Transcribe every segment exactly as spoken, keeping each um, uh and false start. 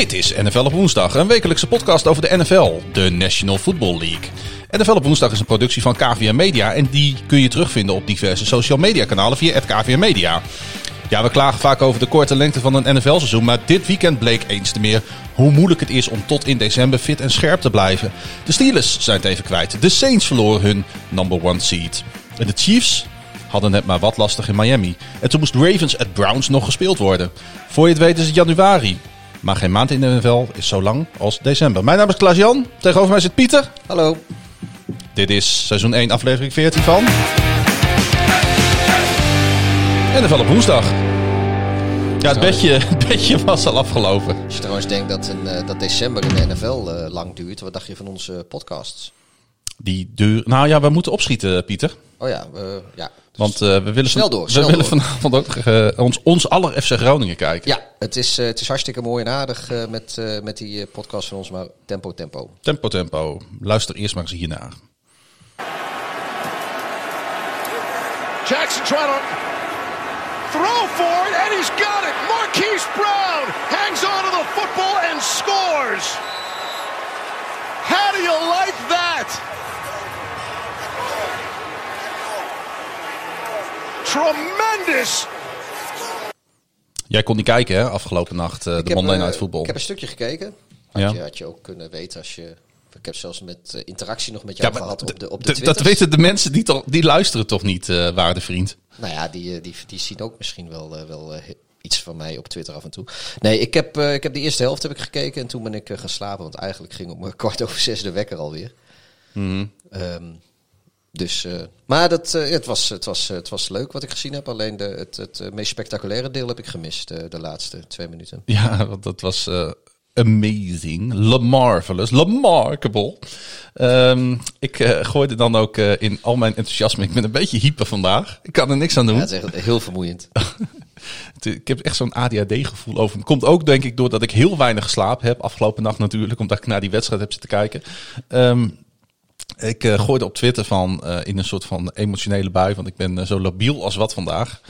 Dit is N F L op woensdag, een wekelijkse podcast over de N F L, de National Football League. N F L op woensdag is een productie van K V M Media en die kun je terugvinden op diverse social media kanalen via at K V M Media. Ja, we klagen vaak over de korte lengte van een N F L-seizoen, maar dit weekend bleek eens te meer hoe moeilijk het is om tot in december fit en scherp te blijven. De Steelers zijn het even kwijt, de Saints verloren hun number one seed. En de Chiefs hadden net maar wat lastig in Miami. En toen moest Ravens at Browns nog gespeeld worden. Voor je het weet is het januari. Maar geen maand in de N F L is zo lang als december. Mijn naam is Klaas-Jan. Tegenover mij zit Pieter. Hallo. Dit is seizoen één, aflevering veertien van N F L op woensdag. Ja, het bedje, het bedje was al afgelopen. Als je trouwens denkt dat, een, uh, dat december in de N F L uh, lang duurt, wat dacht je van onze podcasts? Die duur... Nou ja, we moeten opschieten, Pieter. Oh ja, uh, ja. Want uh, we willen, snel van, door, we snel willen door. vanavond ook uh, ons, ons aller F C Groningen kijken. Ja, het is, uh, het is hartstikke mooi en aardig uh, met, uh, met die uh, podcast van ons, maar tempo, tempo. Tempo, tempo. Luister eerst maar eens hiernaar. Jackson trying to throw for it, and he's got it. Marquise Brown hangs on to the football and scores. How do you like that? Tremendous. Jij kon niet kijken, hè, afgelopen nacht, uh, de heb, Monday uh, Night Football. Ik heb een stukje gekeken. Had, Ja. je, had je ook kunnen weten als je... Ik heb zelfs met uh, interactie nog met jou Ja, maar gehad op de, op de d- Twitters. dat weten de mensen die, toch, die luisteren toch niet, uh, waarde vriend? Nou ja, die, uh, die, die zien ook misschien wel, uh, wel uh, iets van mij op Twitter af en toe. Nee, ik heb, uh, ik heb de eerste helft heb ik gekeken en toen ben ik uh, gaan slapen. Want eigenlijk ging om uh, kwart over zes de wekker alweer. Mm-hmm. Um, dus, uh, maar dat, uh, het, was, het, was, uh, het was leuk wat ik gezien heb. Alleen de, het, het uh, meest spectaculaire deel heb ik gemist, uh, de laatste twee minuten. Ja, want dat was uh, amazing. Lamarvelous. Lamarkable. Um, ik uh, gooide dan ook uh, in al mijn enthousiasme. Ik ben een beetje hyper vandaag. Ik kan er niks aan doen. Ja, het is echt heel vermoeiend. Ik heb echt zo'n A D H D-gevoel over me. Komt ook, denk ik, doordat ik heel weinig geslapen heb. Afgelopen nacht natuurlijk, omdat ik naar die wedstrijd heb zitten kijken. Um, ik uh, gooide op Twitter van uh, in een soort van emotionele bui. Want ik ben uh, zo labiel als wat vandaag.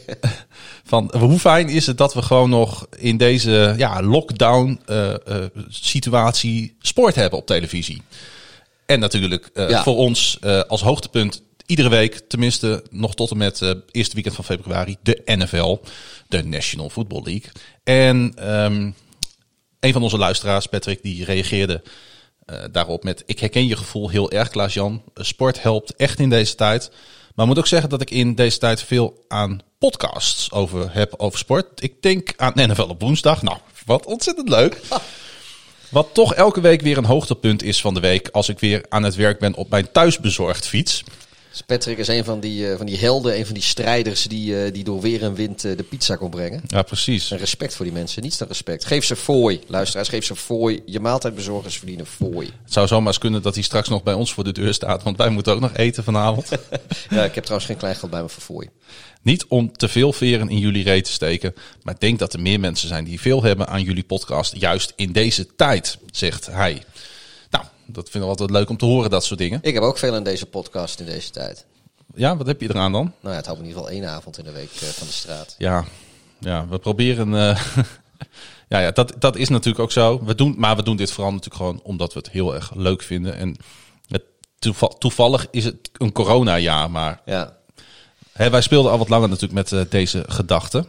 Van hoe fijn is het dat we gewoon nog in deze ja, lockdown uh, uh, situatie sport hebben op televisie. En natuurlijk uh, Ja. voor ons uh, als hoogtepunt iedere week, tenminste nog tot en met het uh, eerste weekend van februari, de N F L, de National Football League. En um, een van onze luisteraars, Patrick, die reageerde uh, daarop met: ik herken je gevoel heel erg, Klaas-Jan. Sport helpt echt in deze tijd. Maar ik moet ook zeggen dat ik in deze tijd veel aan podcasts over heb over sport. Ik denk aan N F L op woensdag. Nou, wat ontzettend leuk. Wat toch elke week weer een hoogtepunt is van de week als ik weer aan het werk ben op mijn thuisbezorgd fiets. Dus Patrick is een van die, uh, van die helden, een van die strijders die, uh, die door weer en wind uh, de pizza kon brengen. Ja, precies. En respect voor die mensen, niets dan respect. Geef ze fooi, luisteraars, geef ze fooi. Je maaltijdbezorgers verdienen fooi. Het zou zomaar eens kunnen dat hij straks nog bij ons voor de deur staat, want wij moeten ook nog eten vanavond. Ja, ik heb trouwens geen kleingeld bij me voor fooi. Niet om te veel veren in jullie reet te steken, maar ik denk dat er meer mensen zijn die veel hebben aan jullie podcast, juist in deze tijd, zegt hij. Nou, dat vinden we altijd leuk om te horen, dat soort dingen. Ik heb ook veel aan deze podcast in deze tijd. Ja, wat heb je eraan dan? Nou ja, het houdt me in ieder geval één avond in de week uh, van de straat. Ja, ja we proberen... Uh, ja, ja dat, dat is natuurlijk ook zo. We doen, maar we doen dit vooral natuurlijk gewoon omdat we het heel erg leuk vinden. En het, toeval, toevallig is het een coronajaar, maar... Ja. Hè, wij speelden al wat langer natuurlijk met uh, deze gedachten.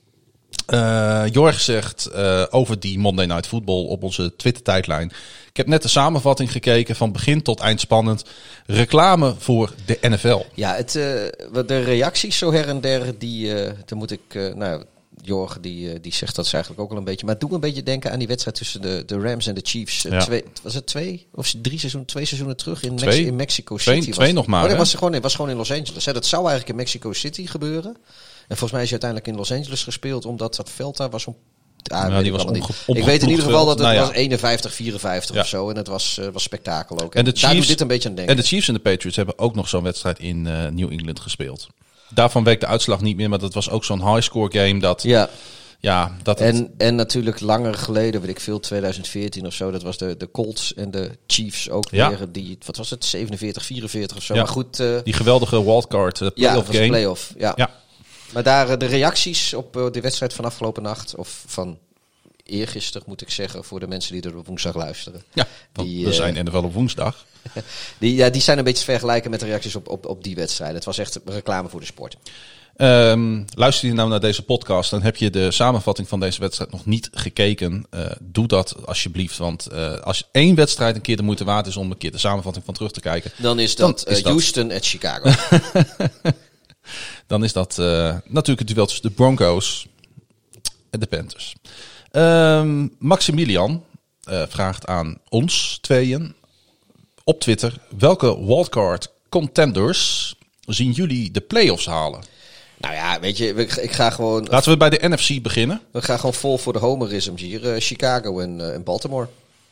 Uh, Jorg zegt uh, over die Monday Night Football op onze Twitter-tijdlijn: ik heb net de samenvatting gekeken, van begin tot eind spannend. Reclame voor de N F L. Ja, het, uh, de reacties zo her en der, die, uh, daar moet ik... Uh, nou, Jorg die, uh, die zegt dat ze eigenlijk ook al een beetje... Maar het doet me een beetje denken aan die wedstrijd tussen de, de Rams en de Chiefs. Uh, Ja. twee, was het twee of drie seizoenen, twee seizoenen terug in, Twee. Mex- in Mexico City? Twee, twee was, nog maar, Oh, nee, hè? was, gewoon, nee, was gewoon in Los Angeles. Hè. Dat zou eigenlijk in Mexico City gebeuren. En volgens mij is hij uiteindelijk in Los Angeles gespeeld, omdat dat veld daar was om... Ah, Nou, weet die ik was allemaal omge- niet. Ik weet in ieder geval dat het Nou ja. was eenenvijftig vierenvijftig Ja. of zo. En het was, uh, was spektakel ook. En de Daar doet Chiefs, dit een beetje aan denken. en de Chiefs en de Patriots hebben ook nog zo'n wedstrijd in uh, New England gespeeld. Daarvan weet ik de uitslag niet meer, maar dat was ook zo'n high-score game. Dat, ja. Ja, dat het, en, en natuurlijk langer geleden, weet ik veel, twintig veertien of zo. Dat was de, de Colts en de Chiefs ook Ja. weer. Die, wat was het, zevenenveertig vierenveertig of zo. Ja. Maar goed, uh, die geweldige wildcard uh, ja, playoff dat was een game. play-off. Ja. Ja. Maar daar uh, de reacties op uh, de wedstrijd van afgelopen nacht, of van eergisteren moet ik zeggen, voor de mensen die er op woensdag luisteren. Ja, want die, we uh, zijn N F L op woensdag. Die, ja, die zijn een beetje te vergelijken met de reacties op, op, op die wedstrijden. Het was echt reclame voor de sport. Um, luister je nou naar deze podcast, dan heb je de samenvatting van deze wedstrijd nog niet gekeken. Uh, doe dat alsjeblieft, want uh, als één wedstrijd een keer de moeite waard is om een keer de samenvatting van terug te kijken. Dan is dat, dan is uh, dat... Houston en Chicago. Dan is dat uh, natuurlijk het duel tussen de Broncos en de Panthers. Um, Maximilian uh, vraagt aan ons tweeën op Twitter: welke wildcard contenders zien jullie de playoffs halen? Nou ja, weet je, ik ga gewoon... Laten we bij de N F C beginnen. We gaan gewoon vol voor de homerisms hier. Uh, Chicago en, uh, en Baltimore.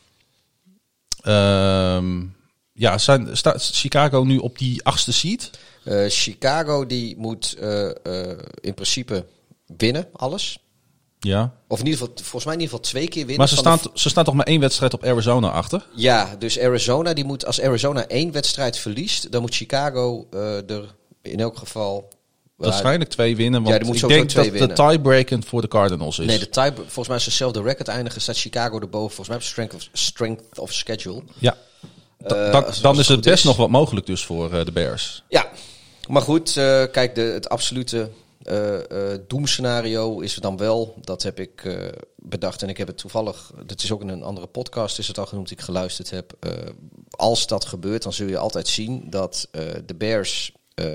Um, ja, zijn, staat Chicago nu op die achtste seed? Uh, Chicago die moet uh, uh, in principe winnen, alles. Ja. Of in ieder geval, volgens mij in ieder geval twee keer winnen. Maar ze staan, de... ze staan toch maar één wedstrijd op Arizona achter? Ja, dus Arizona, die moet, als Arizona één wedstrijd verliest, dan moet Chicago uh, er in elk geval... Waarschijnlijk twee winnen, want ja, die moet ik denk dat winnen. de tiebreaker voor de Cardinals is. Nee, de tie, volgens mij is hetzelfde record eindigen, staat Chicago erboven. Volgens mij op strength of, strength of schedule. Ja, da, uh, da, als, dan als is het best is. nog wat mogelijk dus voor uh, de Bears. Ja, maar goed, uh, kijk, de, het absolute uh, uh, doemscenario is dan wel, dat heb ik uh, bedacht en ik heb het toevallig, dat is ook in een andere podcast, is het al genoemd die ik geluisterd heb. Uh, als dat gebeurt, dan zul je altijd zien dat uh, de Bears... Uh,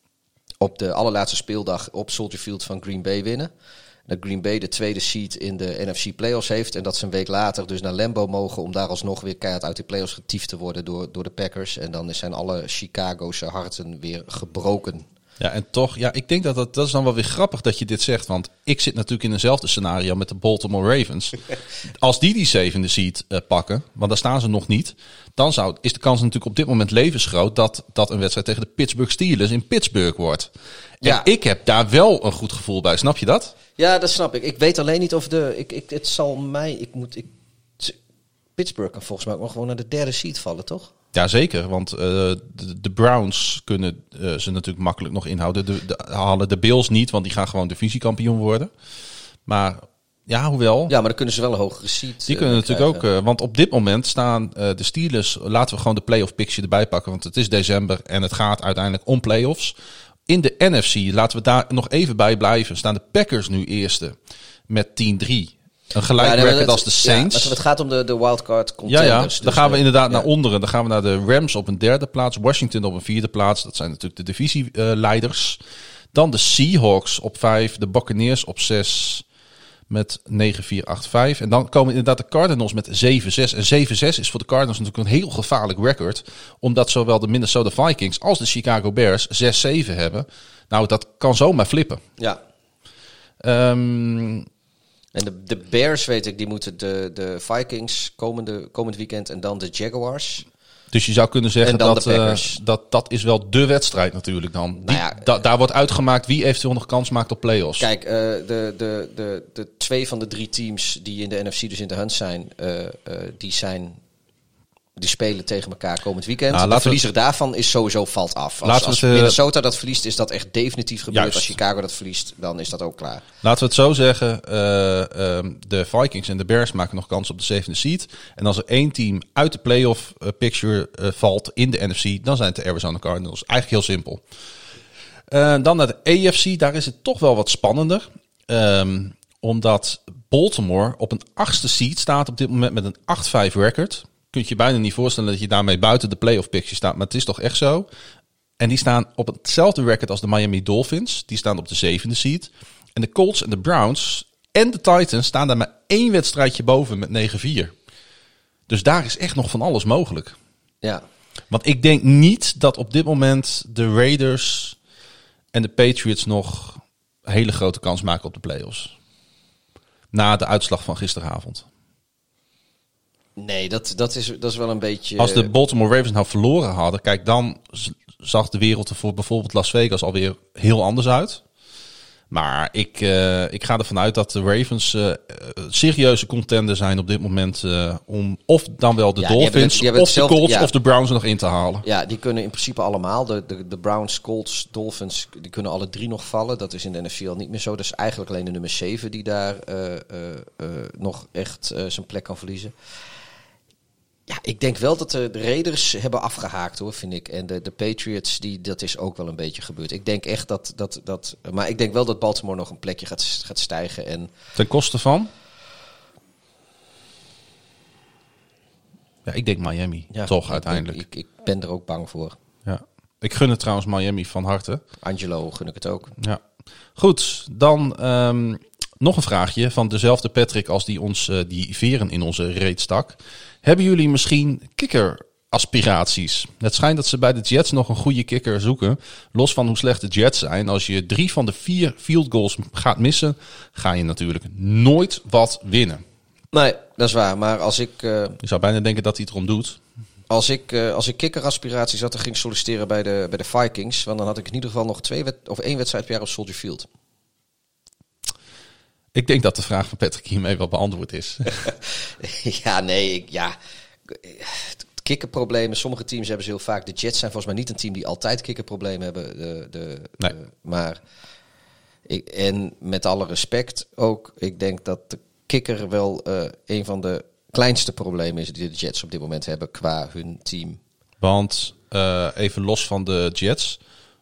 op de allerlaatste speeldag op Soldier Field van Green Bay winnen. Dat Green Bay de tweede seed in de N F C playoffs heeft. En dat ze een week later dus naar Lambeau mogen om daar alsnog weer keihard uit de playoffs getiefd te worden door, door de Packers. En dan zijn alle Chicago's harten weer gebroken. Ja, en toch, ja, ik denk dat dat, dat is dan wel weer grappig dat je dit zegt. Want ik zit natuurlijk in eenzelfde scenario met de Baltimore Ravens. Als die die zevende seed uh, pakken, want daar staan ze nog niet, dan zou, is de kans natuurlijk op dit moment levensgroot dat, dat een wedstrijd tegen de Pittsburgh Steelers in Pittsburgh wordt. En Ja. ik heb daar wel een goed gevoel bij, snap je dat? Ja, dat snap ik. Ik weet alleen niet of de... Ik, ik, het zal mij... Ik moet, ik, Pittsburgh kan volgens mij ook nog gewoon naar de derde seed vallen, toch? Ja, zeker. Want uh, de, de Browns kunnen uh, ze natuurlijk makkelijk nog inhouden. De, de, halen de Bills niet, want die gaan gewoon divisiekampioen worden. Maar ja, hoewel... Ja, maar dan kunnen ze wel een hogere seed. Die uh, kunnen natuurlijk krijgen. ook... Uh, want op dit moment staan uh, de Steelers... Laten we gewoon de playoff picture erbij pakken. Want het is december en het gaat uiteindelijk om playoffs. In de N F C, laten we daar nog even bij blijven, staan de Packers nu eerste met tien drie. Een gelijk Ja, nee, record het- als de Saints. Ja, het gaat om de, de wildcard Ja, contenders. ja. dus Dan gaan we de- inderdaad ja. naar onderen. Dan gaan we naar de Rams op een derde plaats. Washington op een vierde plaats. Dat zijn natuurlijk de divisieleiders. Dan de Seahawks op vijf. De Buccaneers op zes met negen vier acht vijf. En dan komen inderdaad de Cardinals met zeven zes. En zeven zes is voor de Cardinals natuurlijk een heel gevaarlijk record. Omdat zowel de Minnesota Vikings als de Chicago Bears zes zeven hebben. Nou, dat kan zomaar flippen. Ja. Ehm... En de, de Bears, weet ik, die moeten de, de Vikings komende, komend weekend en dan de Jaguars. Dus je zou kunnen zeggen En dan dat, de uh, Packers. dat dat is wel de wedstrijd natuurlijk dan. Die, Nou ja, da- daar wordt uitgemaakt wie eventueel nog kans maakt op play-offs. Kijk, uh, de, de, de, de twee van de drie teams die in de N F C dus in de hunt zijn, uh, uh, die zijn... Die spelen tegen elkaar komend weekend. Nou, de laten we- verliezer daarvan is sowieso valt af. Als, Laten we als het, uh, Minnesota dat verliest, is dat echt definitief gebeurd. Juist. Als Chicago dat verliest, dan is dat ook klaar. Laten we het zo zeggen. Uh, um, de Vikings en de Bears maken nog kans op de zevende seed. En als er één team uit de playoff uh, picture uh, valt in de N F C, dan zijn het de Arizona Cardinals. Eigenlijk heel simpel. Uh, dan naar de A F C. Daar is het toch wel wat spannender. Um, omdat Baltimore op een achtste seed staat op dit moment met een acht vijf record. Kun je je bijna niet voorstellen dat je daarmee buiten de playoff picture staat. Maar het is toch echt zo. En die staan op hetzelfde record als de Miami Dolphins. Die staan op de zevende seed. En de Colts en de Browns en de Titans staan daar maar één wedstrijdje boven met negen vier. Dus daar is echt nog van alles mogelijk. Ja. Want ik denk niet dat op dit moment de Raiders en de Patriots nog een hele grote kans maken op de playoffs. Na de uitslag van gisteravond. Nee, dat, dat, is, dat is wel een beetje... Als de Baltimore Ravens nou verloren hadden, kijk, dan z- zag de wereld er voor bijvoorbeeld Las Vegas alweer heel anders uit. Maar ik, uh, ik ga ervan uit dat de Ravens uh, serieuze contender zijn op dit moment. Uh, om of dan wel de ja, Dolphins, het, of hetzelfde, de Colts ja. of de Browns er nog in te halen. Ja, die kunnen in principe allemaal. De, de, de Browns, Colts, Dolphins, die kunnen alle drie nog vallen. Dat is in de N F L niet meer zo. Dat is eigenlijk alleen de nummer zeven die daar uh, uh, uh, nog echt uh, zijn plek kan verliezen. Ja, ik denk wel dat de, de Raiders hebben afgehaakt, hoor, vind ik. En de, de Patriots, die, dat is ook wel een beetje gebeurd. Ik denk echt dat, dat, dat... Maar ik denk wel dat Baltimore nog een plekje gaat, gaat stijgen. En ten koste van? Ja, ik denk Miami, ja, toch, ik, uiteindelijk. Ik, ik ben er ook bang voor. Ja. Ik gun het trouwens Miami van harte. Angelo gun ik het ook. Ja. Goed, dan um, nog een vraagje van dezelfde Patrick als die ons uh, die veren in onze reet stak. Hebben jullie misschien kicker-aspiraties? Het schijnt dat ze bij de Jets nog een goede kicker zoeken. Los van hoe slecht de Jets zijn. Als je drie van de vier field goals gaat missen, ga je natuurlijk nooit wat winnen. Nee, dat is waar. Maar als ik... Uh, je zou bijna denken dat hij het erom doet. Als ik, uh, als ik kicker-aspiraties had, dan ging solliciteren bij de, bij de Vikings. Want dan had ik in ieder geval nog twee wed- of één wedstrijd per jaar op Soldier Field. Ik denk dat de vraag van Patrick hiermee wel beantwoord is. ja, nee, ik, ja. Kikkerproblemen. Sommige teams hebben ze heel vaak. De Jets zijn volgens mij niet een team die altijd kikkerproblemen hebben. De, de, nee. de, maar, ik, en met alle respect ook, ik denk dat de kikker wel uh, een van de kleinste problemen is die de Jets op dit moment hebben qua hun team. Want uh, even los van de Jets,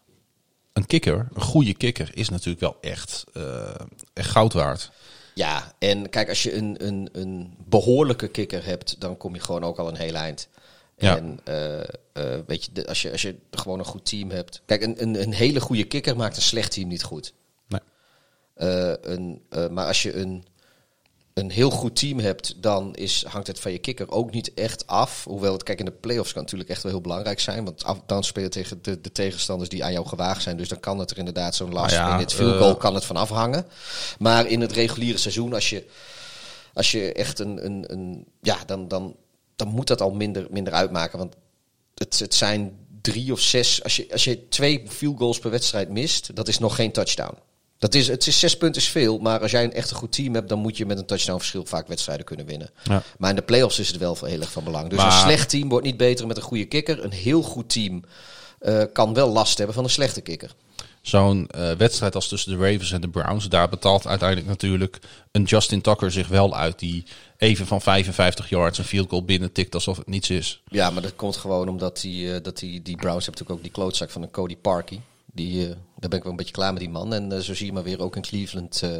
een kikker, een goede kikker, is natuurlijk wel echt, uh, echt goud waard. Ja, en kijk, als je een, een, een behoorlijke kikker hebt, dan kom je gewoon ook al een heel eind. Ja. En uh, uh, weet je, als je, als je gewoon een goed team hebt. Kijk, een, een, een hele goede kikker maakt een slecht team niet goed. Nee. Uh, een, uh, maar als je een, een heel goed team hebt, dan is, hangt het van je kikker ook niet echt af. Hoewel het, kijk, in de playoffs kan natuurlijk echt wel heel belangrijk zijn. Want af, dan speel je tegen de, de tegenstanders die aan jou gewaagd zijn. Dus dan kan het er inderdaad zo'n last ja, minute field goal uh, kan het van afhangen. Maar in het reguliere seizoen, als je, als je echt een, een, een ja, dan, dan, dan moet dat al minder, minder uitmaken. Want het, het zijn drie of zes. Als je, als je twee field goals per wedstrijd mist, dat is nog geen touchdown. Dat is, het is zes punten is veel, maar als jij een echt een goed team hebt, dan moet je met een touchdown verschil vaak wedstrijden kunnen winnen. Ja. Maar in de playoffs is het wel heel erg van belang. Dus maar een slecht team wordt niet beter met een goede kikker. Een heel goed team uh, kan wel last hebben van een slechte kikker. Zo'n uh, wedstrijd als tussen de Ravens en de Browns, daar betaalt uiteindelijk natuurlijk een Justin Tucker zich wel uit, die even van vijfenvijftig yards een field goal binnen tikt alsof het niets is. Ja, maar dat komt gewoon omdat die, uh, dat die, die Browns hebben natuurlijk ook die klootzak van een Cody Parkey. Die, uh, daar ben ik wel een beetje klaar met die man. En uh, zo zie je maar weer, ook in Cleveland uh,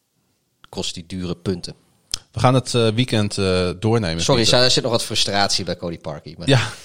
kost die dure punten. We gaan het uh, weekend uh, doornemen. Sorry, er zit nog wat frustratie bij Cody Parkey. Maar... Ja,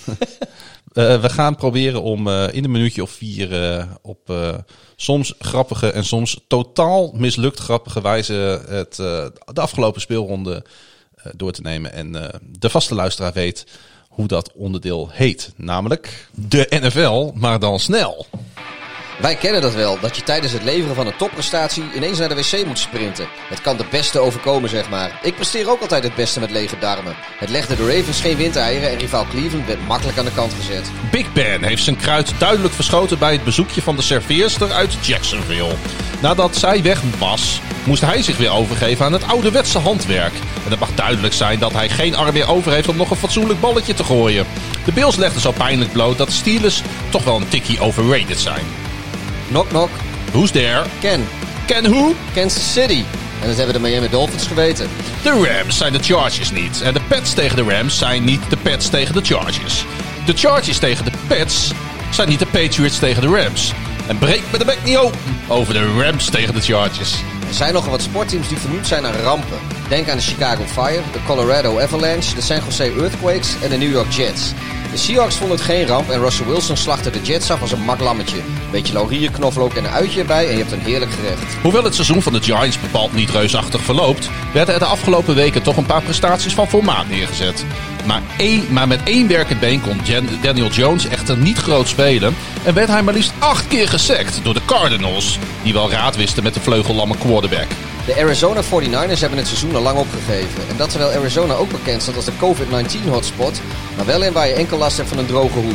uh, we gaan proberen om uh, in een minuutje of vier uh, op uh, soms grappige en soms totaal mislukt grappige wijze het, uh, de afgelopen speelronde uh, door te nemen. En uh, de vaste luisteraar weet hoe dat onderdeel heet. Namelijk de N F L, maar dan snel. Wij kennen dat wel, dat je tijdens het leveren van een topprestatie ineens naar de wc moet sprinten. Het kan de beste overkomen, zeg maar. Ik presteer ook altijd het beste met lege darmen. Het legde de Ravens geen windeieren en rivaal Cleveland werd makkelijk aan de kant gezet. Big Ben heeft zijn kruid duidelijk verschoten bij het bezoekje van de serveerster uit Jacksonville. Nadat zij weg was, moest hij zich weer overgeven aan het ouderwetse handwerk. En het mag duidelijk zijn dat hij geen arm meer over heeft om nog een fatsoenlijk balletje te gooien. De Bills legden zo pijnlijk bloot dat de Steelers toch wel een tikkie overrated zijn. Knock knock. Who's there? Ken. Ken who? Kansas City. En dat hebben de Miami Dolphins geweten. De Rams zijn de Chargers niet. En de Pats tegen de Rams zijn niet de Pats tegen de Chargers. De Chargers tegen de Pats zijn niet de Patriots tegen de Rams. En breek me de bek niet open over de Rams tegen de Chargers. Er zijn nogal wat sportteams die vernoemd zijn aan rampen. Denk aan de Chicago Fire, de Colorado Avalanche, de San Jose Earthquakes en de New York Jets. De Seahawks vonden het geen ramp en Russell Wilson slachtte de Jets af als een mak lammetje. Beetje laurier, knoflook en een uitje erbij en je hebt een heerlijk gerecht. Hoewel het seizoen van de Giants bepaald niet reusachtig verloopt, werden er de afgelopen weken toch een paar prestaties van formaat neergezet. Maar, één, maar met één werkend been kon Daniel Jones echter niet groot spelen en werd hij maar liefst acht keer gesackt door de Cardinals, die wel raad wisten met de vleugellamme quarterback. De Arizona forty-niners hebben het seizoen al lang opgegeven. En dat terwijl Arizona ook bekend staat als de covid negentien hotspot, maar wel in waar je enkel last hebt van een droge hoest.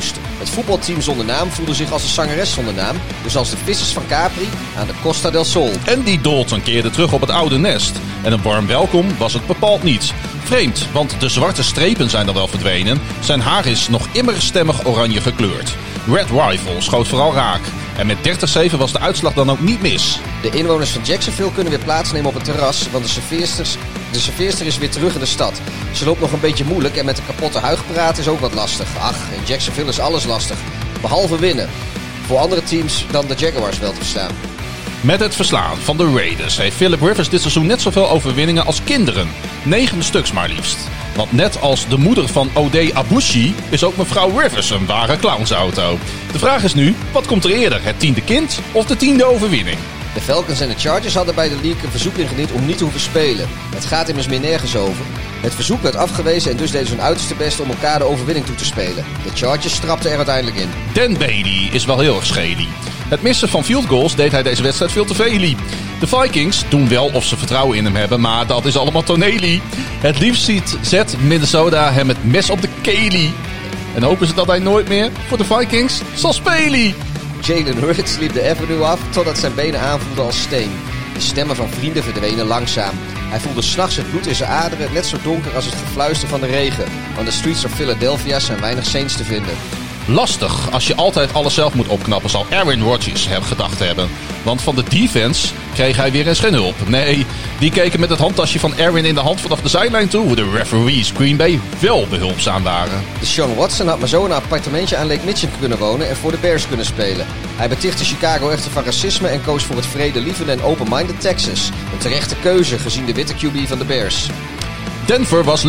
Het voetbalteam zonder naam voelde zich als een zangeres zonder naam. Dus als de vissers van Capri aan de Costa del Sol. Andy Dalton keerde terug op het oude nest. En een warm welkom was het bepaald niet. Vreemd, want de zwarte strepen zijn dan wel verdwenen. Zijn haar is nog immer stemmig oranje gekleurd. Red Rifle schoot vooral raak. En met dertig zeven was de uitslag dan ook niet mis. De inwoners van Jacksonville kunnen weer plaatsnemen op het terras, want de serveersters, de serveerster is weer terug in de stad. Ze loopt nog een beetje moeilijk en met een kapotte huig praten is ook wat lastig. Ach, in Jacksonville is alles lastig, behalve winnen. Voor andere teams dan de Jaguars wel te verstaan. Met het verslaan van de Raiders heeft Philip Rivers dit seizoen net zoveel overwinningen als kinderen. Negen stuks maar liefst. Want net als de moeder van Ode Abushi is ook mevrouw Rivers een ware clownsauto. De vraag is nu, wat komt er eerder? Het tiende kind of de tiende overwinning? De Falcons en de Chargers hadden bij de league een verzoek ingediend om niet te hoeven spelen. Het gaat immers meer nergens over. Het verzoek werd afgewezen en dus deden ze hun uiterste best om elkaar de overwinning toe te spelen. De Chargers strapten er uiteindelijk in. Dan Bailey is wel heel erg schely. Het missen van field goals deed hij deze wedstrijd veel te veel. De Vikings doen wel of ze vertrouwen in hem hebben, maar dat is allemaal toneli. Het liefst ziet zet Minnesota hem het mes op de keli. En hopen ze dat hij nooit meer voor de Vikings zal spelen. Jalen Hurts liep de avenue af totdat zijn benen aanvoelden als steen. De stemmen van vrienden verdwenen langzaam. Hij voelde 's nachts het bloed in zijn aderen, net zo donker als het gefluister van de regen. On the streets of Philadelphia zijn weinig saints te vinden. Lastig als je altijd alles zelf moet opknappen, zal Aaron Rodgers hem gedacht hebben. Want van de defense kreeg hij weer eens geen hulp. Nee, die keken met het handtasje van Aaron in de hand vanaf de zijlijn toe hoe de referees Green Bay wel behulpzaam waren. De Sean Watson had maar zo een appartementje aan Lake Michigan kunnen wonen en voor de Bears kunnen spelen. Hij betichtte Chicago echter van racisme en koos voor het vredelievende en open-minded Texas. Een terechte keuze gezien de witte Q B van de Bears. Denver was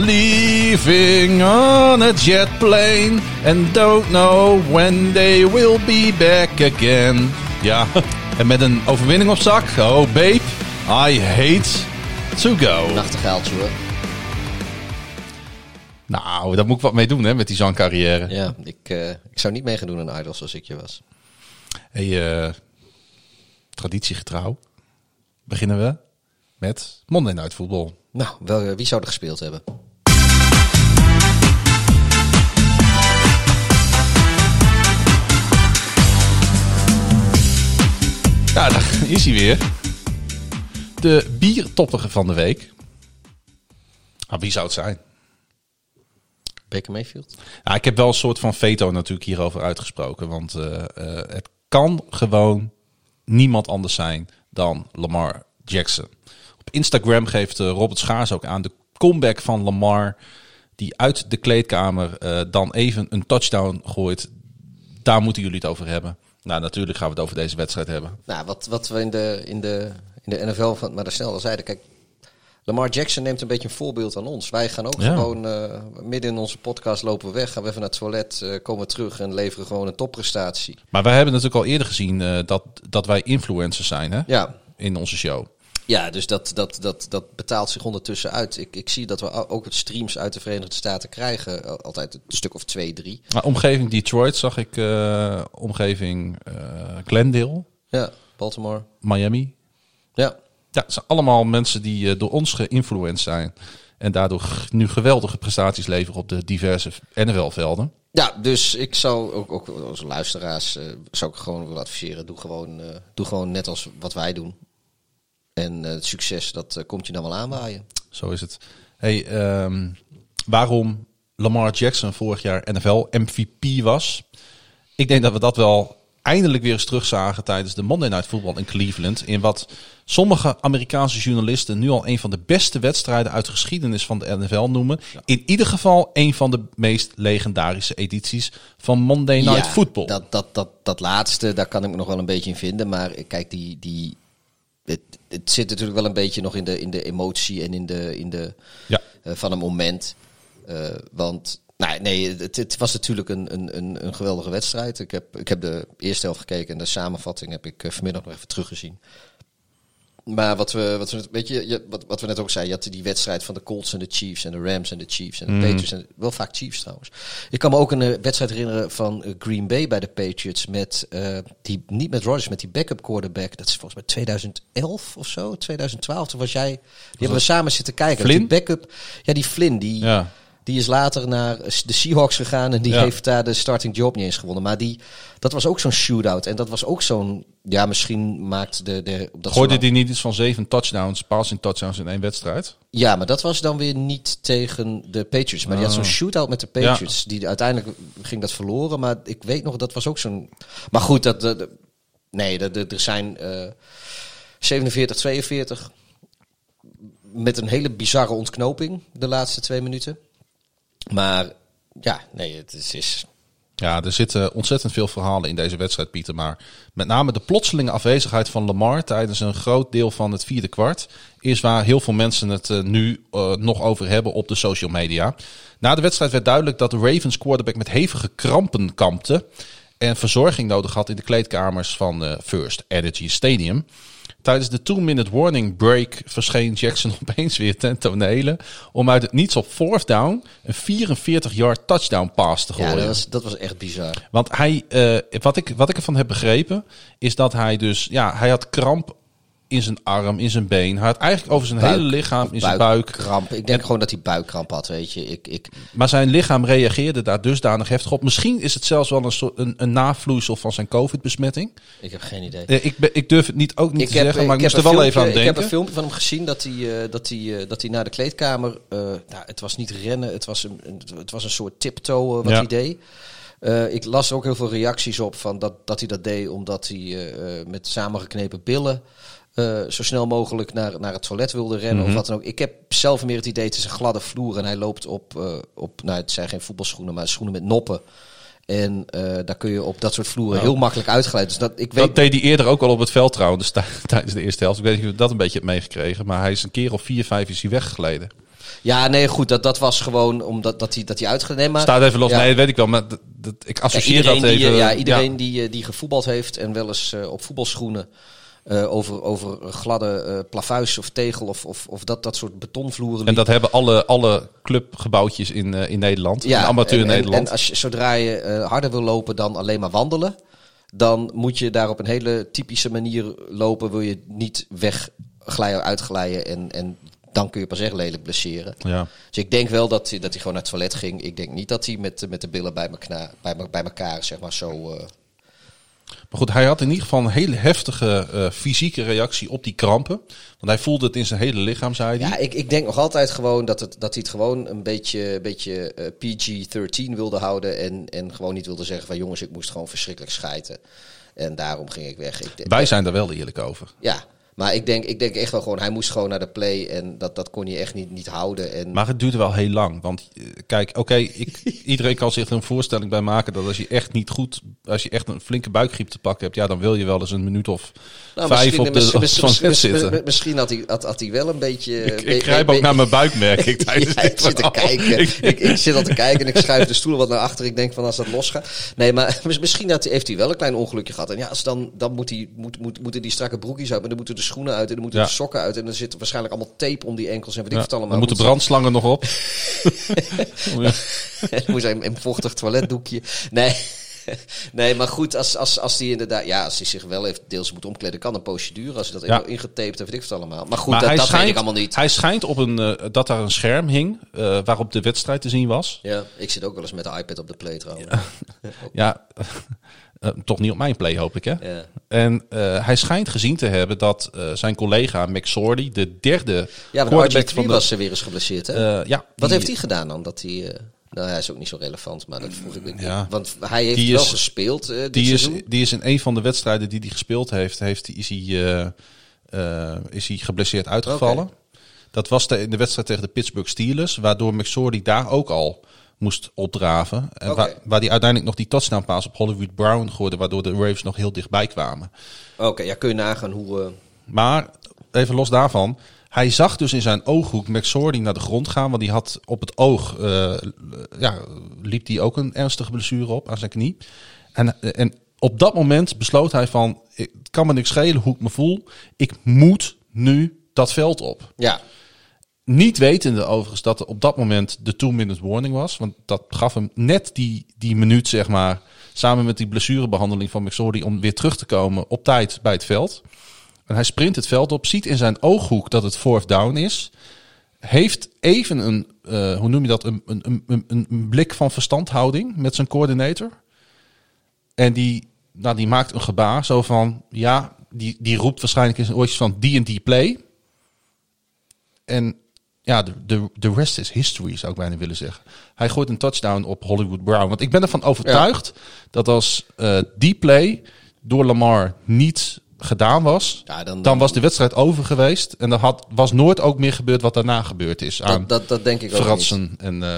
leaving on a jet plane and don't know when they will be back again. Ja, en met een overwinning op zak. Oh babe, I hate to go. Nachtegaaltje hoor. Nou, daar moet ik wat mee doen hè, met die zangcarrière. Ja, ik, uh, ik zou niet mee gaan doen aan Idols als ik je was. Hey, uh, traditiegetrouw beginnen we met Monday Night Football. Nou, wel, wie zou er gespeeld hebben? Ja, daar is hij weer. De biertopper van de week. Ah, wie zou het zijn? Baker Mayfield? Nou, ik heb wel een soort van veto natuurlijk hierover uitgesproken. Want uh, uh, het kan gewoon niemand anders zijn dan Lamar Jackson. Op Instagram geeft uh, Robert Schaars ook aan de comeback van Lamar, die uit de kleedkamer uh, dan even een touchdown gooit. Daar moeten jullie het over hebben. Nou, natuurlijk gaan we het over deze wedstrijd hebben. Nou, wat, wat we in de, in, de, in de N F L van maar snel al zeiden. Kijk, Lamar Jackson neemt een beetje een voorbeeld aan ons. Wij gaan ook ja. gewoon uh, midden in onze podcast lopen we weg. Gaan we even naar het toilet, uh, komen we terug en leveren gewoon een topprestatie. Maar wij hebben natuurlijk al eerder gezien uh, dat, dat wij influencers zijn hè? Ja. In onze show. Ja, dus dat, dat, dat, dat betaalt zich ondertussen uit. Ik, ik zie dat we ook het streams uit de Verenigde Staten krijgen. Altijd een stuk of twee, drie. Maar omgeving Detroit zag ik. Uh, omgeving uh, Glendale. Ja, Baltimore. Miami. Ja. Ja, het zijn allemaal mensen die uh, door ons geïnfluenced zijn. En daardoor g- nu geweldige prestaties leveren op de diverse N F L-velden. Ja, dus ik zou ook, ook als luisteraars uh, zou ik gewoon willen adviseren. Doe gewoon, uh, doe gewoon net als wat wij doen. En uh, het succes, dat uh, komt je dan wel aanwaaien. Zo is het. Hey, um, waarom Lamar Jackson vorig jaar N F L M V P was? Ik denk dat we dat wel eindelijk weer eens terugzagen tijdens de Monday Night Football in Cleveland. In wat sommige Amerikaanse journalisten nu al een van de beste wedstrijden uit de geschiedenis van de N F L noemen. Ja. In ieder geval een van de meest legendarische edities van Monday Night ja, Football. Dat, dat, dat, dat laatste, daar kan ik me nog wel een beetje in vinden. Maar kijk, die... die Het, het zit natuurlijk wel een beetje nog in de, in de emotie en in de, in de ja. uh, van een moment. Uh, want nou, nee, het, het was natuurlijk een, een, een, een geweldige wedstrijd. Ik heb, ik heb de eerste helft gekeken en de samenvatting heb ik uh, vanmiddag nog even teruggezien. Maar wat we, wat we, weet je, je, wat, wat we net ook zeiden, je had die wedstrijd van de Colts en de Chiefs en de Rams en de Chiefs en de mm. Patriots. En wel vaak Chiefs trouwens. Ik kan me ook een uh, wedstrijd herinneren van uh, Green Bay bij de Patriots met, uh, die, niet met Rodgers, met die backup quarterback. Dat is volgens mij tweeduizend elf of zo, tweeduizend twaalf. Toen was jij, die was hebben we samen zitten kijken. Flynn? Die backup, ja die Flynn, die... Ja. Die is later naar de Seahawks gegaan en die Ja. heeft daar de starting job niet eens gewonnen. Maar die, dat was ook zo'n shootout. En dat was ook zo'n... Ja, misschien maakt de... de dat Gooide zo- die niet iets van zeven touchdowns, passing touchdowns in één wedstrijd? Ja, maar dat was dan weer niet tegen de Patriots. Maar die had zo'n Oh. shootout met de Patriots. Die uiteindelijk ging dat verloren. Maar ik weet nog, dat was ook zo'n... Maar goed, dat, dat, dat- nee, dat, dat- er zijn uh, zevenenveertig tweeënveertig... met een hele bizarre ontknoping de laatste twee minuten. Maar ja, nee, het is... is Ja, er zitten ontzettend veel verhalen in deze wedstrijd, Pieter. Maar met name de plotselinge afwezigheid van Lamar tijdens een groot deel van het vierde kwart is waar heel veel mensen het uh, nu uh, nog over hebben op de social media. Na de wedstrijd werd duidelijk dat de Ravens quarterback met hevige krampen kampte en verzorging nodig had in de kleedkamers van uh, First Energy Stadium. Tijdens de two-minute warning break verscheen Jackson opeens weer ten tonele om uit het niets op fourth down een vierenveertig-yard touchdown pass te gooien. ja, dat was, dat was echt bizar. Want hij, uh, wat, ik, wat ik ervan heb begrepen, is dat hij dus, ja, hij had kramp in zijn arm, in zijn been. Hij had eigenlijk over zijn Buik- hele lichaam, in zijn buik. Buikkramp. Ik denk gewoon dat hij buikkramp had, weet je. Ik, ik, Maar zijn lichaam reageerde daar dusdanig heftig op. Misschien is het zelfs wel een, soort, een, een navloeisel van zijn covid-besmetting. ik heb geen idee. Uh, ik, ben, ik durf het niet, ook niet Ik te heb, zeggen, maar ik, ik moest heb er wel een even aan filmpje- denken. Ik heb een filmpje van hem gezien dat hij, uh, dat hij, uh, dat hij naar de kleedkamer... Uh, nou, het was niet rennen, het was een, een- het was een soort tiptoe uh, wat Ja. hij deed. Uh, ik las er ook heel veel reacties op van dat, dat hij dat deed omdat hij uh, uh, met samengeknepen billen... Uh, zo snel mogelijk naar, naar het toilet wilde rennen Mhm. of wat dan ook. Ik heb zelf meer het idee, het is een gladde vloer en hij loopt op, uh, op nou het zijn geen voetbalschoenen, maar schoenen met noppen. En uh, daar kun je op dat soort vloeren Nou. heel makkelijk uitglijden. Dus dat, ik weet, Dat deed hij eerder ook al op het veld trouwens tijdens de eerste helft. Ik weet niet of je dat een beetje hebt meegekregen, maar hij is een keer of vier, vijf is hij weggegleden. Ja, nee, goed, dat, dat was gewoon omdat dat hij, dat hij uitgeleid. Nee, maar Staat even los, ja. nee, dat weet ik wel, maar dat, dat, ik Ja, associeer iedereen dat die, even. uh, ja, iedereen ja. Die, uh, die gevoetbald heeft en wel eens uh, op voetbalschoenen uh, over, over gladde uh, plavuis of tegel of, of, of dat, dat soort betonvloeren En liep. dat hebben alle, alle clubgebouwtjes in, uh, in Nederland, in amateur en, en, Nederland. En als je, zodra je uh, harder wil lopen dan alleen maar wandelen, dan moet je daar op een hele typische manier lopen. Wil je niet wegglijden, uitglijden en, en dan kun je pas echt lelijk blesseren. Ja. Dus ik denk wel dat hij, dat hij gewoon naar het toilet ging. Ik denk niet dat hij met, met de billen bij elkaar, bij, bij elkaar zeg maar zo... Uh, Maar goed, hij had in ieder geval een hele heftige uh, fysieke reactie op die krampen. Want hij voelde het in zijn hele lichaam, zei hij. Ja, ik, ik denk nog altijd gewoon dat, het, dat hij het gewoon een beetje, beetje uh, P G dertien wilde houden. En, en gewoon niet wilde zeggen van jongens, ik moest gewoon verschrikkelijk schijten. En daarom ging ik weg. Ik, Wij zijn daar wel eerlijk over. Ja, maar ik denk, ik denk echt wel gewoon, hij moest gewoon naar de play. En dat, dat kon hij echt niet, niet houden. En Maar het duurde wel heel lang. Want uh, kijk, oké, okay, iedereen kan zich er een voorstelling bij maken dat als je echt niet goed, als je echt een flinke buikgriep te pakken hebt, ja, dan wil je wel eens een minuut of nou, vijf op de misschien, op misschien, zo'n bed zitten. misschien, misschien had hij, had, had hij wel een beetje... Ik, ik grijp ook naar mijn buik, merk ik. Tijdens Ja, dit ik zit te verhaal. kijken. ik, ik zit al te kijken en ik schuif de stoelen wat naar achter. Ik denk van als dat los gaat. Nee, maar misschien had hij, heeft hij wel een klein ongelukje gehad. En ja, als dan, dan moet hij, moet, moet, moeten die strakke broekjes uit. Maar dan moeten de schoenen uit en dan moeten Ja. de sokken uit. En dan zit er waarschijnlijk allemaal tape om die enkels en weet ik Ja, wat allemaal. dan moeten Moet- brandslangen nog op. Ja. Dan moet hij een vochtig toiletdoekje. Nee. Nee, maar goed, als, als, als die inderdaad, ja, als hij zich wel heeft deels moet omkleden, kan een procedure. Als hij dat Ja. even ingetaped heeft, weet ik wat allemaal. Maar goed, Maar dat, hij dat schijnt, weet ik allemaal niet. Hij schijnt op een, uh, dat daar een scherm hing uh, waarop de wedstrijd te zien was. Ja, ik zit ook wel eens met de iPad op de play trouwens. Ja, uh, toch niet op mijn play hoop ik, hè? Ja. En uh, hij schijnt gezien te hebben dat uh, zijn collega McSorley, de derde Ja, maar quarterback R G van drie de... was er weer eens geblesseerd, hè? Uh, ja, Wat die- heeft hij gedaan dan? Dat hij, uh, nou, hij is ook niet zo relevant, maar dat vroeg ik me. Ja. Want hij heeft Die wel is- gespeeld uh, dit Die is, seizoen. die is in een van de wedstrijden die hij gespeeld heeft, heeft is, hij, uh, uh, is hij geblesseerd uitgevallen. Oké. Dat was de, in de wedstrijd tegen de Pittsburgh Steelers, waardoor McSorley daar ook al moest opdraven. En Oké. waar, waar hij uiteindelijk nog die touchdown pass op Hollywood Brown gooide, waardoor de Ravens nog heel dichtbij kwamen. Oké, okay, ja, kun je nagaan hoe... Uh, Maar, even los daarvan, hij zag dus in zijn ooghoek McSorley naar de grond gaan, want die had op het oog, uh, ja, liep hij ook een ernstige blessure op aan zijn knie. En, en op dat moment besloot hij van, het kan me niks schelen hoe ik me voel, ik moet nu dat veld op. ja, Niet wetende overigens dat er op dat moment de two-minute warning was, want dat gaf hem net die, die minuut, zeg maar, samen met die blessurebehandeling van McSorley om weer terug te komen op tijd bij het veld. En hij sprint het veld op, ziet in zijn ooghoek dat het fourth down is. heeft even een, uh, hoe noem je dat, een, een, een, een blik van verstandhouding met zijn coördinator. En die, nou, die maakt een gebaar zo van, ja, die, die roept waarschijnlijk in zijn oortjes van die en die play. En ja, de, de, de rest is history, zou ik bijna willen zeggen. Hij gooit een touchdown op Hollywood Brown. Want ik ben ervan overtuigd ja. dat als uh, die play door Lamar niet gedaan was, ja, dan, dan, dan was de wedstrijd over geweest. En er had, was nooit ook meer gebeurd wat daarna gebeurd is. Aan dat, dat, dat denk ik ook Fratsen niet. En uh,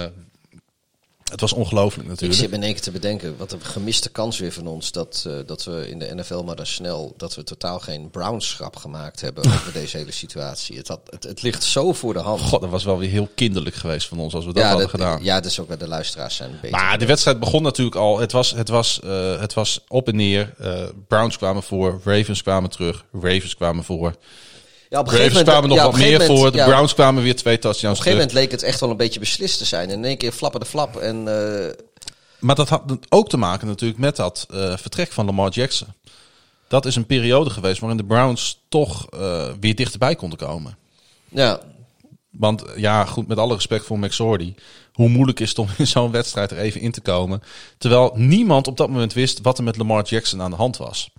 het was ongelooflijk natuurlijk. Ik zit me in één keer te bedenken, wat een gemiste kans weer van ons, dat, uh, dat we in de N F L maar dan snel, dat we totaal geen Browns-grap gemaakt hebben over deze hele situatie. Het, had, het, het ligt zo voor de hand. God, dat was wel weer heel kinderlijk geweest van ons als we dat ja, hadden dat, gedaan. Ja, dus ook bij de luisteraars zijn beter. Maar de wedstrijd begon natuurlijk al, het was, het was, uh, het was op en neer. Uh, Browns kwamen voor, Ravens kwamen terug, Ravens kwamen voor. Ja, op een Ravens moment, kwamen nog ja, wat meer moment, voor. De ja, Browns kwamen weer twee touchdowns Op een gegeven moment leek het echt wel een beetje beslist te zijn. En in één keer flappen de flap. En, uh... Maar dat had ook te maken natuurlijk met dat uh, vertrek van Lamar Jackson. Dat is een periode geweest waarin de Browns toch uh, weer dichterbij konden komen. Ja. Want ja, goed, met alle respect voor McSorley. Hoe moeilijk is het om in zo'n wedstrijd er even in te komen. Terwijl niemand op dat moment wist wat er met Lamar Jackson aan de hand was.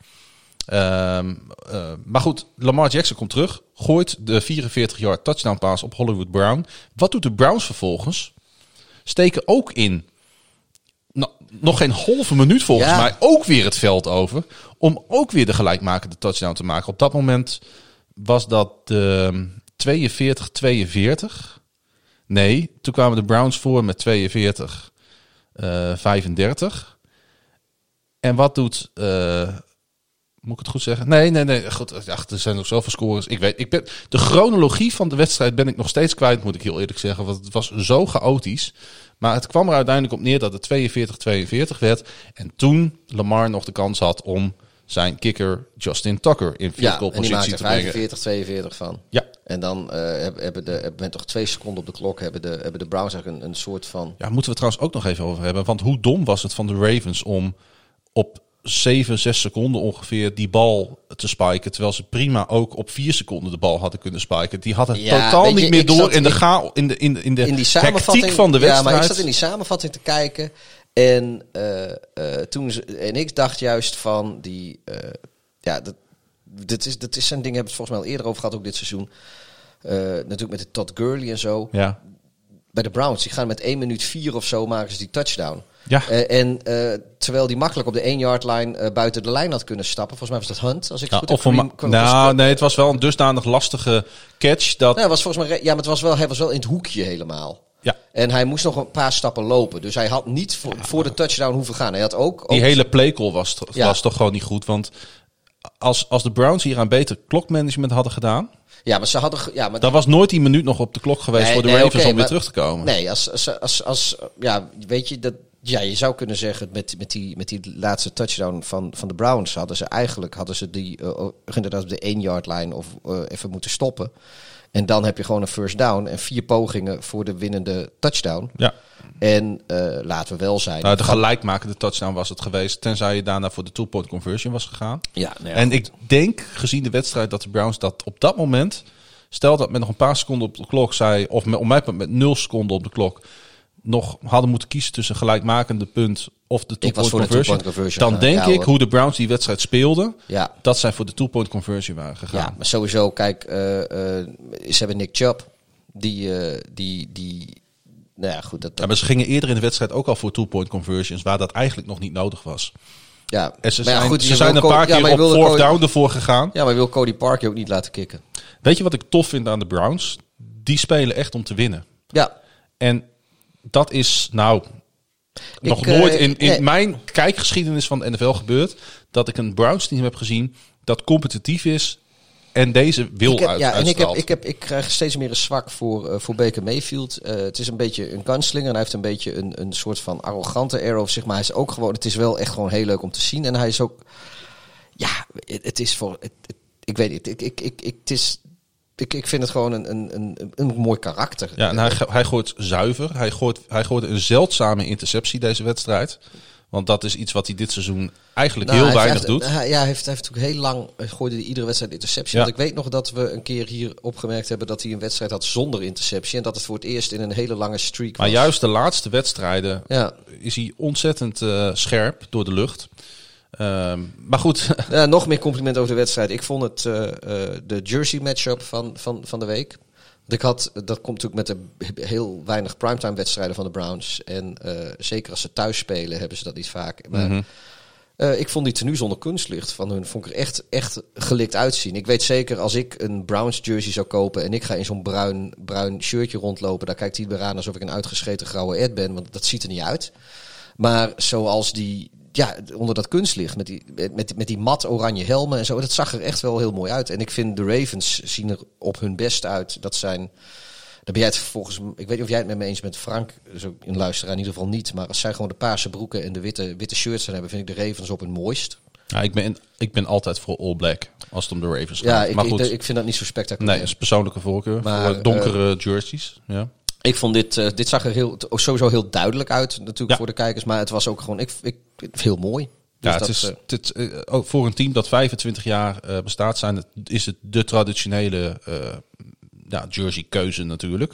Um, uh, maar goed, Lamar Jackson komt terug. Gooit de vierenveertig yard touchdown pass op Hollywood Brown. Wat doet de Browns vervolgens? Steken ook in, nou, nog geen halve minuut volgens ja. mij, ook weer het veld over. Om ook weer de gelijkmakende touchdown te maken. Op dat moment was dat de tweeënveertig tweeënveertig. Nee, toen kwamen de Browns voor met tweeënveertig vijfendertig. En wat doet... Uh, Moet ik het goed zeggen? Nee, nee, nee. Goed, ach, er zijn nog zoveel scores. Ik weet, ik ben, de chronologie van de wedstrijd ben ik nog steeds kwijt, moet ik heel eerlijk zeggen. Want het was zo chaotisch. Maar het kwam er uiteindelijk op neer dat het tweeënveertig tweeënveertig werd. En toen Lamar nog de kans had om zijn kikker Justin Tucker in field goal ja, positie te brengen. vijfenveertig tweeënveertig van. Ja. En dan uh, hebben de, hebben toch twee seconden op de klok, hebben de, hebben de Browns eigenlijk een, een soort van... Ja, moeten we het trouwens ook nog even over hebben. Want hoe dom was het van de Ravens om op zeven, zes seconden ongeveer die bal te spiken. Terwijl ze prima ook op vier seconden de bal hadden kunnen spiken. Die hadden ja, totaal niet je, meer door in de, ga, in de, in de, in de, in die hectiek van de wedstrijd. Ja, maar ik zat in die samenvatting te kijken. En, uh, uh, toen ze, en ik dacht juist van die... Uh, ja, dat, dit is, dat is zijn ding, hebben we het volgens mij al eerder over gehad, ook dit seizoen. Uh, natuurlijk met de Todd Gurley en zo. Ja. Bij de Browns, die gaan met één minuut vier of zo maken ze die touchdown. Ja. Uh, en uh, terwijl die makkelijk op de één yard line uh, buiten de lijn had kunnen stappen. Volgens mij was dat Hunt, als ik ja, het goed heb. Of Een, nou, nee, het was wel een dusdanig lastige catch. Dat... Nee, was volgens mij, ja, maar het was wel, hij was wel in het hoekje helemaal. Ja. En hij moest nog een paar stappen lopen. Dus hij had niet voor, ja, voor de touchdown hoeven gaan. Hij had ook... ook die hele playcall was, was ja. toch gewoon niet goed. Want als, als de Browns hier aan beter klokmanagement hadden gedaan... Ja, maar ze hadden... Ja, maar dan was nooit die minuut nog op de klok geweest nee, voor de nee, Ravens okay, om weer maar, terug te komen. Nee, als, als, als, als... Ja, weet je, dat... Ja, je zou kunnen zeggen, met, met, die, met die laatste touchdown van, van de Browns hadden ze eigenlijk hadden ze die uh, inderdaad op de één yard line of uh, even moeten stoppen. En dan heb je gewoon een first down en vier pogingen voor de winnende touchdown. Ja. En uh, laten we wel zijn. Nou, de gelijkmakende touchdown was het geweest, tenzij je daarna voor de two-point conversion was gegaan. Ja, nou ja, en goed. Ik denk, gezien de wedstrijd, dat de Browns dat op dat moment, stel dat met nog een paar seconden op de klok zei, of met, om mij met nul seconden op de klok, nog hadden moeten kiezen tussen gelijkmakende punt of de two-point conversion, conversion, dan denk ja, ik, hoe de Browns die wedstrijd speelden, ja. dat zij voor de two-point conversion waren gegaan. Ja, maar sowieso, kijk, uh, uh, ze hebben Nick Chubb, die, uh, die, die, nou ja, goed. Dat, dat... Ja, maar ze gingen eerder in de wedstrijd ook al voor two-point conversions, waar dat eigenlijk nog niet nodig was. Ja, en ze maar ja, zijn, goed, ze zijn een paar ja, keer op fourth Cody... down ervoor gegaan. Ja, maar je wil Cody Parkey ook niet laten kicken. Weet je wat ik tof vind aan de Browns? Die spelen echt om te winnen. Ja. En dat is nou ik, nog nooit in, in nee. mijn kijkgeschiedenis van de N F L gebeurd dat ik een Browns team heb gezien dat competitief is en deze wil ik heb, uit, ja, en ik, heb, ik, heb, ik krijg steeds meer een zwak voor, uh, voor Baker Mayfield. Uh, het is een beetje een gunslinger en hij heeft een beetje een, een soort van arrogante air over zich, maar hij is ook gewoon, het is wel echt gewoon heel leuk om te zien en hij is ook, ja, het, het is voor, het, het, ik weet niet, ik, ik, ik, ik, het is... Ik, ik vind het gewoon een, een, een, een mooi karakter. Ja, en hij, hij gooit zuiver. Hij gooit, hij gooit een zeldzame interceptie deze wedstrijd. Want dat is iets wat hij dit seizoen eigenlijk Nou, heel hij weinig heeft, doet. hij- Ja, hij heeft, hij heeft natuurlijk heel lang... Hij gooide hij iedere wedstrijd interceptie. Ja. Want ik weet nog dat we een keer hier opgemerkt hebben... dat hij een wedstrijd had zonder interceptie. En dat het voor het eerst in een hele lange streak was. Maar juist de laatste wedstrijden Ja. is hij ontzettend uh, scherp door de lucht. Um, maar goed. Ja, nog meer compliment over de wedstrijd. Ik vond het uh, uh, de jersey matchup van, van, van de week. Want ik had, dat komt natuurlijk met de heel weinig primetime wedstrijden van de Browns. En uh, zeker als ze thuis spelen hebben ze dat niet vaak. Maar Mm-hmm. uh, ik vond die tenue zonder kunstlicht van hun vond ik er echt, echt gelikt uitzien. Ik weet zeker als ik een Browns jersey zou kopen en ik ga in zo'n bruin, bruin shirtje rondlopen, daar kijkt iedereen aan alsof ik een uitgescheten grauwe erd ben, want dat ziet er niet uit. Maar zoals die... Ja, onder dat kunstlicht, met die, met, met die mat oranje helmen en zo. Dat zag er echt wel heel mooi uit. En ik vind de Ravens zien er op hun best uit. Dat zijn, daar ben jij het volgens ik weet niet of jij het met me eens bent, Frank, dus ook een luisteraar in ieder geval niet. Maar als zij gewoon de paarse broeken en de witte, witte shirts dan hebben, vind ik de Ravens op hun mooist. Ja, ik, ben, ik ben altijd voor all black als het om de Ravens gaat. Ja, ik, maar goed, ik, ik vind dat niet zo spectaculair. nee, dat is persoonlijke voorkeur. Maar, voor donkere uh, jerseys. Ja. Ik vond dit, uh, dit zag er heel, sowieso heel duidelijk uit natuurlijk Ja. voor de kijkers. Maar het was ook gewoon ik, ik, heel mooi. Dus Ja, dat, het is, uh, het, uh, ook voor een team dat vijfentwintig jaar uh, bestaat, zijn het, is het de traditionele uh, ja, jersey keuze natuurlijk.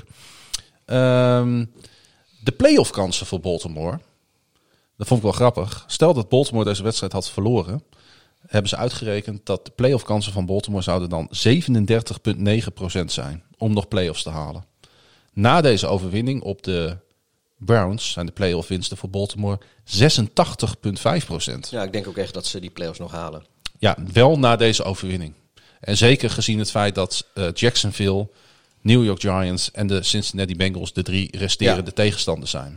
Um, de playoff kansen voor Baltimore, dat vond ik wel grappig. Stel dat Baltimore deze wedstrijd had verloren, hebben ze uitgerekend dat de playoff kansen van Baltimore zouden dan zevenendertig komma negen procent zijn om nog playoffs te halen. Na deze overwinning op de Browns zijn de playoff winsten voor Baltimore zesentachtig komma vijf procent. ja, ik denk ook echt dat ze die playoffs nog halen. Ja, wel na deze overwinning. En zeker gezien het feit dat uh, Jacksonville, New York Giants en de Cincinnati Bengals de drie resterende Ja. tegenstanders zijn.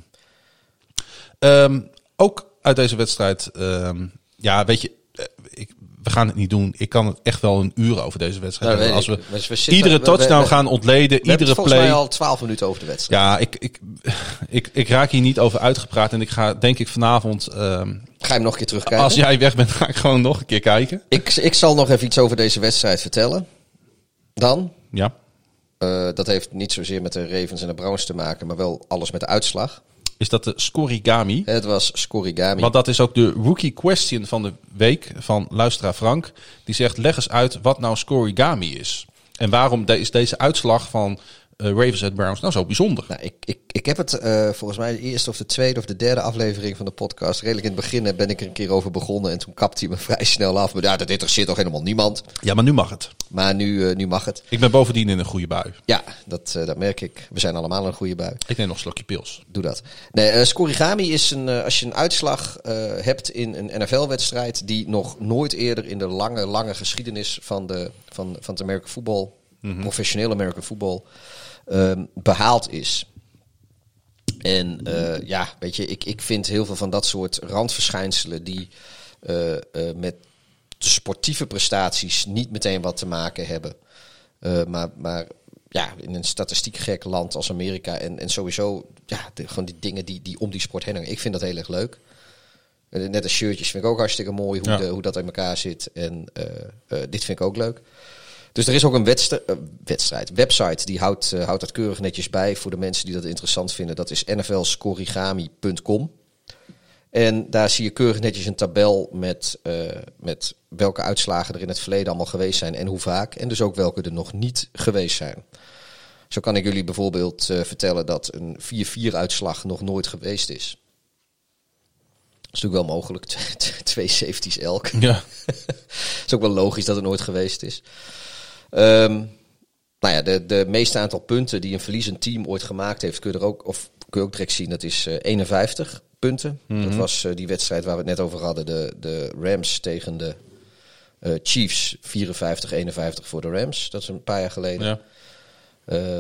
Um, ook uit deze wedstrijd, um, ja, weet je, uh, ik, we gaan het niet doen. Ik kan het echt wel een uur over deze wedstrijd Nou, hebben. Als weet we, ik. We- we zitten- iedere we- touchdown we- we- gaan ontleden, We hebben iedere het volgens play. mij al twaalf minuten over de wedstrijd. Ja, ik, ik, ik, ik raak hier niet over uitgepraat. En ik ga denk ik vanavond, um, Ga je hem nog een keer terugkijken? als jij weg bent, ga ik gewoon nog een keer kijken. Ik, ik zal nog even iets over deze wedstrijd vertellen. Dan, Ja. uh, dat heeft niet zozeer met de Ravens en de Browns te maken, maar wel alles met de uitslag. Is dat de Scorigami? Het was Scorigami. Want dat is ook de rookie question van de week van luisteraar Frank. Die zegt, leg eens uit wat nou Scorigami is. En waarom de, is deze uitslag van uh, Ravens en Browns nou zo bijzonder? Nou, ik, ik, ik heb het uh, volgens mij de eerste of de tweede of de derde aflevering van de podcast. Redelijk in het begin ben ik er een keer over begonnen. En toen kapte hij me vrij snel af. Maar ja, dat interesseert toch helemaal niemand. Ja, maar nu mag het. Maar nu, uh, nu mag het. Ik ben bovendien in een goede bui. Ja, dat, uh, dat merk ik. We zijn allemaal in een goede bui. Ik neem nog een slokje pils. Doe dat. Nee, uh, Scorigami is een, uh, als je een uitslag uh, hebt in een N F L-wedstrijd die nog nooit eerder in de lange, lange geschiedenis van, de, van, van het American football, mm-hmm. professionele American football, um, behaald is. En uh, ja, weet je, ik, ik vind heel veel van dat soort randverschijnselen die uh, uh, met de sportieve prestaties niet meteen wat te maken hebben. Uh, maar, maar ja, in een statistiek gek land als Amerika en, en sowieso ja, de, gewoon die dingen die, die om die sport heen hangen. Ik vind dat heel erg leuk. Uh, net als shirtjes vind ik ook hartstikke mooi hoe, ja. de, hoe dat in elkaar zit. En uh, uh, dit vind ik ook leuk. Dus er is ook een wedstrijd, uh, wedstrijd website die houdt, uh, houdt dat keurig netjes bij voor de mensen die dat interessant vinden. Dat is n f l scorigami punt com. En daar zie je keurig netjes een tabel met, uh, met welke uitslagen er in het verleden allemaal geweest zijn en hoe vaak. En dus ook welke er nog niet geweest zijn. Zo kan ik jullie bijvoorbeeld uh, vertellen dat een vier vier uitslag nog nooit geweest is. Dat is natuurlijk wel mogelijk. Twee safeties elk. Ja. Het is ook wel logisch dat het nooit geweest is. Um, nou ja, de, de meeste aantal punten die een verliezend team ooit gemaakt heeft, kun je er ook, of kun je ook direct zien, dat is uh, eenenvijftig punten. Mm-hmm. Dat was uh, die wedstrijd waar we het net over hadden, de, de Rams tegen de uh, Chiefs, vierenvijftig eenenvijftig voor de Rams. Dat is een paar jaar geleden. Ja. Uh,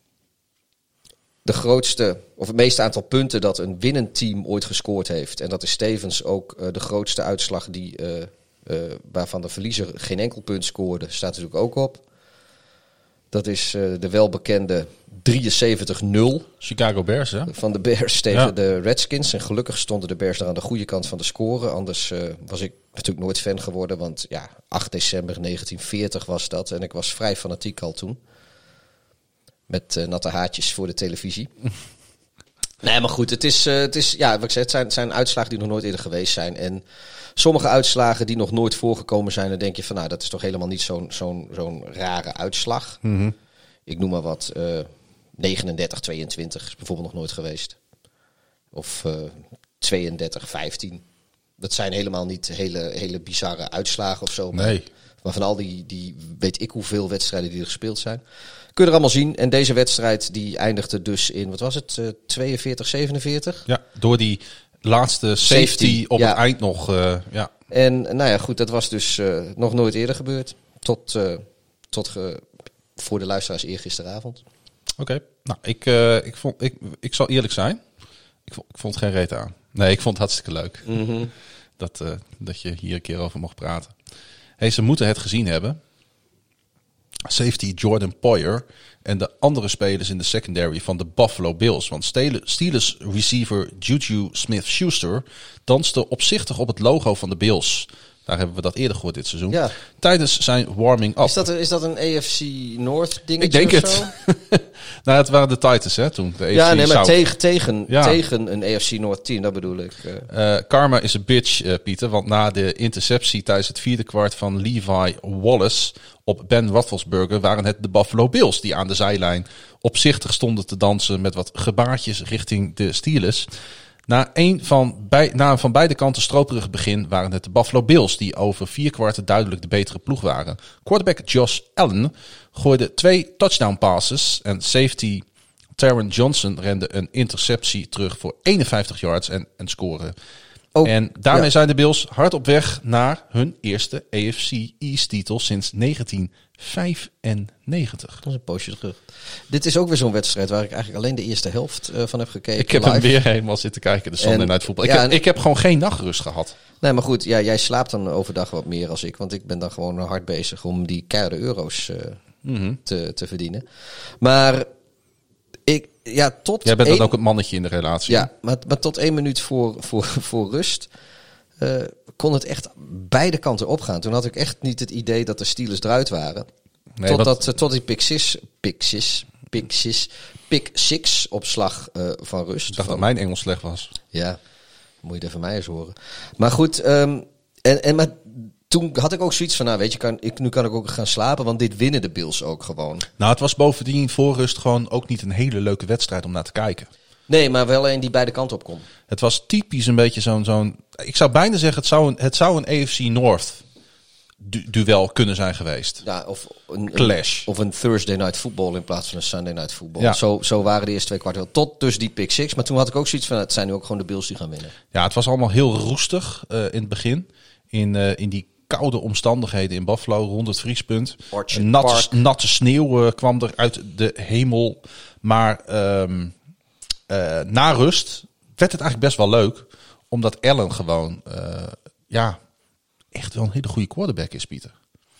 de grootste, of het meeste aantal punten dat een winnend team ooit gescoord heeft, en dat is tevens ook uh, de grootste uitslag die, uh, uh, waarvan de verliezer geen enkel punt scoorde, staat natuurlijk ook op. Dat is uh, de welbekende drieënzeventig nul. Chicago Bears, hè? Van de Bears tegen ja. de Redskins. En gelukkig stonden de Bears daar aan de goede kant van de score. Anders uh, was ik natuurlijk nooit fan geworden. Want ja, acht december negentien veertig was dat. En ik was vrij fanatiek al toen. Met uh, natte haartjes voor de televisie. Nee, maar goed, het is, uh, het is ja, wat ik zei, het zijn, het zijn uitslagen die nog nooit eerder geweest zijn. En sommige uitslagen die nog nooit voorgekomen zijn, dan denk je van, nou, dat is toch helemaal niet zo'n, zo'n, zo'n rare uitslag. Mm-hmm. Ik noem maar wat, uh, negenendertig tweeëntwintig is bijvoorbeeld nog nooit geweest. Of uh, tweeëndertig vijftien. Dat zijn helemaal niet hele, hele bizarre uitslagen of zo. Maar, Nee. maar van al die, die, weet ik hoeveel wedstrijden die er gespeeld zijn, kun je er allemaal zien. En deze wedstrijd die eindigde dus in, wat was het, uh, tweeënveertig zevenenveertig? Ja, door die laatste safety, Safety, op ja. het eind nog. Uh, ja. En nou ja, goed, dat was dus uh, nog nooit eerder gebeurd. Tot, uh, tot ge, voor de luisteraars eergisteravond. Oké, okay. nou, ik, uh, ik, vond, ik, ik zal eerlijk zijn. Ik vond, ik vond het geen reet aan. Nee, ik vond het hartstikke leuk. Mm-hmm. Dat, uh, dat je hier een keer over mocht praten. Hey, ze moeten het gezien hebben. Safety Jordan Poyer en de andere spelers in de secondary van de Buffalo Bills. Want Steelers receiver Juju Smith-Schuster danste opzichtig op het logo van de Bills. Daar hebben we dat eerder gehoord dit seizoen. Ja. Tijdens zijn warming up. Is dat, is dat een A F C North dingetje? Ik denk of zo? het. Nou, het waren de Titans, hè, toen. De A F C Ja, nee, maar South. tegen, tegen, Ja. tegen een A F C North team, dat bedoel ik. Uh. Uh, karma is a bitch, uh, Pieter. Want na de interceptie tijdens het vierde kwart van Levi Wallace op Ben Roethlisberger waren het de Buffalo Bills die aan de zijlijn opzichtig stonden te dansen met wat gebaartjes richting de Steelers. Na een van, bij, na een van beide kanten stroperig begin waren het de Buffalo Bills die over vier kwarten duidelijk de betere ploeg waren. Quarterback Josh Allen gooide twee touchdown passes en safety Taron Johnson rende een interceptie terug voor eenenvijftig yards en een score. Oh, en daarmee ja. zijn de Bills hard op weg naar hun eerste A F C East titel sinds negentien vijfennegentig. Dat is een poosje terug. Dit is ook weer zo'n wedstrijd waar ik eigenlijk alleen de eerste helft uh, van heb gekeken. Ik heb live. hem weer helemaal zitten kijken, de Sunday En- Night Football. Ik, ja, heb, en- ik heb gewoon geen nachtrust gehad. Nee, maar goed, ja, jij slaapt dan overdag wat meer als ik. Want ik ben dan gewoon hard bezig om die keiharde euro's uh, Mhm. te, te verdienen. Maar ik, ja, tot Jij bent één, dan ook het mannetje in de relatie. ja, maar, maar tot één minuut voor, voor, voor rust uh, kon het echt beide kanten opgaan. Toen had ik echt niet het idee dat de Steelers eruit waren. Nee, Totdat want- uh, tot die pick six, pick six, pick six, pick six opslag uh, van rust. Ik dacht van, dat mijn Engels slecht was. Ja, moet je het even mij eens horen. Maar goed, um, en, en maar toen had ik ook zoiets van, nou weet je, kan, ik, nu kan ik ook gaan slapen, want dit winnen de Bills ook gewoon. Nou, het was bovendien voor rust gewoon ook niet een hele leuke wedstrijd om naar te kijken. Nee, maar wel een die beide kanten op kon. Het was typisch een beetje zo'n... zo'n ik zou bijna zeggen, het zou een, het zou een A F C North du- duel kunnen zijn geweest. Ja, of een, Clash. Een, of een Thursday Night Football in plaats van een Sunday Night Football. Ja. Zo, zo waren de eerste twee kwarten wel. Tot dus die pick six. Maar toen had ik ook zoiets van, het zijn nu ook gewoon de Bills die gaan winnen. Ja, het was allemaal heel roestig uh, in het begin. In, uh, in die koude omstandigheden in Buffalo rond het vriespunt. Orchard Een natte, Park. natte sneeuw uh, kwam er uit de hemel. Maar um, uh, na rust werd het eigenlijk best wel leuk. Omdat Allen gewoon uh, ja, echt wel een hele goede quarterback is, Pieter.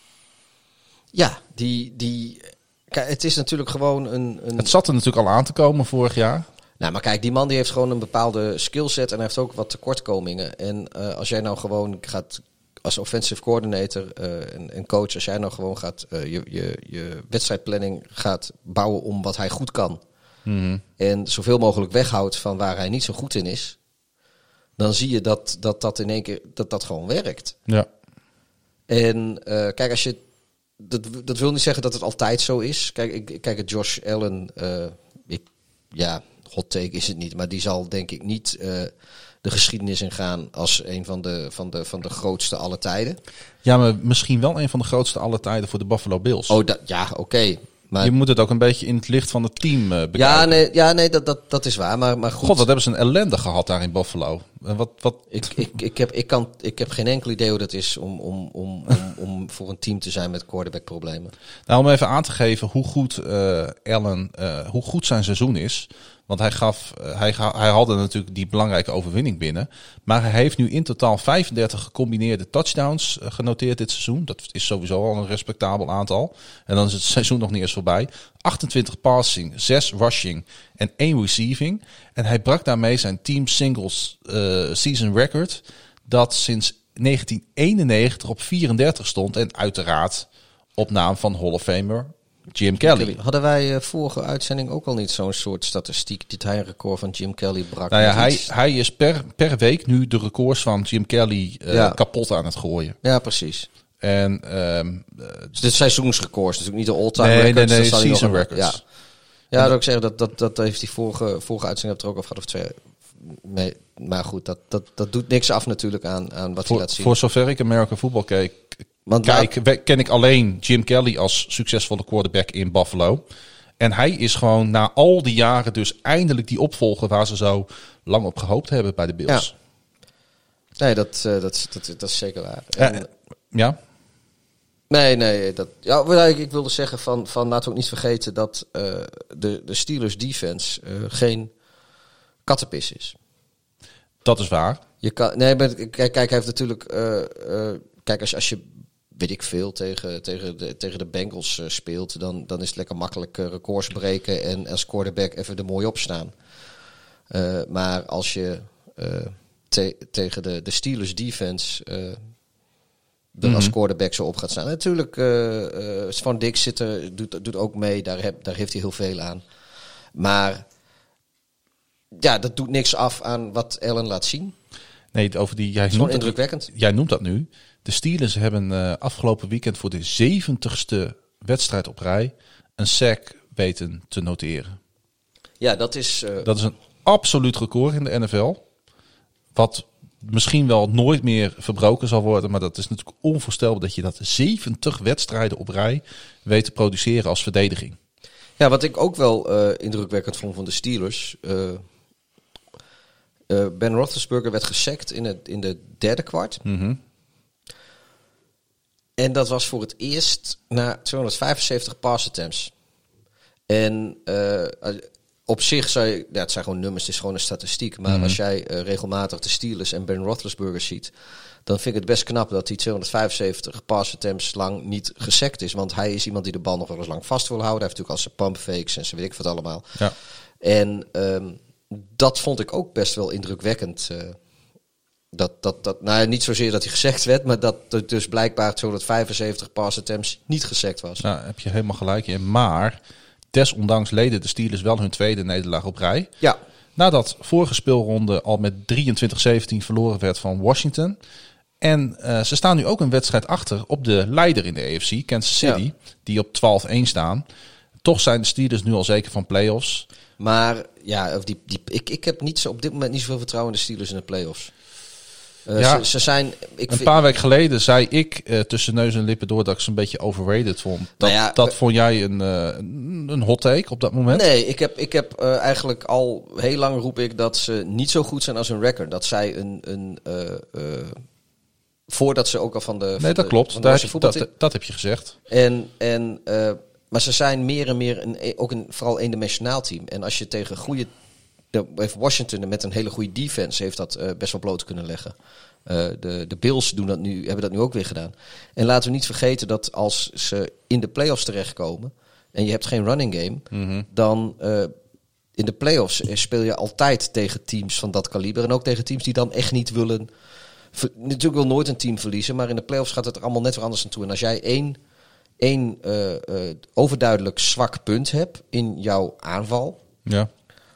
Ja, die... die kijk, het is natuurlijk gewoon een... een Het zat er natuurlijk al aan te komen vorig jaar. Nou, maar kijk, die man die heeft gewoon een bepaalde skillset en hij heeft ook wat tekortkomingen. En uh, als jij nou gewoon gaat, als offensive coordinator uh, en, en coach, als jij nou gewoon gaat, uh, je, je, je wedstrijdplanning gaat bouwen om wat hij goed kan. Mm-hmm. En zoveel mogelijk weghoudt van waar hij niet zo goed in is. Dan zie je dat dat, dat in één keer, dat dat gewoon werkt. Ja. En uh, kijk, als je, dat, dat wil niet zeggen dat het altijd zo is. Kijk, ik, kijk het Josh Allen, uh, ik, ja, hot take is het niet, maar die zal denk ik niet uh, de geschiedenis ingaan als een van de, van de, van de grootste aller tijden. Ja, maar misschien wel een van de grootste aller tijden voor de Buffalo Bills. Oh, dat, ja, oké. Okay. Maar Je moet het ook een beetje in het licht van het team uh, bekijken. ja, nee, ja, nee dat, dat, dat is waar. Maar, maar goed. God, wat hebben ze een ellende gehad daar in Buffalo. En wat, wat... Ik, ik, ik, heb, ik, kan, ik heb geen enkel idee hoe dat is om, om, om, om, om voor een team te zijn met quarterback-problemen. Nou, om even aan te geven hoe goed uh, Allen, uh, hoe goed zijn seizoen is. Want hij gaf, uh, hij, ga, hij haalde natuurlijk die belangrijke overwinning binnen. Maar hij heeft nu in totaal vijfendertig gecombineerde touchdowns uh, genoteerd dit seizoen. Dat is sowieso al een respectabel aantal. En dan is het seizoen nog niet eens voorbij. achtentwintig passing, zes rushing en één receiving. En hij brak daarmee zijn team singles uh, season record. Dat sinds negentien eenennegentig op vierendertig stond. En uiteraard op naam van Hall of Famer Jim Kelly. Hadden wij uh, vorige uitzending ook al niet zo'n soort statistiek dat hij een record van Jim Kelly brak? Nou ja, hij, hij is per, per week nu de records van Jim Kelly uh, ja. kapot aan het gooien. Ja, precies. En, um, uh, dus dit seizoensrecords, natuurlijk niet de all-time nee, records. Nee, nee, dat season nog, records. Ja, ja dat wil ik zeggen, dat, dat, dat heeft die vorige, vorige uitzending er ook al gehad of twee. Nee, maar goed, dat, dat, dat doet niks af natuurlijk aan, aan wat voor, hij laat zien. Voor zover ik American voetbal keek, Want kijk, waar... ken ik alleen Jim Kelly als succesvolle quarterback in Buffalo. En hij is gewoon na al die jaren dus eindelijk die opvolger waar ze zo lang op gehoopt hebben bij de Bills. Ja. Nee, dat, uh, dat, dat, dat is zeker waar. En, uh, ja? Nee, nee. Dat, ja, ik wilde zeggen van, van laten we ook niet vergeten dat uh, de, de Steelers defense uh, geen kattenpis is. Dat is waar. Je kan, nee, maar kijk, kijk, hij heeft natuurlijk... Uh, uh, kijk, als je, als je, weet ik veel, tegen, tegen, de, tegen de Bengals uh, speelt, dan, dan is het lekker makkelijk uh, records breken en als quarterback even er mooi op staan. Uh, maar als je uh, te, tegen de, de Steelers defense uh, er mm-hmm. als quarterback zo op gaat staan. Natuurlijk, uh, uh, Van Dijk zit er, doet, doet ook mee, daar, heb, daar heeft hij heel veel aan. Maar ja, dat doet niks af aan wat Allen laat zien. Nee, over die, jij, noemt noemt indrukwekkend. Dat, jij noemt dat nu. De Steelers hebben uh, afgelopen weekend voor de zeventigste wedstrijd op rij een sack weten te noteren. Ja, dat is... Uh... Dat is een absoluut record in de N F L. Wat misschien wel nooit meer verbroken zal worden. Maar dat is natuurlijk onvoorstelbaar dat je dat zeventig wedstrijden op rij weet te produceren als verdediging. Ja, wat ik ook wel uh, indrukwekkend vond van de Steelers... Uh, uh, Ben Roethlisberger werd gesackt in, het, in de derde kwart. Mm-hmm. En dat was voor het eerst na tweehonderdvijfenzeventig pass attempts. En uh, op zich zou je... Ja, het zijn gewoon nummers, het is gewoon een statistiek. Maar mm-hmm. als jij uh, regelmatig de Steelers en Ben Roethlisberger ziet... dan vind ik het best knap dat hij tweehonderdvijfenzeventig pass attempts lang niet gesackt is. Want hij is iemand die de bal nog wel eens lang vast wil houden. Hij heeft natuurlijk al zijn pump fakes en zo weet ik wat allemaal. Ja. En um, dat vond ik ook best wel indrukwekkend... Uh, Dat, dat, dat, nou ja, niet zozeer dat hij gesackt werd, maar dat er dus blijkbaar tweehonderdvijfenzeventig pass attempts niet gesackt was. Nou, heb je helemaal gelijk in. Maar desondanks leden de Steelers wel hun tweede nederlaag op rij. Ja. Nadat vorige speelronde al met drieëntwintig zeventien verloren werd van Washington. En uh, ze staan nu ook een wedstrijd achter op de leider in de A F C, Kansas City, ja. die op twaalf één staan. Toch zijn de Steelers nu al zeker van playoffs. Maar ja, die, die, ik, ik heb niet zo, op dit moment niet zoveel vertrouwen in de Steelers in de playoffs. Uh, ja, ze, ze zijn, ik een vind, paar weken geleden zei ik uh, tussen neus en lippen door dat ik ze een beetje overrated vond. Dat, nou ja, dat uh, vond jij een, uh, een hot take op dat moment? Nee, ik heb, ik heb uh, eigenlijk al heel lang roep ik dat ze niet zo goed zijn als hun record. Dat zij een... een uh, uh, voordat ze ook al van de... Nee, van dat de, klopt. van de Daar heb je, dat, in... dat heb je gezegd. En... en uh, maar ze zijn meer en meer een, ook een vooral eendimensionaal team. En als je tegen goede... Heeft Washington met een hele goede defense heeft dat uh, best wel bloot kunnen leggen. Uh, de, de Bills doen dat nu, hebben dat nu ook weer gedaan. En laten we niet vergeten dat als ze in de playoffs terechtkomen en je hebt geen running game, Mm-hmm. dan uh, in de playoffs speel je altijd tegen teams van dat kaliber. En ook tegen teams die dan echt niet willen... Ver, natuurlijk wil nooit een team verliezen, maar in de playoffs gaat het er allemaal net weer anders naartoe. En als jij één, één uh, uh, overduidelijk zwak punt hebt in jouw aanval... Ja.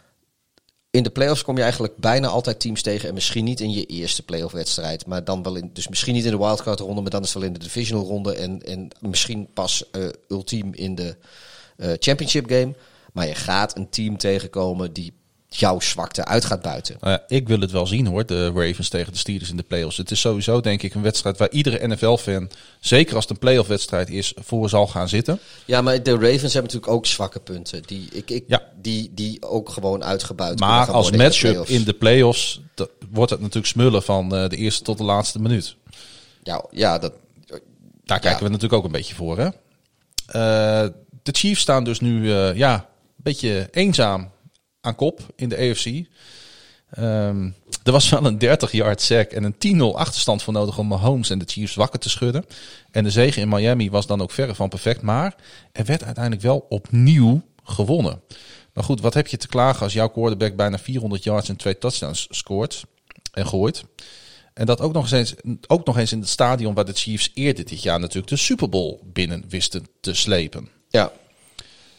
In de playoffs kom je eigenlijk bijna altijd teams tegen. En misschien niet in je eerste playoff wedstrijd. Maar dan wel in. Dus misschien niet in de wildcard ronde. Maar dan is het wel in de divisional ronde. En, en misschien pas uh, ultiem in de uh, championship game. Maar je gaat een team tegenkomen die jouw zwakte uit gaat buiten. Uh, ik wil het wel zien hoor. De Ravens tegen de Steelers in de playoffs. Het is sowieso denk ik een wedstrijd waar iedere N F L-fan, zeker als het een playoff wedstrijd is, voor zal gaan zitten. Ja, maar de Ravens hebben natuurlijk ook zwakke punten. Die, ik, ik, ja. die, die ook gewoon uitgebuit maar gaan als worden matchup in de, in de playoffs dat, wordt het natuurlijk smullen van uh, de eerste tot de laatste minuut. Ja, ja dat... Daar kijken ja. we natuurlijk ook een beetje voor. Hè? Uh, de Chiefs staan dus nu uh, ja, een beetje eenzaam aan kop in de A F C. Um, er was wel een dertig-yard sack en een tien nul achterstand voor nodig om Mahomes en de Chiefs wakker te schudden. En de zege in Miami was dan ook verre van perfect. Maar er werd uiteindelijk wel opnieuw gewonnen. Maar goed, wat heb je te klagen als jouw quarterback bijna vierhonderd yards en twee touchdowns scoort en gooit? En dat ook nog eens, ook nog eens in het stadion waar de Chiefs eerder dit jaar natuurlijk de Super Bowl binnen wisten te slepen. Ja.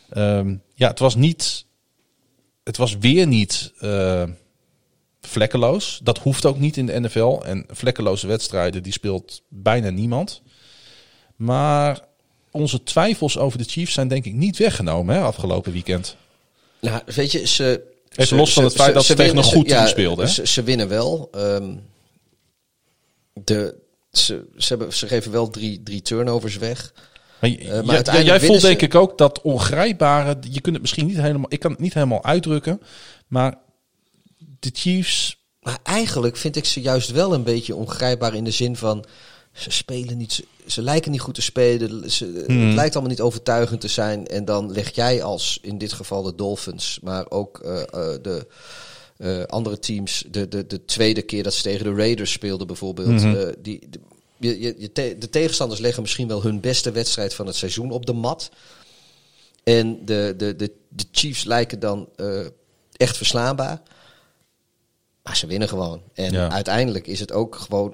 Um, ja, het was niet... Het was weer niet uh, vlekkeloos. Dat hoeft ook niet in de N F L. En vlekkeloze wedstrijden, die speelt bijna niemand. Maar onze twijfels over de Chiefs zijn denk ik niet weggenomen hè, afgelopen weekend. Nou, weet je, ze... Even ze, los van het ze, feit ze, dat ze, ze tegen winnen, een goed ze, team ja, speelden. Hè? Ze, ze winnen wel. Um, de, ze, ze, hebben, ze geven wel drie, drie turnovers weg. Maar, uh, maar ja, uiteindelijk jij voelt ze... denk ik ook dat ongrijpbare... Je kunt het misschien niet helemaal... Ik kan het niet helemaal uitdrukken. Maar de Chiefs... Maar eigenlijk vind ik ze juist wel een beetje ongrijpbaar in de zin van... Ze spelen niet... Ze, ze lijken niet goed te spelen. Ze, hmm. Het lijkt allemaal niet overtuigend te zijn. En dan leg jij als, in dit geval de Dolphins... maar ook uh, uh, de uh, andere teams... De, de, de tweede keer dat ze tegen de Raiders speelden bijvoorbeeld... Hmm. Uh, die, de, je, je, je te, de tegenstanders leggen misschien wel hun beste wedstrijd van het seizoen op de mat. En de, de, de, de Chiefs lijken dan uh, echt verslaanbaar. Maar ze winnen gewoon. En ja. uiteindelijk is het ook gewoon...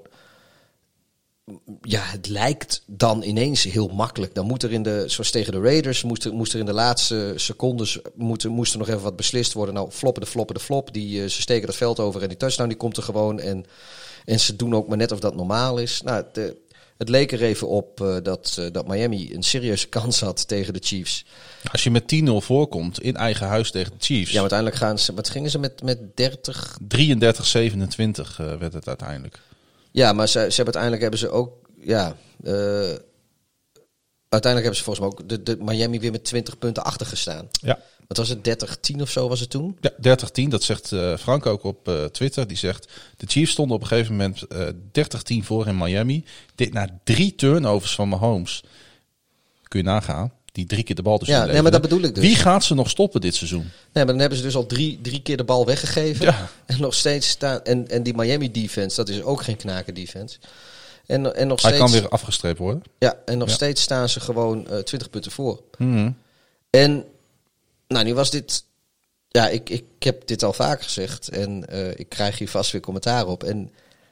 Ja, het lijkt dan ineens heel makkelijk. Dan moet er in de, zoals tegen de Raiders, moest er, moest er in de laatste secondes moest, moest er nog even wat beslist worden. Nou, floppen de floppen de flop. Die, uh, ze steken het veld over en die touchdown die komt er gewoon. En, en ze doen ook maar net of dat normaal is. Nou, de, het leek er even op uh, dat, uh, dat Miami een serieuze kans had tegen de Chiefs. Als je met tien nul voorkomt in eigen huis tegen de Chiefs. Ja, maar uiteindelijk gaan ze, wat gingen ze met, met dertig? drieëndertig zevenentwintig uh, werd het uiteindelijk. Ja, maar ze, ze hebben uiteindelijk hebben ze ook, ja, uh, uiteindelijk hebben ze volgens mij ook de, de Miami weer met twintig punten achter gestaan. Ja. Wat was het, dertig tien of zo was het toen? Ja, dertig tien, dat zegt uh, Frank ook op uh, Twitter. Die zegt, de Chiefs stonden op een gegeven moment uh, dertig tien voor in Miami. Dit na drie turnovers van Mahomes. Kun je nagaan. Die drie keer de bal dus ja, nee, maar dat bedoel ik dus. Wie gaat ze nog stoppen dit seizoen? Nee, maar dan hebben ze dus al drie, drie keer de bal weggegeven. Ja. En nog steeds staan. En, en die Miami defense, dat is ook geen knaken defense. En, en nog Hij steeds, kan weer afgestreept worden. Ja, en nog ja. steeds staan ze gewoon uh, twintig punten voor. Mm-hmm. En nou, nu was dit. Ja, ik, ik heb dit al vaak gezegd. En uh, ik krijg hier vast weer commentaar op. En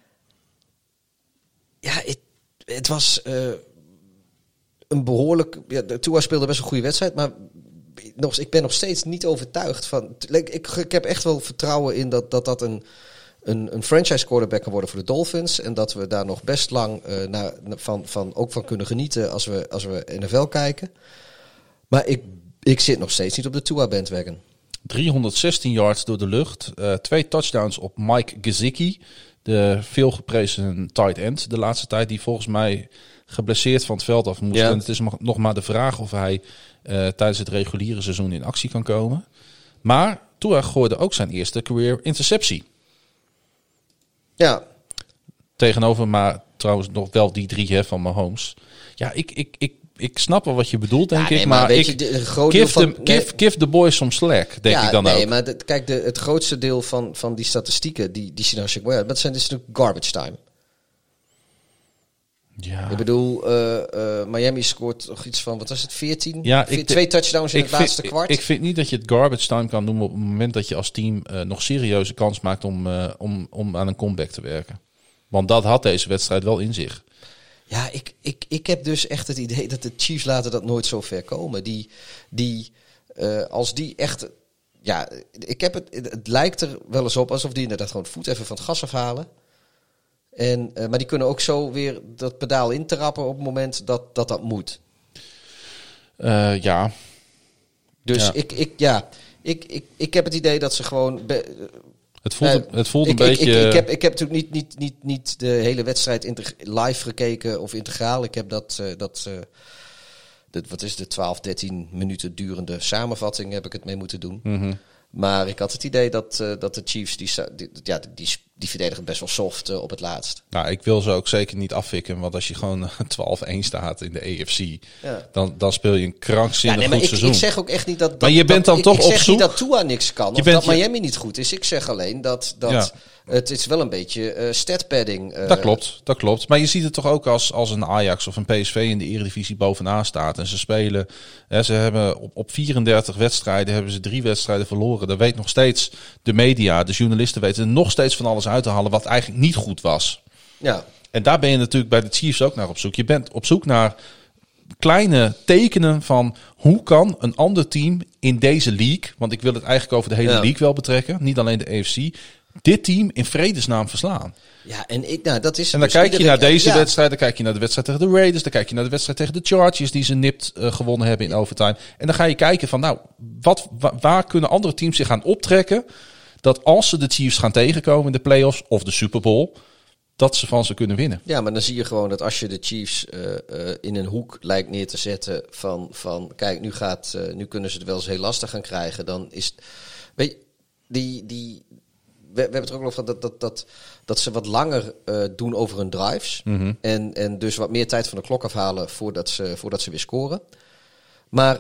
ja, het, het was. Uh, Een behoorlijk... Ja, Tua speelde best een goede wedstrijd, maar nog, ik ben nog steeds niet overtuigd van... Ik, ik, ik heb echt wel vertrouwen in dat dat, dat een, een, een franchise quarterback kan worden voor de Dolphins. En dat we daar nog best lang uh, naar, van, van, ook van kunnen genieten als we, als we N F L kijken. Maar ik, ik zit nog steeds niet op de Tua bandwagon. driehonderdzestien yards door de lucht. Uh, twee touchdowns op Mike Gesicki. De veelgeprezen tight end de laatste tijd. Die volgens mij geblesseerd van het veld af moest. Ja. En het is nog maar de vraag of hij uh, tijdens het reguliere seizoen in actie kan komen. Maar Tua gooide ook zijn eerste career interceptie. Ja. Tegenover maar trouwens nog wel die drie hè, van Mahomes. Ja, ik, ik, ik, ik snap wel wat je bedoelt, denk ja, nee, ik. Maar, maar weet ik, je, de, groot give, van, the, nee. give, give the boys some slack, denk ja, ik dan nee, ook. Nee, maar de, kijk, de, het grootste deel van, van die statistieken, die, die zien als dat zijn dus natuurlijk garbage time. Ja. Ik bedoel, uh, uh, Miami scoort nog iets van, wat was het, veertien? Ja, Ve- twee touchdowns in het vind, laatste kwart. Ik, ik vind niet dat je het garbage time kan noemen op het moment dat je als team uh, nog serieuze kans maakt om, uh, om, om aan een comeback te werken. Want dat had deze wedstrijd wel in zich. Ja, ik, ik, ik heb dus echt het idee dat de Chiefs laten dat nooit zo ver komen. Die, die uh, als die echt... Ja, ik heb het, het lijkt er wel eens op alsof die inderdaad gewoon het voet even van het gas afhalen. En, uh, maar die kunnen ook zo weer dat pedaal intrappen op het moment dat dat, dat moet. Uh, ja. Dus ja. Ik, ik, ja, ik, ik, ik heb het idee dat ze gewoon... Be- Het voelt, uh, het voelt een ik, beetje... Ik, ik, ik, heb, ik heb natuurlijk niet, niet, niet, niet de hele wedstrijd integ- live gekeken of integraal. Ik heb dat... Uh, dat uh, de, wat is de twaalf, dertien minuten durende samenvatting heb ik het mee moeten doen. Mm-hmm. Maar ik had het idee dat, uh, dat de Chiefs... Die, die, ja, die, die verdedigen best wel soft uh, op het laatst. Nou, ik wil ze ook zeker niet afvikken. Want als je gewoon twaalf één staat in de A F C... Ja. Dan, dan speel je een krankzinnig ja, nee, goed ik, seizoen. Ik zeg ook echt niet dat... dat maar je bent dat, dan toch ik, op ik zeg zoek... niet dat Tua niks kan. Je of bent, dat Miami niet goed is. Ik zeg alleen dat... dat ja. Het is wel een beetje uh, statpadding. Uh. Dat klopt, dat klopt. Maar je ziet het toch ook als, als een Ajax of een P S V in de Eredivisie bovenaan staat. En ze spelen, hè, ze hebben op, op vierendertig wedstrijden hebben ze drie wedstrijden verloren. Daar weet nog steeds de media, de journalisten weten er nog steeds van alles uit te halen wat eigenlijk niet goed was. Ja. En daar ben je natuurlijk bij de Chiefs ook naar op zoek. Je bent op zoek naar kleine tekenen van hoe kan een ander team in deze league, want ik wil het eigenlijk over de hele Ja. league wel betrekken, niet alleen de A F C, dit team in vredesnaam verslaan. Ja, en ik, nou, dat is. En dan dus kijk je naar iedereen- deze ja. wedstrijd, dan kijk je naar de wedstrijd tegen de Raiders, dan kijk je naar de wedstrijd tegen de Chargers die ze nipt uh, gewonnen hebben in overtime. En dan ga je kijken van, nou, wat, wa- waar kunnen andere teams zich gaan optrekken dat als ze de Chiefs gaan tegenkomen in de playoffs of de Super Bowl, dat ze van ze kunnen winnen. Ja, maar dan zie je gewoon dat als je de Chiefs uh, uh, in een hoek lijkt neer te zetten van, van kijk, nu, gaat, uh, nu kunnen ze het wel eens heel lastig gaan krijgen, dan is, weet je, die, die, we, we hebben het er ook over dat, dat, dat, dat ze wat langer uh, doen over hun drives Mm-hmm. en, en dus wat meer tijd van de klok afhalen voordat ze, voordat ze weer scoren. Maar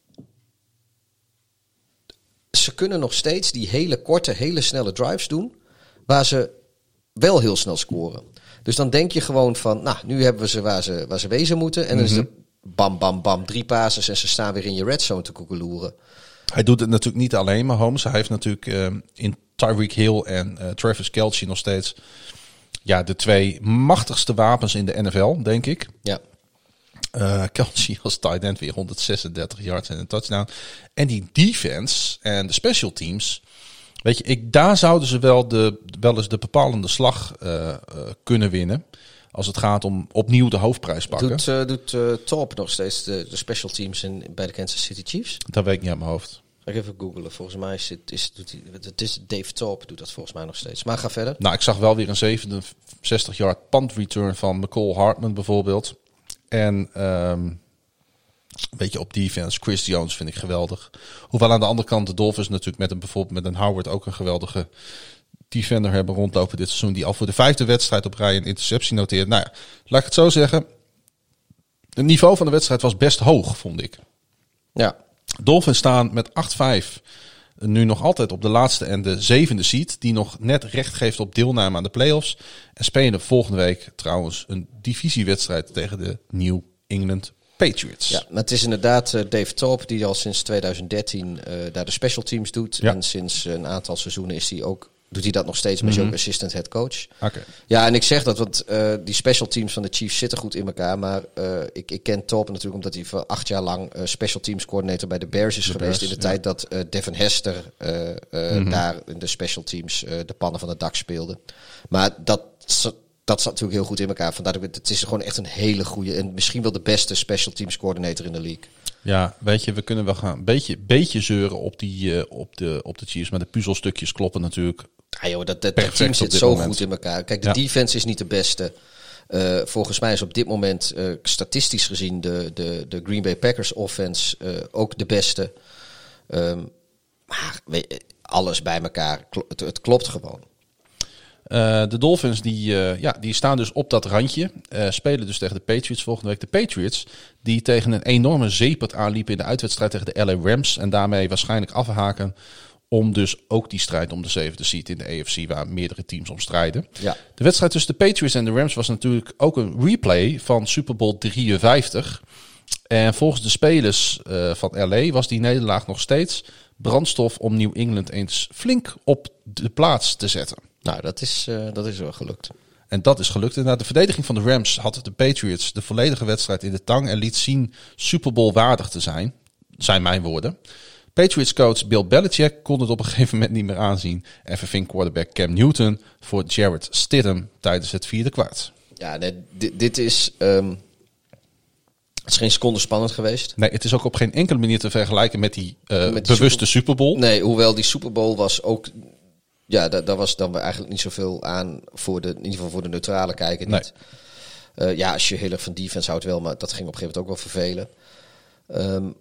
ze kunnen nog steeds die hele korte, hele snelle drives doen, waar ze wel heel snel scoren. Dus dan denk je gewoon van, nou, nu hebben we ze waar ze, waar ze wezen moeten. En dan Mm-hmm. is het bam, bam, bam, drie passes en ze staan weer in je red zone te koekeloeren. Hij doet het natuurlijk niet alleen, maar Holmes. Hij heeft natuurlijk uh, in Tyreek Hill en uh, Travis Kelce nog steeds ja, de twee machtigste wapens in de N F L, denk ik. Ja. Uh, Kelce als tight end weer honderdzesendertig yards en een touchdown. En die defense en de special teams, weet je, ik, daar zouden ze wel, de, wel eens de bepalende slag uh, uh, kunnen winnen. Als het gaat om opnieuw de hoofdprijs pakken. Doet, uh, doet uh, Top nog steeds de, de special teams in, bij de Kansas City Chiefs? Dat weet ik niet uit mijn hoofd. Ga ik even googlen. Volgens mij is het, is, doet hij, het is Dave Top doet dat volgens mij nog steeds. Maar ga verder. Nou, ik zag wel weer een zevenenzestig yard punt return van McCall Hartman bijvoorbeeld. En um, weet je, op defense, Chris Jones vind ik geweldig. Hoewel aan de andere kant de Dolphins natuurlijk met een, bijvoorbeeld met een Howard ook een geweldige defender hebben rondlopen dit seizoen. Die al voor de vijfde wedstrijd op rij een interceptie noteert. Nou ja, laat ik het zo zeggen. Het niveau van de wedstrijd was best hoog, vond ik. Ja. Dolphins staan met acht vijf nu nog altijd op de laatste en de zevende seed. Die nog net recht geeft op deelname aan de playoffs. En spelen volgende week trouwens een divisiewedstrijd tegen de New England Patriots. Ja, maar het is inderdaad uh, Dave Top die al sinds twintig dertien uh, daar de special teams doet. Ja. En sinds een aantal seizoenen is hij ook, doet hij dat nog steeds, maar Mm-hmm. is ook assistant head coach. Oké. Okay. Ja, en ik zeg dat, want uh, die special teams van de Chiefs zitten goed in elkaar. Maar uh, ik, ik ken Top natuurlijk omdat hij voor acht jaar lang uh, special teams coördinator bij de Bears is De geweest. Bears, in de ja. tijd dat uh, Devin Hester uh, uh, Mm-hmm. daar in de special teams uh, de pannen van het dak speelde. Maar dat... Dat zat natuurlijk heel goed in elkaar. Vandaar dat het, het is gewoon echt een hele goede en misschien wel de beste special teams coördinator in de league. Ja, weet je, we kunnen wel gaan een beetje, beetje zeuren op, die, uh, op, de, op de Chiefs. Maar de puzzelstukjes kloppen natuurlijk. Ah joh, dat, dat, Perfect dat team op zit dit zo moment. goed in elkaar. Kijk, de Ja. defense is niet de beste. Uh, volgens mij is op dit moment uh, statistisch gezien de, de, de Green Bay Packers offense uh, ook de beste. Um, maar weet je, alles bij elkaar, kl- het, het klopt gewoon. Uh, de Dolphins die, uh, ja, die staan dus op dat randje. Uh, spelen dus tegen de Patriots volgende week. De Patriots die tegen een enorme zeepert aanliepen in de uitwedstrijd tegen de L A Rams. En daarmee waarschijnlijk afhaken om dus ook die strijd om de zevende seed in de A F C waar meerdere teams om strijden. Ja. De wedstrijd tussen de Patriots en de Rams was natuurlijk ook een replay van Super Bowl drieënvijftig. En volgens de spelers uh, van L A was die nederlaag nog steeds brandstof om New England eens flink op de plaats te zetten. Nou, dat is, uh, dat is wel gelukt. En dat is gelukt. En na de verdediging van de Rams had de Patriots de volledige wedstrijd in de tang en liet zien Super Bowl waardig te zijn. Zijn mijn woorden. Patriots coach Bill Belichick kon het op een gegeven moment niet meer aanzien en verving quarterback Cam Newton voor Jarrett Stidham tijdens het vierde kwart. Ja, nee, dit, dit is... Um, het is geen seconde spannend geweest. Nee, het is ook op geen enkele manier te vergelijken met die, uh, Met die bewuste Super Bowl. Nee, hoewel die Super Bowl was ook... Ja, daar, daar was dan eigenlijk niet zoveel aan voor de, in ieder geval voor de neutrale kijker niet. Nee. Uh, ja, als je heel erg van defense houdt wel, maar dat ging op een gegeven moment ook wel vervelen. Um,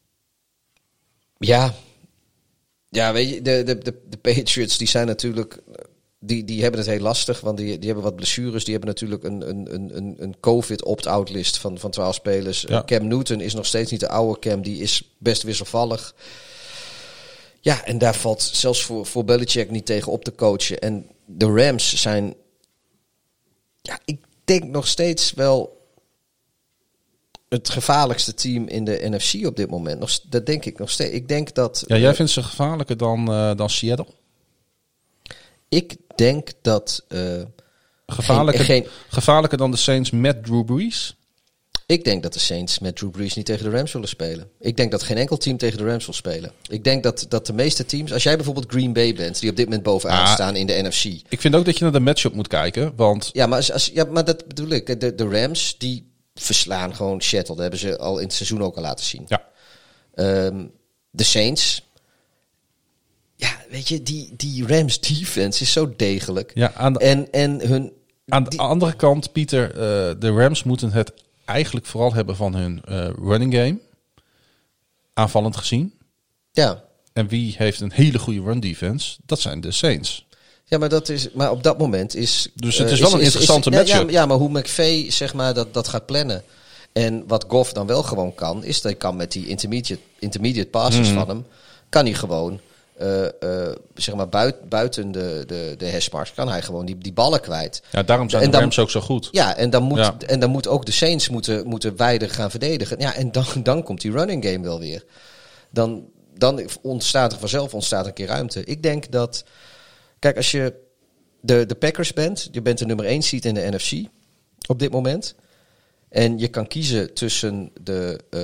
ja, ja, weet je, de, de, de, de Patriots die zijn natuurlijk, die, die hebben het heel lastig, want die, die hebben wat blessures. Die hebben natuurlijk een, een, een, een COVID opt-out list van, van twaalf spelers. Ja. Cam Newton is nog steeds niet de oude Cam, die is best wisselvallig. Ja, en daar valt zelfs voor, voor Belichick niet tegen op te coachen. En de Rams zijn, ja, ik denk nog steeds wel het gevaarlijkste team in de N F C op dit moment. Nog, dat denk ik nog steeds. Ik denk dat... Ja, jij uh, vindt ze gevaarlijker dan, uh, dan Seattle? Ik denk dat... Uh, Gevaarlijker, geen, geen, gevaarlijker dan de Saints met Drew Brees? Ik denk dat de Saints met Drew Brees niet tegen de Rams zullen spelen. Ik denk dat geen enkel team tegen de Rams wil spelen. Ik denk dat, dat de meeste teams... Als jij bijvoorbeeld Green Bay bent, die op dit moment bovenaan ah, staan in de N F C. Ik vind ook dat je naar de matchup moet kijken, want... Ja, maar, als, als, ja, maar dat bedoel ik. De, de Rams, die verslaan gewoon Seattle. Dat hebben ze al in het seizoen ook al laten zien. Ja. Um, de Saints... Ja, weet je, die, die Rams defense is zo degelijk. Ja, aan de, en, en hun... Aan de die, andere kant, Pieter, uh, de Rams moeten het eigenlijk vooral hebben van hun uh, running game. Aanvallend gezien. Ja. En wie heeft een hele goede run defense? Dat zijn de Saints. Ja, maar dat is, maar op dat moment is. Dus het is wel uh, is, een interessante is, matchup. Ja, ja, maar hoe McVay zeg maar dat, dat gaat plannen. En wat Goff dan wel gewoon kan, is dat hij kan met die intermediate, intermediate passes mm. van hem, kan hij gewoon, uh, uh, zeg maar buiten, buiten de, de, de hashmarks, kan hij gewoon die, die ballen kwijt. Ja, daarom zijn en de dan, Rams ook zo goed. Ja, en dan moet, ja. en dan moet ook de Saints moeten, moeten wijder gaan verdedigen. Ja, en dan, dan komt die running game wel weer. Dan, dan ontstaat er vanzelf ontstaat een keer ruimte. Ik denk dat, kijk, als je de, de Packers bent, je bent de nummer één seed in de N F C op dit moment. En je kan kiezen tussen de... Uh,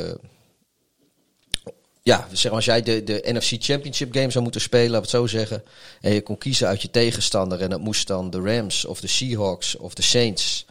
ja, zeg maar als jij de, de N F C Championship game zou moeten spelen, laten we het zo zeggen. En je kon kiezen uit je tegenstander en dat moest dan de Rams of de Seahawks of de Saints.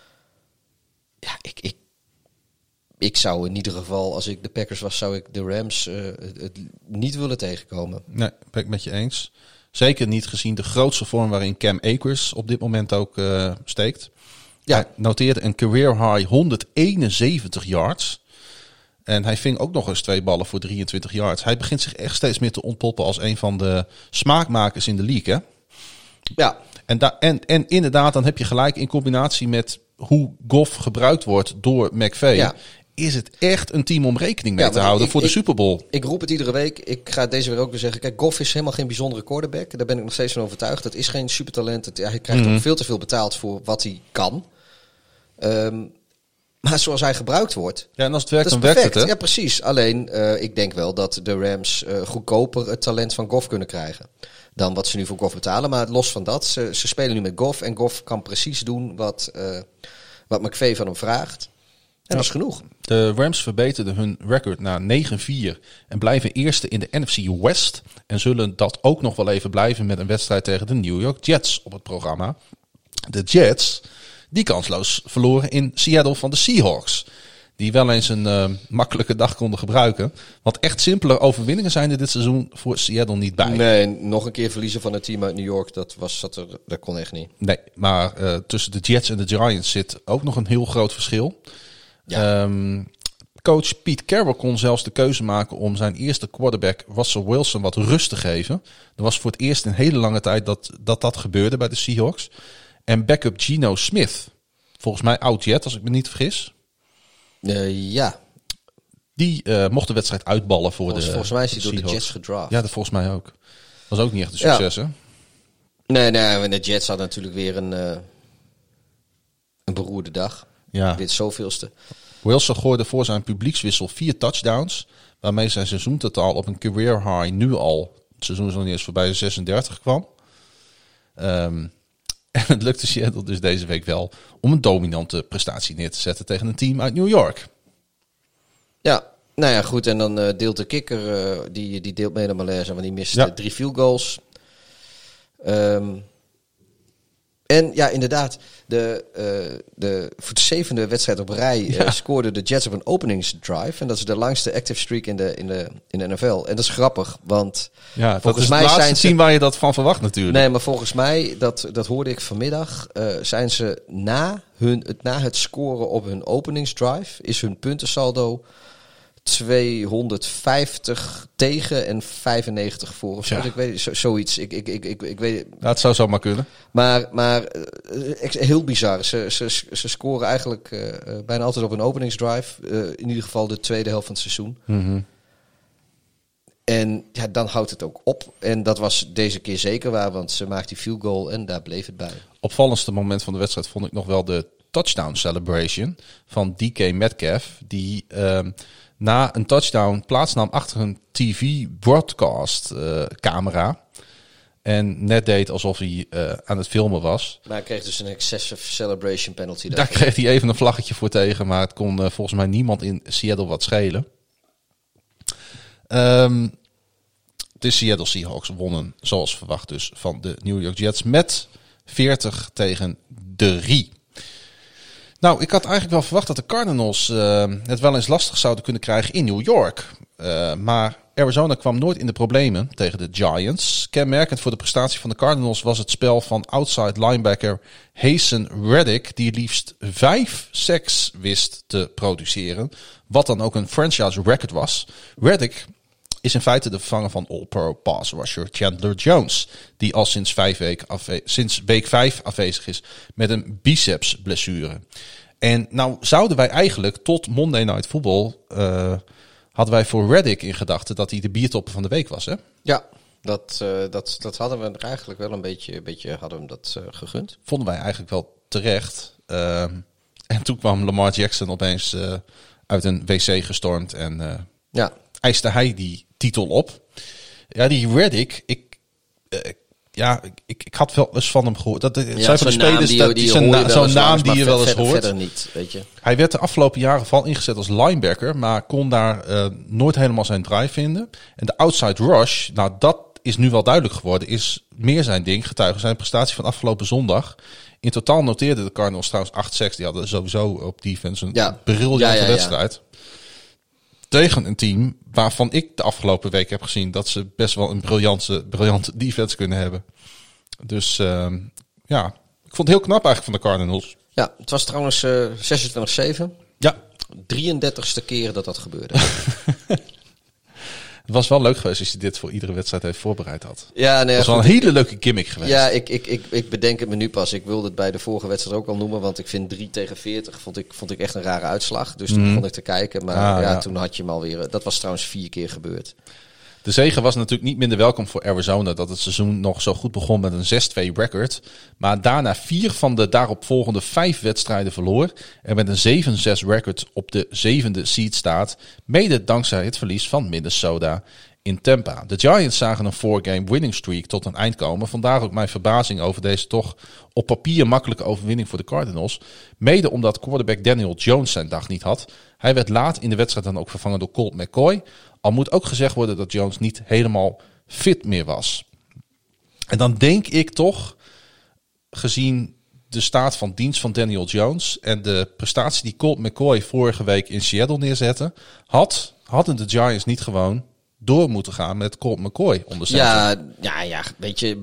Ja, ik, ik, ik zou in ieder geval, als ik de Packers was, zou ik de Rams uh, het, het niet willen tegenkomen. Nee, ben ik met je eens. Zeker niet gezien de grootste vorm waarin Cam Akers op dit moment ook uh, steekt. Ja. Hij noteerde een career high honderdeenenzeventig yards. En hij ving ook nog eens twee ballen voor drieëntwintig yards. Hij begint zich echt steeds meer te ontpoppen als een van de smaakmakers in de league. Hè? Ja. En, da- en, en inderdaad, dan heb je gelijk in combinatie met hoe Goff gebruikt wordt door McVay. Ja. Is het echt een team om rekening mee ja, te houden ik, voor de ik, Super Bowl? Ik roep het iedere week. Ik ga het deze weer ook weer zeggen. Kijk, Goff is helemaal geen bijzondere quarterback. Daar ben ik nog steeds van overtuigd. Dat is geen supertalent. Het, ja, hij krijgt mm-hmm. ook veel te veel betaald voor wat hij kan. Um, maar zoals hij gebruikt wordt... Ja, en als het werkt, dan werkt het, hè? Ja, precies. Alleen, uh, ik denk wel dat de Rams uh, goedkoper het talent van Goff kunnen krijgen dan wat ze nu voor Goff betalen. Maar los van dat, ze, ze spelen nu met Goff. En Goff kan precies doen wat, uh, wat McVay van hem vraagt. En dat is genoeg. De Rams verbeterden hun record naar negen vier en blijven eerste in de N F C West. En zullen dat ook nog wel even blijven met een wedstrijd tegen de New York Jets op het programma. De Jets, die kansloos verloren in Seattle van de Seahawks. Die wel eens een uh, makkelijke dag konden gebruiken. Want echt simpele overwinningen zijn er dit seizoen voor Seattle niet bij. Nee, nog een keer verliezen van het team uit New York, dat, was, dat, er, dat kon echt niet. Nee, maar uh, tussen de Jets en de Giants zit ook nog een heel groot verschil. Ja. Um, coach Pete Carroll kon zelfs de keuze maken om zijn eerste quarterback Russell Wilson wat rust te geven. Er was voor het eerst in hele lange tijd dat dat, dat gebeurde bij de Seahawks. En backup Geno Smith, volgens mij oud-Jet als ik me niet vergis. Uh, ja. Die uh, mocht de wedstrijd uitballen voor volgens, de Volgens mij is hij door de Jets gedraft. Ja, dat volgens mij ook. Was ook niet echt een succes, ja. Hè? Nee, nee, de Jets hadden natuurlijk weer een, uh, een beroerde dag. Ja. Dit zoveelste. Wilson gooide voor zijn publiekswissel vier touchdowns, waarmee zijn seizoentotaal op een career high nu al, het seizoen is nog niet eens voorbij, zesendertig kwam. Um, en het lukte Seattle dus deze week wel om een dominante prestatie neer te zetten tegen een team uit New York. Ja, nou ja, goed. En dan uh, deelt de kikker, uh, die, die deelt mee naar malaise, want die mist ja. drie field goals. Um, En ja, inderdaad, de, uh, de, voor de zevende wedstrijd op rij uh, ja. scoorden de Jets op een openingsdrive. En dat is de langste active streak in de, in de, in de N F L. En dat is grappig, want ja, volgens dat is mij het laatste zijn ze, team waar je dat van verwacht natuurlijk. Nee, maar volgens mij, dat, dat hoorde ik vanmiddag, uh, zijn ze na, hun, het, na het scoren op hun openingsdrive, is hun puntensaldo tweehonderdvijftig tegen en vijfennegentig voor of zo. Ja. Ik weet zo, zoiets. Ik, ik, ik, ik, ik weet. Dat zou zomaar kunnen. Maar, maar uh, heel bizar. Ze, ze, ze scoren eigenlijk uh, bijna altijd op een openingsdrive. Uh, in ieder geval de tweede helft van het seizoen. Mm-hmm. En ja, dan houdt het ook op. En dat was deze keer zeker waar, want ze maakte die field goal en daar bleef het bij. Opvallendste moment van de wedstrijd vond ik nog wel de touchdown celebration van D K Metcalf, die uh, na een touchdown plaatsnam achter een T V broadcast uh, camera. En net deed alsof hij uh, aan het filmen was. Maar hij kreeg dus een excessive celebration penalty. Daar kreeg hij even een vlaggetje voor tegen. Maar het kon uh, volgens mij niemand in Seattle wat schelen. Um, de Seattle Seahawks wonnen zoals verwacht dus van de New York Jets met veertig tegen drie. Nou, ik had eigenlijk wel verwacht dat de Cardinals uh, het wel eens lastig zouden kunnen krijgen in New York. Uh, maar Arizona kwam nooit in de problemen tegen de Giants. Kenmerkend voor de prestatie van de Cardinals was het spel van outside linebacker Haason Reddick, die liefst vijf sacks wist te produceren. Wat dan ook een franchise record was. Reddick is in feite de vervanger van All-Pro pass rusher Chandler Jones, die al sinds, vijf week afwe- sinds week vijf afwezig is met een bicepsblessure. En nou zouden wij eigenlijk tot Monday Night Football uh, hadden wij voor Reddick in gedachten dat hij de biertopper van de week was, hè? Ja, dat, uh, dat, dat hadden we er eigenlijk wel een beetje, een beetje hadden we hem dat uh, gegund. Vonden wij eigenlijk wel terecht. Uh, en toen kwam Lamar Jackson opeens uh, uit een wc gestormd en uh, ja. eiste hij die titel op. Ja, die Reddick, ik, uh, ja, ik, ik had wel eens van hem gehoord. Dat, ja, zijn van de spelers, dat is een na, zo'n naam die je wel eens verder, hoort. Verder niet, weet je. Hij werd de afgelopen jaren vooral ingezet als linebacker, maar kon daar uh, nooit helemaal zijn drive vinden. En de outside rush, nou dat is nu wel duidelijk geworden, is meer zijn ding. Getuige zijn prestatie van afgelopen zondag. In totaal noteerden de Cardinals trouwens acht sacks. Die hadden sowieso op defense een ja. briljante ja, ja, ja. wedstrijd. Tegen een team waarvan ik de afgelopen week heb gezien dat ze best wel een briljante, briljante defense kunnen hebben. Dus uh, ja, ik vond het heel knap eigenlijk van de Cardinals. Ja, het was trouwens uh, zesentwintig zeven. Ja. drieëndertigste keer dat dat gebeurde. Het was wel leuk geweest als je dit voor iedere wedstrijd even voorbereid had. Ja, nee, het was goed, wel een hele ik, leuke gimmick geweest. Ja, ik, ik, ik, ik bedenk het me nu pas. Ik wilde het bij de vorige wedstrijd ook al noemen. Want ik vind drie tegen veertig vond ik, vond ik echt een rare uitslag. Dus toen mm. begon ik te kijken. Maar ah, ja, ja, toen had je hem alweer. Dat was trouwens vier keer gebeurd. De zege was natuurlijk niet minder welkom voor Arizona. Dat het seizoen nog zo goed begon met een zes twee record. Maar daarna vier van de daaropvolgende vijf wedstrijden verloor. En met een zeven zes record op de zevende seed staat. Mede dankzij het verlies van Minnesota in Tampa. De Giants zagen een four-game winning streak tot een eind komen. Vandaar ook mijn verbazing over deze toch op papier makkelijke overwinning voor de Cardinals. Mede omdat quarterback Daniel Jones zijn dag niet had. Hij werd laat in de wedstrijd dan ook vervangen door Colt McCoy. Al moet ook gezegd worden dat Jones niet helemaal fit meer was. En dan denk ik toch, gezien de staat van dienst van Daniel Jones en de prestatie die Colt McCoy vorige week in Seattle neerzette, had, hadden de Giants niet gewoon door moeten gaan met Colt McCoy onder center. Ja, ja, ja, weet je,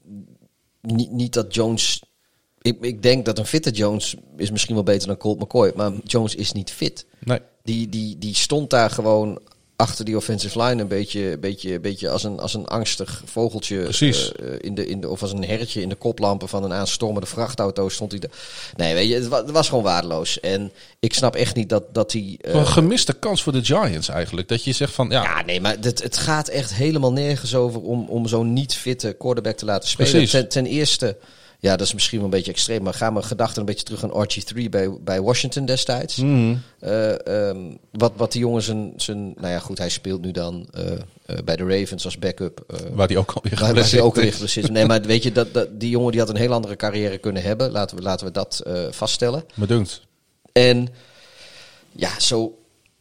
niet, niet dat Jones. Ik, ik denk dat een fitte Jones is misschien wel beter dan Colt McCoy, maar Jones is niet fit. Nee. Die, die, die stond daar gewoon achter die offensive line een beetje, beetje, beetje als, een, als een angstig vogeltje. Precies. Uh, in de, in de, of als een hertje in de koplampen van een aanstormende vrachtauto stond hij. De, nee, weet je, het was, het was gewoon waardeloos. En ik snap echt niet dat, dat hij. Uh, een gemiste kans voor de Giants eigenlijk. Dat je zegt van ja. Ja, nee, maar het, het gaat echt helemaal nergens over om, om zo'n niet fitte quarterback te laten spelen. Ten, ten eerste. Ja, dat is misschien wel een beetje extreem, maar ga mijn gedachten een beetje terug aan R G drie bij, bij Washington destijds. Mm-hmm. Uh, um, wat, wat die jongen zijn, zijn... Nou ja, goed, hij speelt nu dan uh, uh, bij de Ravens als backup. Uh, waar die ook alweer waar, waar die ook weer zit. Nee, maar weet je, dat, dat, die jongen die had een heel andere carrière kunnen hebben. Laten we, laten we dat uh, vaststellen. Bedankt. En ja, zo...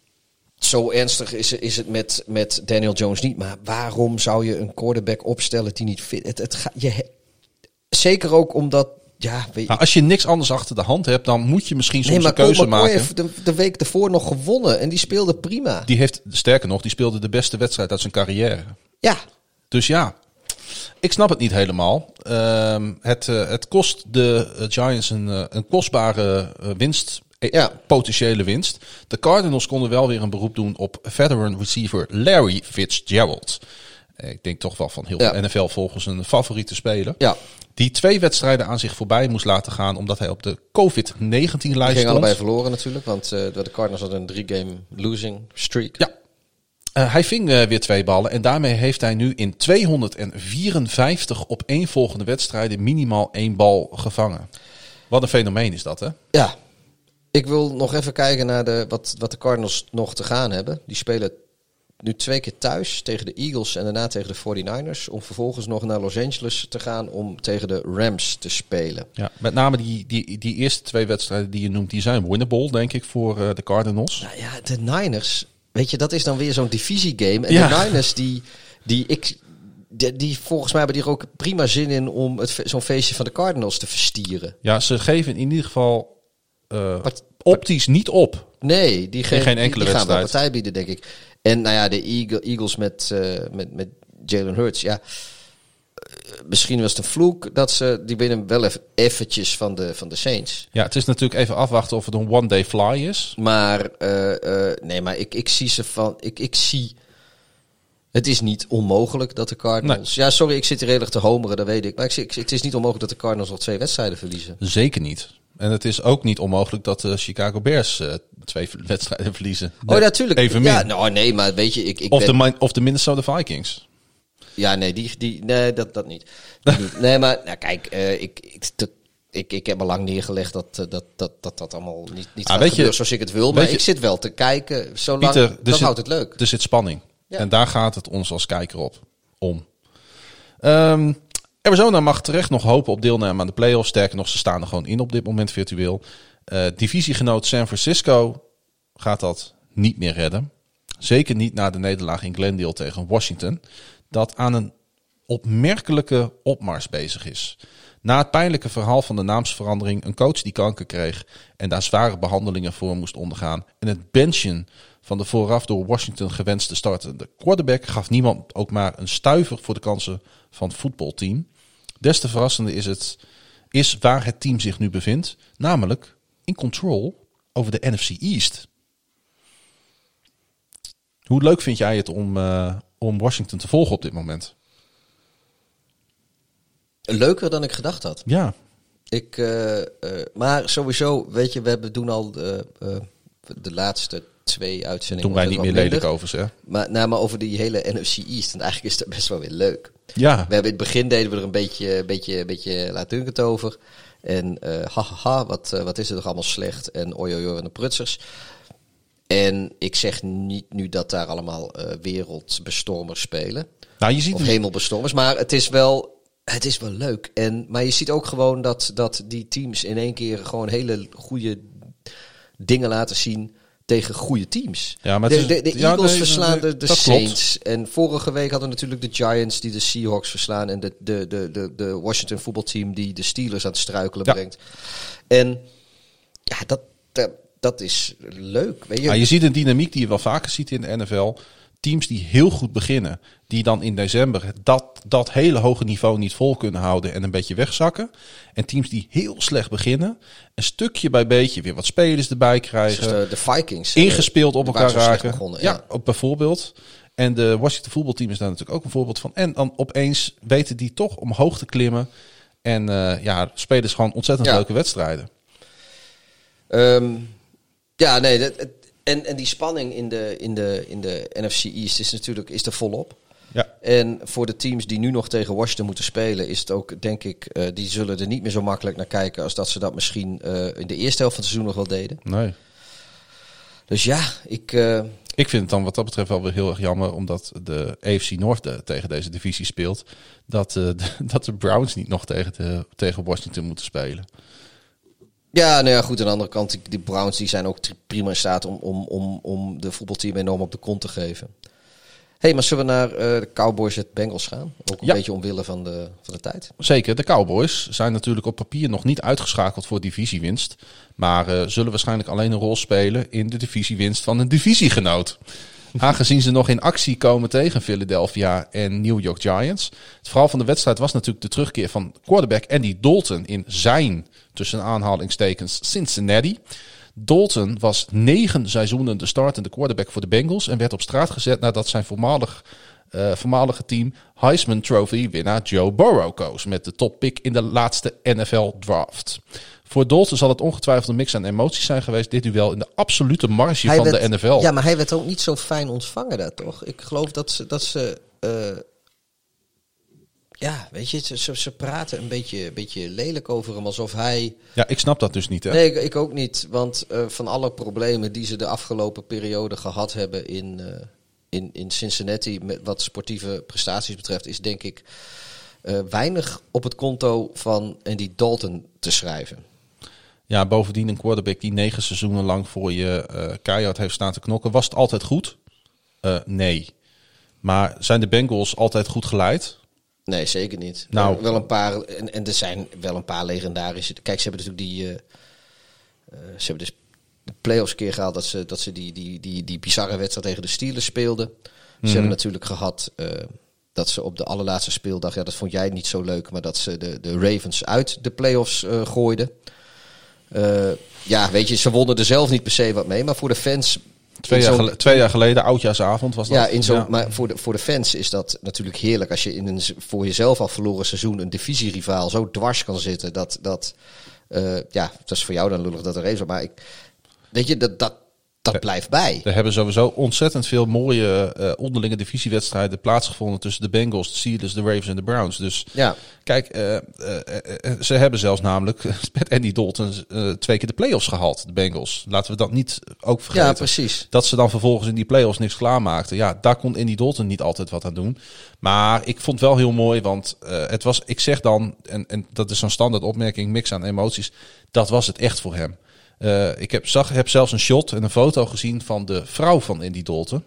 Zo ernstig is, is het met, met Daniel Jones niet. Maar waarom zou je een quarterback opstellen die niet fit... Het, het ga, je, zeker ook omdat... Ja, weet je, nou, als je niks anders achter de hand hebt, dan moet je misschien soms nee, maar een keuze Colt McCoy maken. heeft de, de week ervoor nog gewonnen en die speelde prima. Die heeft, sterker nog, die speelde de beste wedstrijd uit zijn carrière. Ja. Dus ja, ik snap het niet helemaal. Uh, het, uh, het kost de uh, Giants een, uh, een kostbare uh, winst. Ja. Potentiële winst. De Cardinals konden wel weer een beroep doen op veteran receiver Larry Fitzgerald. Ik denk toch wel van heel veel ja. N F L-volgers een favoriete speler. Ja. Die twee wedstrijden aan zich voorbij moest laten gaan omdat hij op de covid negentien lijst stond. Die gingen allebei verloren natuurlijk, want uh, de Cardinals hadden een drie-game losing streak. Ja. Uh, hij ving uh, weer twee ballen en daarmee heeft hij nu in tweehonderdvierenvijftig opeenvolgende wedstrijden minimaal één bal gevangen. Wat een fenomeen is dat, hè? Ja. Ik wil nog even kijken naar de, wat, wat de Cardinals nog te gaan hebben. Die spelen nu twee keer thuis tegen de Eagles en daarna tegen de forty-niners. Om vervolgens nog naar Los Angeles te gaan om tegen de Rams te spelen. Ja, met name die, die, die eerste twee wedstrijden die je noemt, die zijn winnable, denk ik, voor uh, de Cardinals. Nou ja, de Niners, weet je, dat is dan weer zo'n divisiegame. En Ja. de Niners, die, die ik... Die, die volgens mij hebben die er ook prima zin in om het, zo'n feestje van de Cardinals te verstieren. Ja, ze geven in ieder geval uh, Part- optisch niet op. Nee, die, ge- geen enkele die, die gaan wel wedstrijd. partij bieden, denk ik. En nou ja, de Eagle, Eagles met, uh, met, met Jalen Hurts, ja. Uh, misschien was het een vloek dat ze... Die winnen wel even eventjes van de, van de Saints. Ja, het is natuurlijk even afwachten of het een one-day fly is. Maar, uh, uh, nee, maar ik, ik zie ze van... Ik, ik zie... Het is niet onmogelijk dat de Cardinals... Ja, sorry, ik zit hier redelijk te homeren, dat weet ik. Maar ik, zie- ik, het is niet onmogelijk dat de Cardinals nog twee wedstrijden verliezen. Zeker niet. En het is ook niet onmogelijk dat de Chicago Bears uh, twee wedstrijden verliezen. Oh, natuurlijk. Even ja, min. nou, nee, maar weet je, ik, ik Of, ben... de, Mi- of de Minnesota Vikings. Ja, nee, die, die, nee dat, dat niet. Die niet. Nee, maar nou, kijk, uh, ik, ik, dat, ik, ik heb al lang neergelegd dat uh, dat, dat, dat, dat allemaal niet, niet Ah, gaat weet je- gebeuren zoals ik het wil. Maar weet je- ik zit wel te kijken, zolang, Pieter, er dat zit- houdt het leuk. Er zit spanning. Ja. En daar gaat het ons als kijker op om. Um, Arizona mag terecht nog hopen op deelname aan de playoffs. Sterker nog, ze staan er gewoon in op dit moment virtueel. Uh, divisiegenoot San Francisco gaat dat niet meer redden. Zeker niet na de nederlaag in Glendale tegen Washington. Dat aan een opmerkelijke opmars bezig is. Na het pijnlijke verhaal van de naamsverandering, een coach die kanker kreeg en daar zware behandelingen voor moest ondergaan, en het benchen van de vooraf door Washington gewenste startende quarterback gaf niemand ook maar een stuiver voor de kansen van het voetbalteam. Des te verrassender is het is waar het team zich nu bevindt, namelijk in control over de N F C East. Hoe leuk vind jij het om, uh, om Washington te volgen op dit moment? Leuker dan ik gedacht had. Ja. Ik, uh, uh, maar sowieso, weet je, we hebben doen al de, uh, de laatste twee uitzendingen. Doen wij niet wat meer minder. lelijk over ze. Maar, nou, maar over die hele N F C East. En eigenlijk is dat best wel weer leuk. Ja. We hebben in het begin deden we er een beetje, beetje, beetje laatdunkend over. En uh, hahaha, wat, uh, wat is er toch allemaal slecht. En oi oi oi en de prutsers. En ik zeg niet nu dat daar allemaal uh, wereldbestormers spelen. Nou, je ziet Of hemelbestormers. Maar het is wel, het is wel leuk. En, maar je ziet ook gewoon dat, dat die teams in één keer gewoon hele goede dingen laten zien tegen goede teams. Ja, maar de, het is- de, de ja, Eagles nee, verslaan de, de dat Saints. En vorige week hadden we natuurlijk de Giants die de Seahawks verslaan. En de, de, de, de, de Washington voetbalteam die de Steelers aan het struikelen Ja. brengt. En ja, dat, dat, dat is leuk. Weet je? Ja, je ziet een dynamiek die je wel vaker ziet in de N F L. Teams die heel goed beginnen, die dan in december dat, dat hele hoge niveau niet vol kunnen houden en een beetje wegzakken. En teams die heel slecht beginnen, een stukje bij beetje weer wat spelers erbij krijgen. Dus de, de Vikings. Ingespeeld op die elkaar waren zo slecht raken. begonnen, ja, ja. op bijvoorbeeld. En de Washington voetbalteam is daar natuurlijk ook een voorbeeld van. En dan opeens weten die toch omhoog te klimmen. En uh, ja, spelen ze gewoon ontzettend Ja. leuke wedstrijden. Um, ja, nee, dat, het, en, en die spanning in de, in, de, in de N F C East is natuurlijk is er volop. Ja. En voor de teams die nu nog tegen Washington moeten spelen, is het ook, denk ik, uh, die zullen er niet meer zo makkelijk naar kijken als dat ze dat misschien uh, in de eerste helft van het seizoen nog wel deden. Nee. Dus ja, ik... Uh, Ik vind het dan wat dat betreft wel weer heel erg jammer, omdat de A F C North de, tegen deze divisie speelt, dat, uh, de, dat de Browns niet nog tegen, de, tegen Washington moeten spelen. Ja, nou ja, goed. Aan de andere kant, die, die Browns die zijn ook prima in staat om, om, om, om de voetbalteam enorm op de kont te geven. Hé, hey, maar zullen we naar uh, de Cowboys en Bengals gaan? Ook een Ja. beetje omwille van de, van de tijd. Zeker, de Cowboys zijn natuurlijk op papier nog niet uitgeschakeld voor divisiewinst, maar uh, zullen waarschijnlijk alleen een rol spelen in de divisiewinst van een divisiegenoot. Aangezien ze nog in actie komen tegen Philadelphia en New York Giants. Het verhaal van de wedstrijd was natuurlijk de terugkeer van quarterback Andy Dalton in zijn, tussen aanhalingstekens, Cincinnati. Dalton was negen seizoenen de startende quarterback voor de Bengals en werd op straat gezet nadat zijn voormalig, uh, voormalige team Heisman Trophy winnaar Joe Burrow koos met de toppick in de laatste N F L draft. Voor Dalton zal het ongetwijfeld een mix aan emoties zijn geweest, dit duel in de absolute marge Hij van werd, de N F L. Ja, maar hij werd ook niet zo fijn ontvangen daar, toch? Ik geloof dat ze... Dat ze uh, ja, weet je, ze, ze praten een beetje, beetje lelijk over hem, alsof hij... Ja, ik snap dat dus niet. Hè? Nee, ik, ik ook niet. Want uh, van alle problemen die ze de afgelopen periode gehad hebben in, uh, in, in Cincinnati, met wat sportieve prestaties betreft, is denk ik uh, weinig op het konto van Andy Dalton te schrijven. Ja, bovendien een quarterback die negen seizoenen lang voor je uh, keihard heeft staan te knokken. Was het altijd goed? Uh, nee. Maar zijn de Bengals altijd goed geleid? Nee, zeker niet. Nou, uh, wel een paar, en, en er zijn wel een paar legendarische. Kijk, ze hebben natuurlijk die. Uh, uh, ze hebben dus de playoffs keer gehaald dat ze, dat ze die, die, die, die bizarre wedstrijd tegen de Steelers speelden. Ze Mm-hmm. hebben natuurlijk gehad uh, dat ze op de allerlaatste speeldag, ja, dat vond jij niet zo leuk, maar dat ze de, de Ravens uit de playoffs uh, gooiden. Uh, ja, weet je, ze wonnen er zelf niet per se wat mee, maar voor de fans. Twee jaar, gele- twee jaar geleden, oudjaarsavond was dat. Ja, in zo'n, ja. maar voor de, voor de fans is dat natuurlijk heerlijk als je in een voor jezelf al verloren seizoen een divisierivaal zo dwars kan zitten. Dat, dat uh, ja, dat is voor jou dan lullig dat er even. Maar ik, weet je, dat, dat, dat Ja. blijft bij. Er hebben sowieso ontzettend veel mooie uh, onderlinge divisiewedstrijden plaatsgevonden tussen de Bengals, de Steelers, de Ravens en de Browns. Dus Ja, kijk, uh, uh, uh, ze hebben zelfs namelijk met Andy Dalton uh, twee keer de playoffs gehaald, de Bengals. Laten we dat niet ook vergeten. ja, precies. Dat ze dan vervolgens in die playoffs niks klaarmaakten. Ja, daar kon Andy Dalton niet altijd wat aan doen. Maar ik vond het wel heel mooi, want uh, het was, ik zeg dan, en, en dat is zo'n standaard opmerking, mix aan emoties, dat was het echt voor hem. Uh, ik heb, zag, heb zelfs een shot en een foto gezien van de vrouw van Andy Dalton.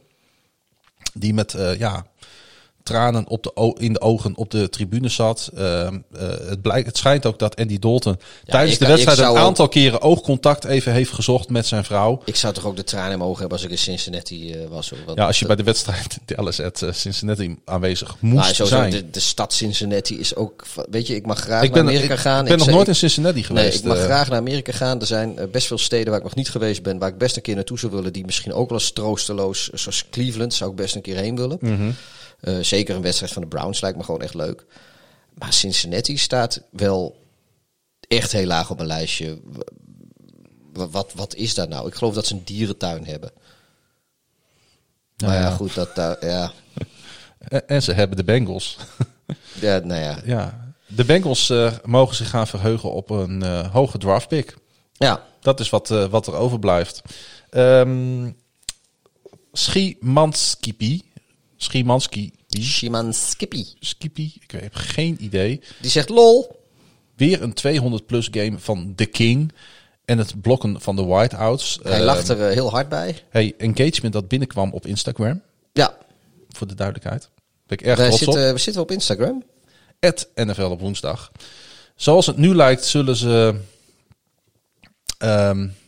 Die met uh, ja, tranen op de o- in de ogen op de tribune zat. Uh, uh, het, blijkt, het schijnt ook dat Andy Dalton Ja, tijdens ik de kan- wedstrijd ik een zou aantal ook- keren oogcontact even heeft gezocht met zijn vrouw. Ik zou toch ook de tranen in mijn ogen hebben als ik in Cincinnati uh, was. Hoor. Want Ja, als je dat- bij de wedstrijd Dallas at uh, Cincinnati aanwezig moest nou, sowieso, zijn. de, de stad Cincinnati is ook. Weet je, ik mag graag ik ben, naar Amerika ik, gaan. ik ben nog zeg- nooit ik- in Cincinnati geweest. Nee, ik mag uh, graag naar Amerika gaan. Er zijn uh, best veel steden waar ik nog niet geweest ben, waar ik best een keer naartoe zou willen, die misschien ook wel eens troosteloos, zoals Cleveland, zou ik best een keer heen willen. mm-hmm. Uh, zeker een wedstrijd van de Browns lijkt me gewoon echt leuk. Maar Cincinnati staat wel echt heel laag op mijn lijstje. W- Wat, wat is dat nou? Ik geloof dat ze een dierentuin hebben. Nou maar ja, ja. goed, dat daar, ja, En, en ze hebben de Bengals. ja, nou ja. Ja, de Bengals uh, mogen zich gaan verheugen op een uh, hoge draftpick. Ja, Dat is wat, uh, wat er overblijft. Um, Szymanskipi. Szymanskipi. Szymanskipi. Skippy. Ik heb geen idee. Die zegt lol. Weer een tweehonderd plus game van The King. En het blokken van de whiteouts. Hij Uh, lacht er uh, heel hard bij. Hey, engagement dat binnenkwam op Instagram. Ja, Voor de duidelijkheid. Ben ik erg wij trots op. zitten, we zitten op Instagram. at N F L op woensdag. Zoals het nu lijkt, zullen ze. Um,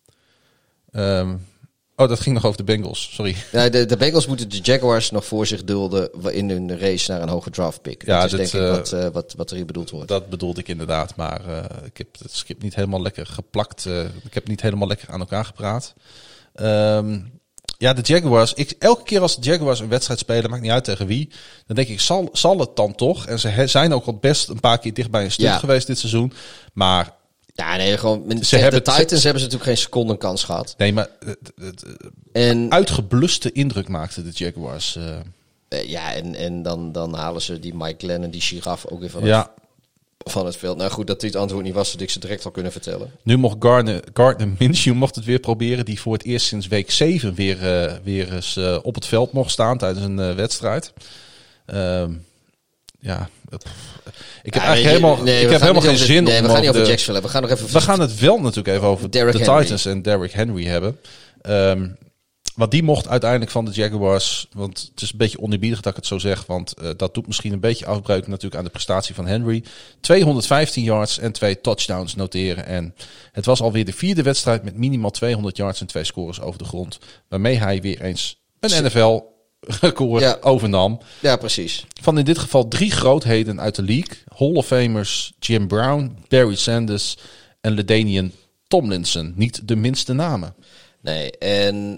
um, oh, dat ging nog over de Bengals. Sorry. Ja, de, de Bengals moeten de Jaguars nog voor zich dulden in hun race naar een hoge draft pick. Ja, dat is dit, denk ik uh, wat, uh, wat, wat er hier bedoeld wordt. Dat bedoelde ik inderdaad. Maar uh, ik heb het script niet helemaal lekker geplakt. Uh, ik heb niet helemaal lekker aan elkaar gepraat. Um, ja, de Jaguars. Ik, elke keer als de Jaguars een wedstrijd spelen, maakt niet uit tegen wie. Dan denk ik, zal, zal het dan toch? En ze he, zijn ook al best een paar keer dicht bij een stuk Ja. geweest dit seizoen. Maar Ja, nee, gewoon. Met, Ze de hebben- Titans ze- hebben ze natuurlijk geen seconde kans gehad. nee, maar het, het, het En, uitgebluste indruk maakte de Jaguars. Uh, eh, ja, en, en dan, dan halen ze die Mike Glenn en die giraf ook weer van, ja. het, van het veld. Nou goed, dat dit antwoord niet was, had ik ze direct al kunnen vertellen. Nu mocht Gardner, Gardner Minshew mocht het weer proberen. Die voor het eerst sinds week zeven weer, uh, weer eens uh, op het veld mocht staan tijdens een uh, wedstrijd. Um, ja, pff, ik heb Ja, eigenlijk weet je, helemaal, nee, ik we heb gaan helemaal niet geen over- zin Nee, om we gaan niet over over de- Jacksonville hebben. We gaan nog even... We gaan het wel natuurlijk even over Derrick de Henry. Titans en Derrick Henry hebben. Um, want die mocht uiteindelijk van de Jaguars, want het is een beetje oneerbiedig dat ik het zo zeg, want uh, dat doet misschien een beetje afbreuk natuurlijk aan de prestatie van Henry. tweehonderdvijftien yards en twee touchdowns noteren. En het was alweer de vierde wedstrijd met minimaal tweehonderd yards en twee scores over de grond. Waarmee hij weer eens een N F L-record Ja. overnam. Ja, precies. Van in dit geval drie grootheden uit de league. Hall of Famers Jim Brown, Barry Sanders en LaDainian Tomlinson. Niet de minste namen. Nee, en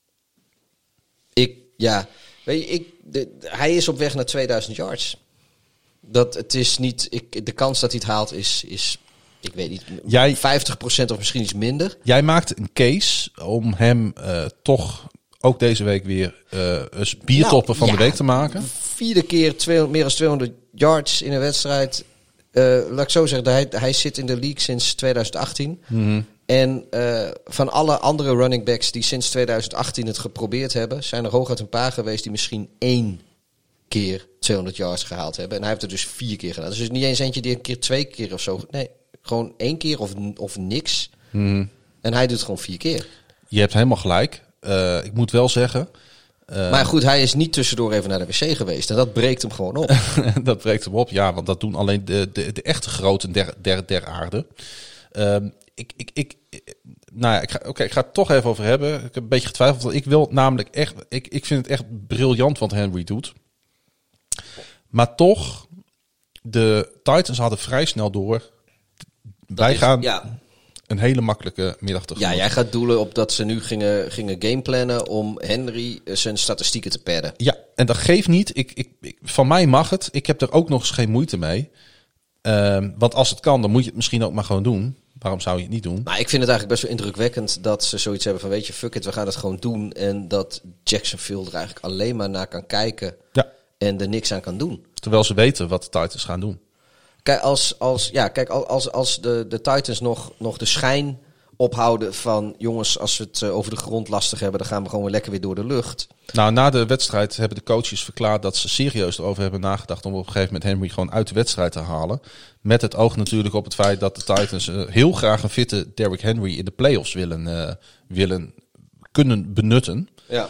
ik, ja, weet je, ik, de, hij is op weg naar tweeduizend yards. Dat het is niet, ik, de kans dat hij het haalt is, is ik weet niet, Jij- vijftig procent of misschien iets minder. Jij maakte een case om hem uh, toch ook deze week weer uh, eens biertoppen Nou, van ja, de week te maken. Vierde keer tweehonderd, meer dan tweehonderd yards in een wedstrijd. Uh, laat ik zo zeggen, hij, hij zit in de league sinds tweeduizend achttien. Mm-hmm. En uh, van alle andere running backs die sinds twintig achttien het geprobeerd hebben, zijn er hooguit een paar geweest die misschien één keer tweehonderd yards gehaald hebben. En hij heeft er dus vier keer gedaan. Dus niet eens eentje die een keer twee keer of zo. Nee, gewoon één keer of, of niks. Hmm. En hij doet het gewoon vier keer. Je hebt helemaal gelijk. Uh, ik moet wel zeggen... Uh, maar goed, hij is niet tussendoor even naar de wc geweest. En dat breekt hem gewoon op. Dat breekt hem op, ja. Want dat doen alleen de, de, de echte groten der, der, der aarde. Um, ik, ik, ik, nou ja, ik ga, okay, ik ga het toch even over hebben. Ik heb een beetje getwijfeld. Want ik wil namelijk echt... Ik, ik vind het echt briljant wat Henry doet. Maar toch... De Titans hadden vrij snel door. Dat Wij is, gaan... Ja. Een hele makkelijke middag tegemoet. Ja, jij gaat doelen op dat ze nu gingen, gingen gameplannen om Henry zijn statistieken te padden. Ja, en dat geeft niet. Ik, ik, ik, van mij mag het. Ik heb er ook nog eens geen moeite mee. Um, want als het kan, dan moet je het misschien ook maar gewoon doen. Waarom zou je het niet doen? Maar ik vind het eigenlijk best wel indrukwekkend dat ze zoiets hebben van, weet je, fuck it, we gaan het gewoon doen. En dat Jacksonville er eigenlijk alleen maar naar kan kijken ja. en er niks aan kan doen. Terwijl ze weten wat de Titans gaan doen. Kijk, als, als, ja, kijk, als, als de, de Titans nog, nog de schijn ophouden van... jongens, als we het over de grond lastig hebben... dan gaan we gewoon weer lekker weer door de lucht. Nou, na de wedstrijd hebben de coaches verklaard... dat ze serieus erover hebben nagedacht... om op een gegeven moment Henry gewoon uit de wedstrijd te halen. Met het oog natuurlijk op het feit dat de Titans... Uh, heel graag een fitte Derrick Henry in de playoffs willen, uh, willen kunnen benutten. Ja.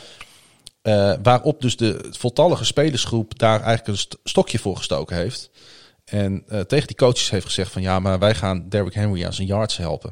Uh, waarop dus de voltallige spelersgroep... daar eigenlijk een st- stokje voor gestoken heeft... En uh, tegen die coaches heeft gezegd van ja, maar wij gaan Derrick Henry aan zijn yards helpen.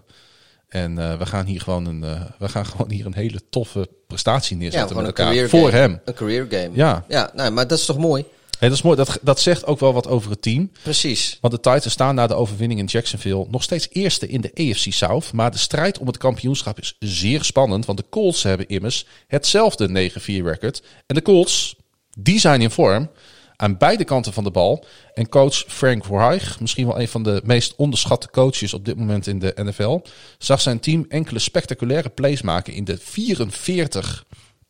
En uh, we gaan hier gewoon een, uh, we gaan gewoon hier een hele toffe prestatie neerzetten ja, met elkaar een voor game. hem. Een career game. Ja, ja, nou, maar dat is toch mooi? Hey, dat is mooi. Dat, dat zegt ook wel wat over het team. Precies. Want de Titans staan na de overwinning in Jacksonville nog steeds eerste in de A F C South. Maar de strijd om het kampioenschap is zeer spannend. Want de Colts hebben immers hetzelfde negen vier record. En de Colts, die zijn in vorm. Aan beide kanten van de bal. En coach Frank Reich, misschien wel een van de meest onderschatte coaches op dit moment in de N F L, zag zijn team enkele spectaculaire plays maken in de vierenveertig,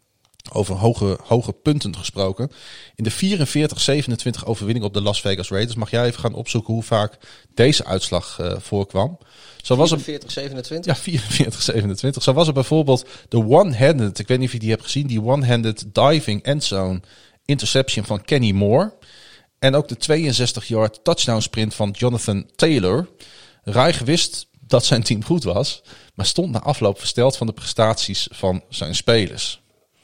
over hoge, hoge punten gesproken, in de vierenveertig zevenentwintig overwinning op de Las Vegas Raiders. Mag jij even gaan opzoeken hoe vaak deze uitslag uh, voorkwam? Zo was vierenveertig zevenentwintig? Ja, vierenveertig zevenentwintig. Zo was er bijvoorbeeld de one-handed, ik weet niet of je die hebt gezien, die one-handed diving endzone interception van Kenny Moore. En ook de tweeënzestig yard touchdown sprint van Jonathan Taylor. Reich wist dat zijn team goed was, maar stond na afloop versteld van de prestaties van zijn spelers.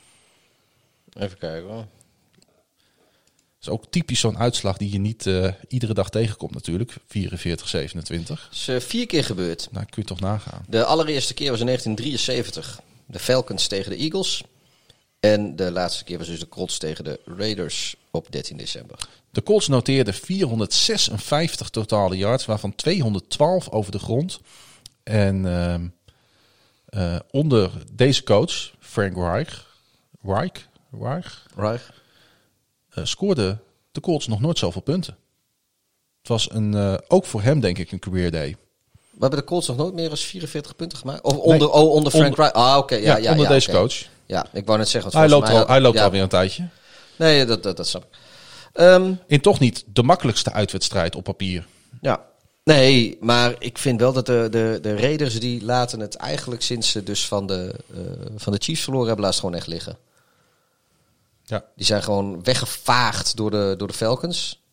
Even kijken hoor. Dat is ook typisch zo'n uitslag die je niet uh, iedere dag tegenkomt natuurlijk. vierenveertig zevenentwintig. Dat is uh, vier keer gebeurd. Nou, kun je toch nagaan. De allereerste keer was in negentien drieënzeventig. De Falcons tegen de Eagles. En de laatste keer was dus de Colts tegen de Raiders op dertien december. De Colts noteerden vierhonderdzesenvijftig totale yards, waarvan tweehonderdtwaalf over de grond. En uh, uh, onder deze coach, Frank Reich, Reich, Reich, Reich. Uh, scoorde de Colts nog nooit zoveel punten. Het was een, uh, ook voor hem denk ik een career day. We hebben de Colts nog nooit meer dan vierenveertig punten gemaakt? Of onder, Nee, oh, onder Frank onder, Reich? Ah, oké. Okay, ja, ja, ja, onder ja, deze okay. coach. Ja, ik wou net zeggen. Hij loopt, mij, al, hij loopt ja. alweer een tijdje. Nee, dat, dat, dat snap ik. Um, In toch niet de makkelijkste uitwedstrijd op papier. Ja. Nee, maar ik vind wel dat de, de, de Raiders die laten het eigenlijk sinds ze dus van de, uh, van de Chiefs verloren hebben, laat het gewoon echt liggen. Ja. Die zijn gewoon weggevaagd door de, door de Falcons.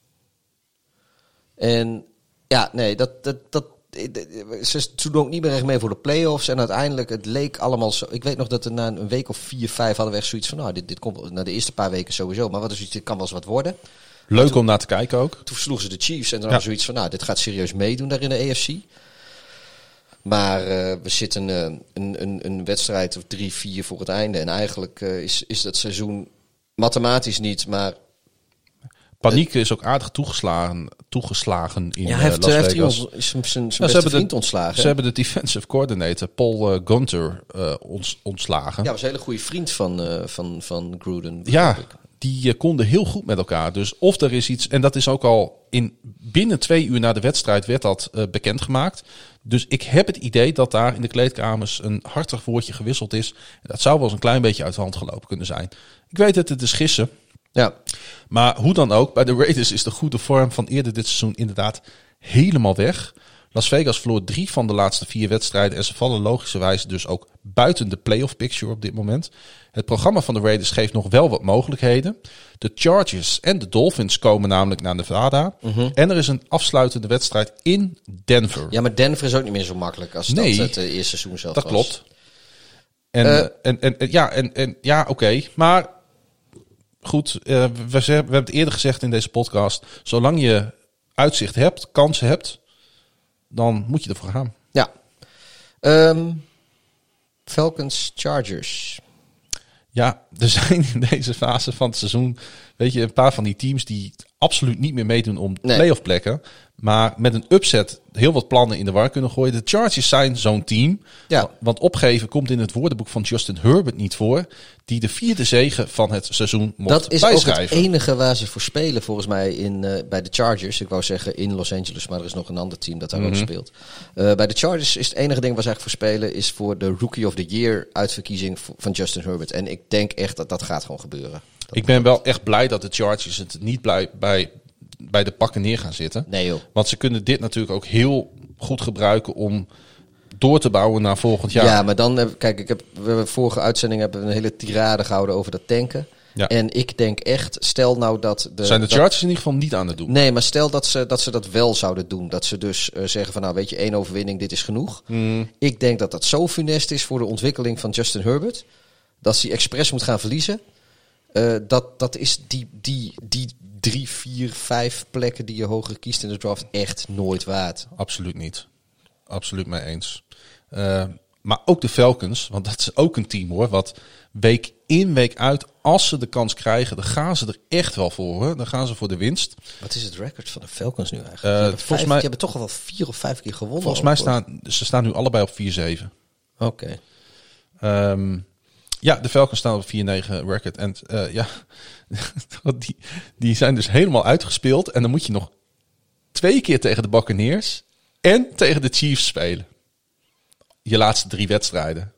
En ja, nee, dat, dat, dat, ze doen ook niet meer echt mee voor de playoffs. En uiteindelijk, het leek allemaal zo. Ik weet nog dat er na een week of vier, vijf hadden we echt zoiets van, nou, dit, dit komt na de eerste paar weken sowieso. Maar wat is iets, dit kan wel eens wat worden. Leuk toen, om naar te kijken ook. Toen versloegen ze de Chiefs en dan ja. hadden we zoiets van, nou, dit gaat serieus meedoen daar in de A F C. Maar uh, we zitten uh, een, een, een wedstrijd of drie, vier voor het einde. En eigenlijk uh, is, is dat seizoen mathematisch niet, maar... Paniek is ook aardig toegeslagen, toegeslagen in ja, hij heeft, uh, Las heeft Vegas. iemand, is zijn, zijn Ja, beste vriend de, ontslagen. Ze hè? hebben de defensive coordinator Paul uh, Gunter uh, ons, ontslagen. Ja, was een hele goede vriend van, uh, van, van Gruden. Ja, die uh, konden heel goed met elkaar. Dus of er is iets, en dat is ook al in binnen twee uur na de wedstrijd werd dat uh, bekendgemaakt. Dus ik heb het idee dat daar in de kleedkamers een hartig woordje gewisseld is. Dat zou wel eens een klein beetje uit de hand gelopen kunnen zijn. Ik weet dat het is gissen. Ja. Maar hoe dan ook, bij de Raiders is de goede vorm van eerder dit seizoen inderdaad helemaal weg. Las Vegas verloor drie van de laatste vier wedstrijden en ze vallen logischerwijs dus ook buiten de playoff picture op dit moment. Het programma van de Raiders geeft nog wel wat mogelijkheden. De Chargers en de Dolphins komen namelijk naar Nevada. Mm-hmm. En er is een afsluitende wedstrijd in Denver. Ja, maar Denver is ook niet meer zo makkelijk als nee, dat het uh, eerste seizoen zelf dat was. klopt. En, uh, en, en, en ja, en, en, ja oké. Okay. Maar goed, uh, we, we hebben het eerder gezegd in deze podcast. Zolang je uitzicht hebt, kansen hebt, dan moet je ervoor gaan. Ja. Um, Falcons, Chargers. Ja, er zijn in deze fase van het seizoen, weet je, een paar van die teams die absoluut niet meer meedoen om nee. playoff plekken. Maar met een upset heel wat plannen in de war kunnen gooien. De Chargers zijn zo'n team. Ja. Want opgeven komt in het woordenboek van Justin Herbert niet voor. Die de vierde zege van het seizoen mocht Dat is bijschrijven. ook het enige waar ze voor spelen volgens mij in, uh, bij de Chargers. Ik wou zeggen in Los Angeles, maar er is nog een ander team dat daar mm-hmm. ook speelt. Uh, bij de Chargers is het enige ding waar ze eigenlijk voor spelen is voor de Rookie of the Year uitverkiezing van Justin Herbert. En ik denk echt dat dat gaat gewoon gebeuren. Dat ik ben wel echt blij dat de Chargers het niet blij bij... bij de pakken neer gaan zitten. Nee joh. Want ze kunnen dit natuurlijk ook heel goed gebruiken om door te bouwen naar volgend jaar. Ja, maar dan, kijk, ik heb, we hebben vorige uitzending hebben we een hele tirade gehouden over dat tanken. Ja. En ik denk echt, stel nou dat... De, Zijn de dat, Chargers in ieder geval niet aan het doen? Nee, maar stel dat ze dat, ze dat wel zouden doen. Dat ze dus uh, zeggen van nou weet je, één overwinning, dit is genoeg. Mm. Ik denk dat dat zo funest is voor de ontwikkeling van Justin Herbert. Dat hij expres moet gaan verliezen. Uh, dat, dat is die, die, die drie, vier, vijf plekken die je hoger kiest in de draft echt nooit waard. Absoluut niet. Absoluut mee eens. Uh, maar ook de Falcons, want dat is ook een team hoor, wat week in, week uit, als ze de kans krijgen, dan gaan ze er echt wel voor hoor. Dan gaan ze voor de winst. Wat is het record van de Falcons nu eigenlijk? Uh, die, hebben volgens vijf, mij, die hebben toch al wel vier of vijf keer gewonnen. Volgens mij staan ze staan nu allebei op vier zeven. Oké. Okay. Um, ja, de Falcons staan op vier negen record. En uh, ja, die, die zijn dus helemaal uitgespeeld. En dan moet je nog twee keer tegen de Buccaneers en tegen de Chiefs spelen. Je laatste drie wedstrijden.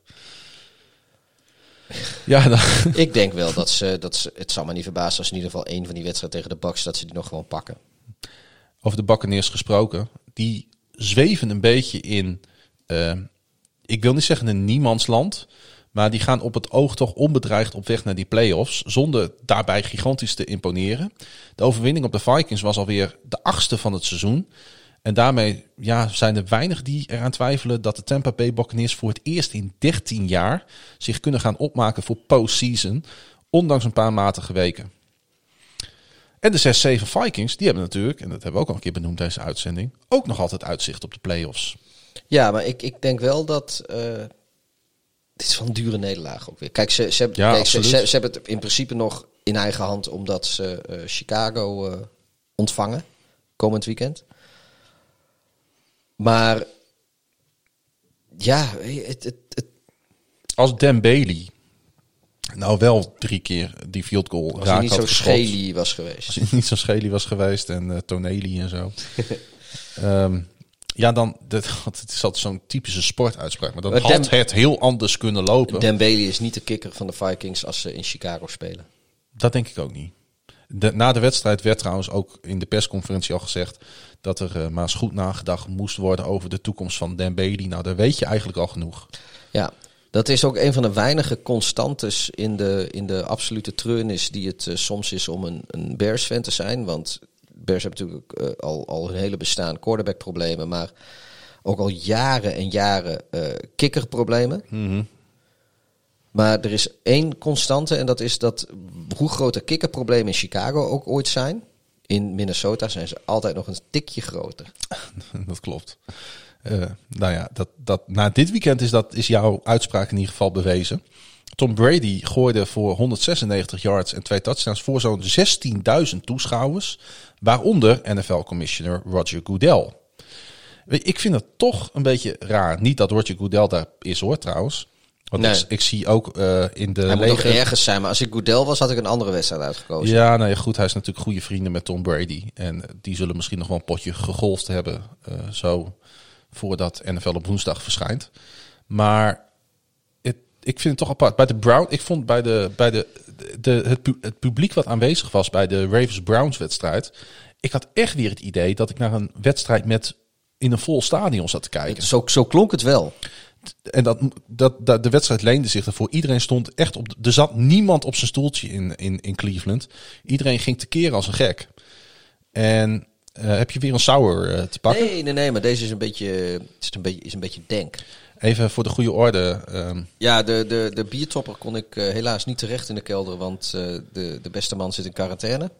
Ja, dan. Ik denk wel dat ze, dat ze... Het zal me niet verbazen als in ieder geval één van die wedstrijden tegen de Bucs, dat ze die nog gewoon pakken. Over de Buccaneers gesproken. Die zweven een beetje in... Uh, ik wil niet zeggen een niemandsland... Maar die gaan op het oog toch onbedreigd op weg naar die play-offs. Zonder daarbij gigantisch te imponeren. De overwinning op de Vikings was alweer de achtste van het seizoen. En daarmee ja, zijn er weinig die eraan twijfelen dat de Tampa Bay Buccaneers voor het eerst in dertien jaar zich kunnen gaan opmaken voor postseason. Ondanks een paar matige weken. En de zes zeven Vikings, die hebben natuurlijk, en dat hebben we ook al een keer benoemd deze uitzending, ook nog altijd uitzicht op de play-offs. Ja, maar ik, ik denk wel dat... Uh... Dit is wel een dure nederlaag ook weer. Kijk, ze, ze, hebben, ja, kijk ze, ze, ze hebben het in principe nog in eigen hand, omdat ze uh, Chicago uh, ontvangen komend weekend. Maar ja, het, het, het... als Dan Bailey nou wel drie keer die field goal als raak hij niet had zo schely was geweest. Als hij niet zo schely was geweest en uh, Tonelli en zo. um, Ja, dan, dat, het is altijd zo'n typische sportuitspraak. Maar dan maar had Dan, het heel anders kunnen lopen. Dan Bailey is niet de kikker van de Vikings als ze in Chicago spelen. Dat denk ik ook niet. De, na de wedstrijd werd trouwens ook in de persconferentie al gezegd dat er uh, maar eens goed nagedacht moest worden over de toekomst van Dan Bailey. Nou, daar weet je eigenlijk al genoeg. Ja, dat is ook een van de weinige constantes in de, in de absolute treurnis die het uh, soms is om een, een Bears-fan te zijn. Want Bears hebben natuurlijk uh, al, al hun hele bestaan quarterback-problemen, maar ook al jaren en jaren uh, kikkerproblemen. Mm-hmm. Maar er is één constante en dat is dat hoe groot de kikkerproblemen in Chicago ook ooit zijn, in Minnesota zijn ze altijd nog een tikje groter. Dat klopt. Uh, nou ja, dat, dat, na dit weekend is, dat, is jouw uitspraak in ieder geval bewezen. Tom Brady gooide voor honderdzesennegentig yards en twee touchdowns voor zo'n zestienduizend toeschouwers. Waaronder N F L-commissioner Roger Goodell. Ik vind het toch een beetje raar. Niet dat Roger Goodell daar is hoor trouwens. Want nee. ik, ik zie ook uh, in de... Hij moet nog ergens zijn, maar als ik Goodell was, had ik een andere wedstrijd uitgekozen. Ja, nou ja, goed. Hij is natuurlijk goede vrienden met Tom Brady. En die zullen misschien nog wel een potje gegolfd hebben. Uh, zo voordat N F L op woensdag verschijnt. Maar het, ik vind het toch apart. Bij de Brown, ik vond bij de, bij de, de het, pu, het publiek wat aanwezig was bij de Ravens-Browns wedstrijd. Ik had echt weer het idee dat ik naar een wedstrijd met in een vol stadion zat te kijken. Zo, zo klonk het wel. En dat, dat, dat, de wedstrijd leende zich ervoor. Iedereen stond echt op... Er zat niemand op zijn stoeltje in, in, in Cleveland. Iedereen ging tekeer als een gek. En uh, heb je weer een sour uh, te pakken? Nee, nee, nee, maar deze is een beetje, is een beetje, is een beetje denk. Even voor de goede orde. Um... Ja, de, de, de biertopper kon ik uh, helaas niet terecht in de kelder, want uh, de, de beste man zit in quarantaine.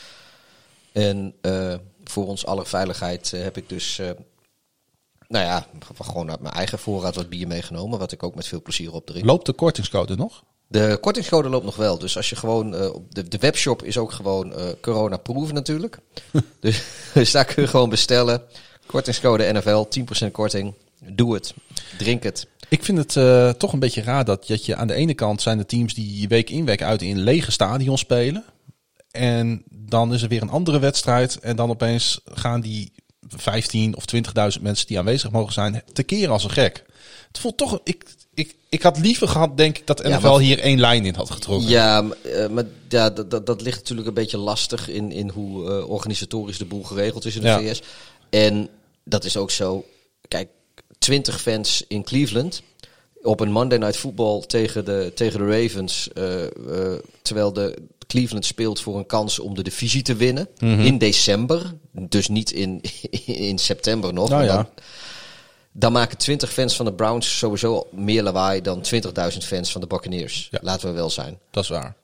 En uh, voor ons aller veiligheid uh, heb ik dus... Uh, Nou ja, gewoon uit mijn eigen voorraad wat bier meegenomen, wat ik ook met veel plezier opdrink. Loopt de kortingscode nog? De kortingscode loopt nog wel. Dus als je gewoon uh, op de, de webshop is ook gewoon uh, corona-proof natuurlijk. dus, dus daar kun je gewoon bestellen. Kortingscode N F L, tien procent korting. Doe het. Drink het. Ik vind het uh, toch een beetje raar dat, dat je aan de ene kant zijn de teams die week in week uit in lege stadions spelen. En dan is er weer een andere wedstrijd en dan opeens gaan die vijftien of twintigduizend mensen die aanwezig mogen zijn tekeer als een gek. Het voelt toch... Ik, ik, ik had liever gehad, denk ik, dat N F L ja, maar, hier één lijn in had getrokken. Ja, uh, maar ja, dat, dat, dat ligt natuurlijk een beetje lastig in, in hoe uh, organisatorisch de boel geregeld is in de ja. V S. En dat is ook zo... Kijk, twintig fans in Cleveland op een Monday Night Football tegen de, tegen de Ravens, uh, uh, terwijl de Cleveland speelt voor een kans om de divisie te winnen mm-hmm. in december, dus niet in, in september nog. Nou, ja. dan, dan maken twintig fans van de Browns sowieso meer lawaai dan twintigduizend fans van de Buccaneers. Ja. Laten we wel zijn. Dat is waar.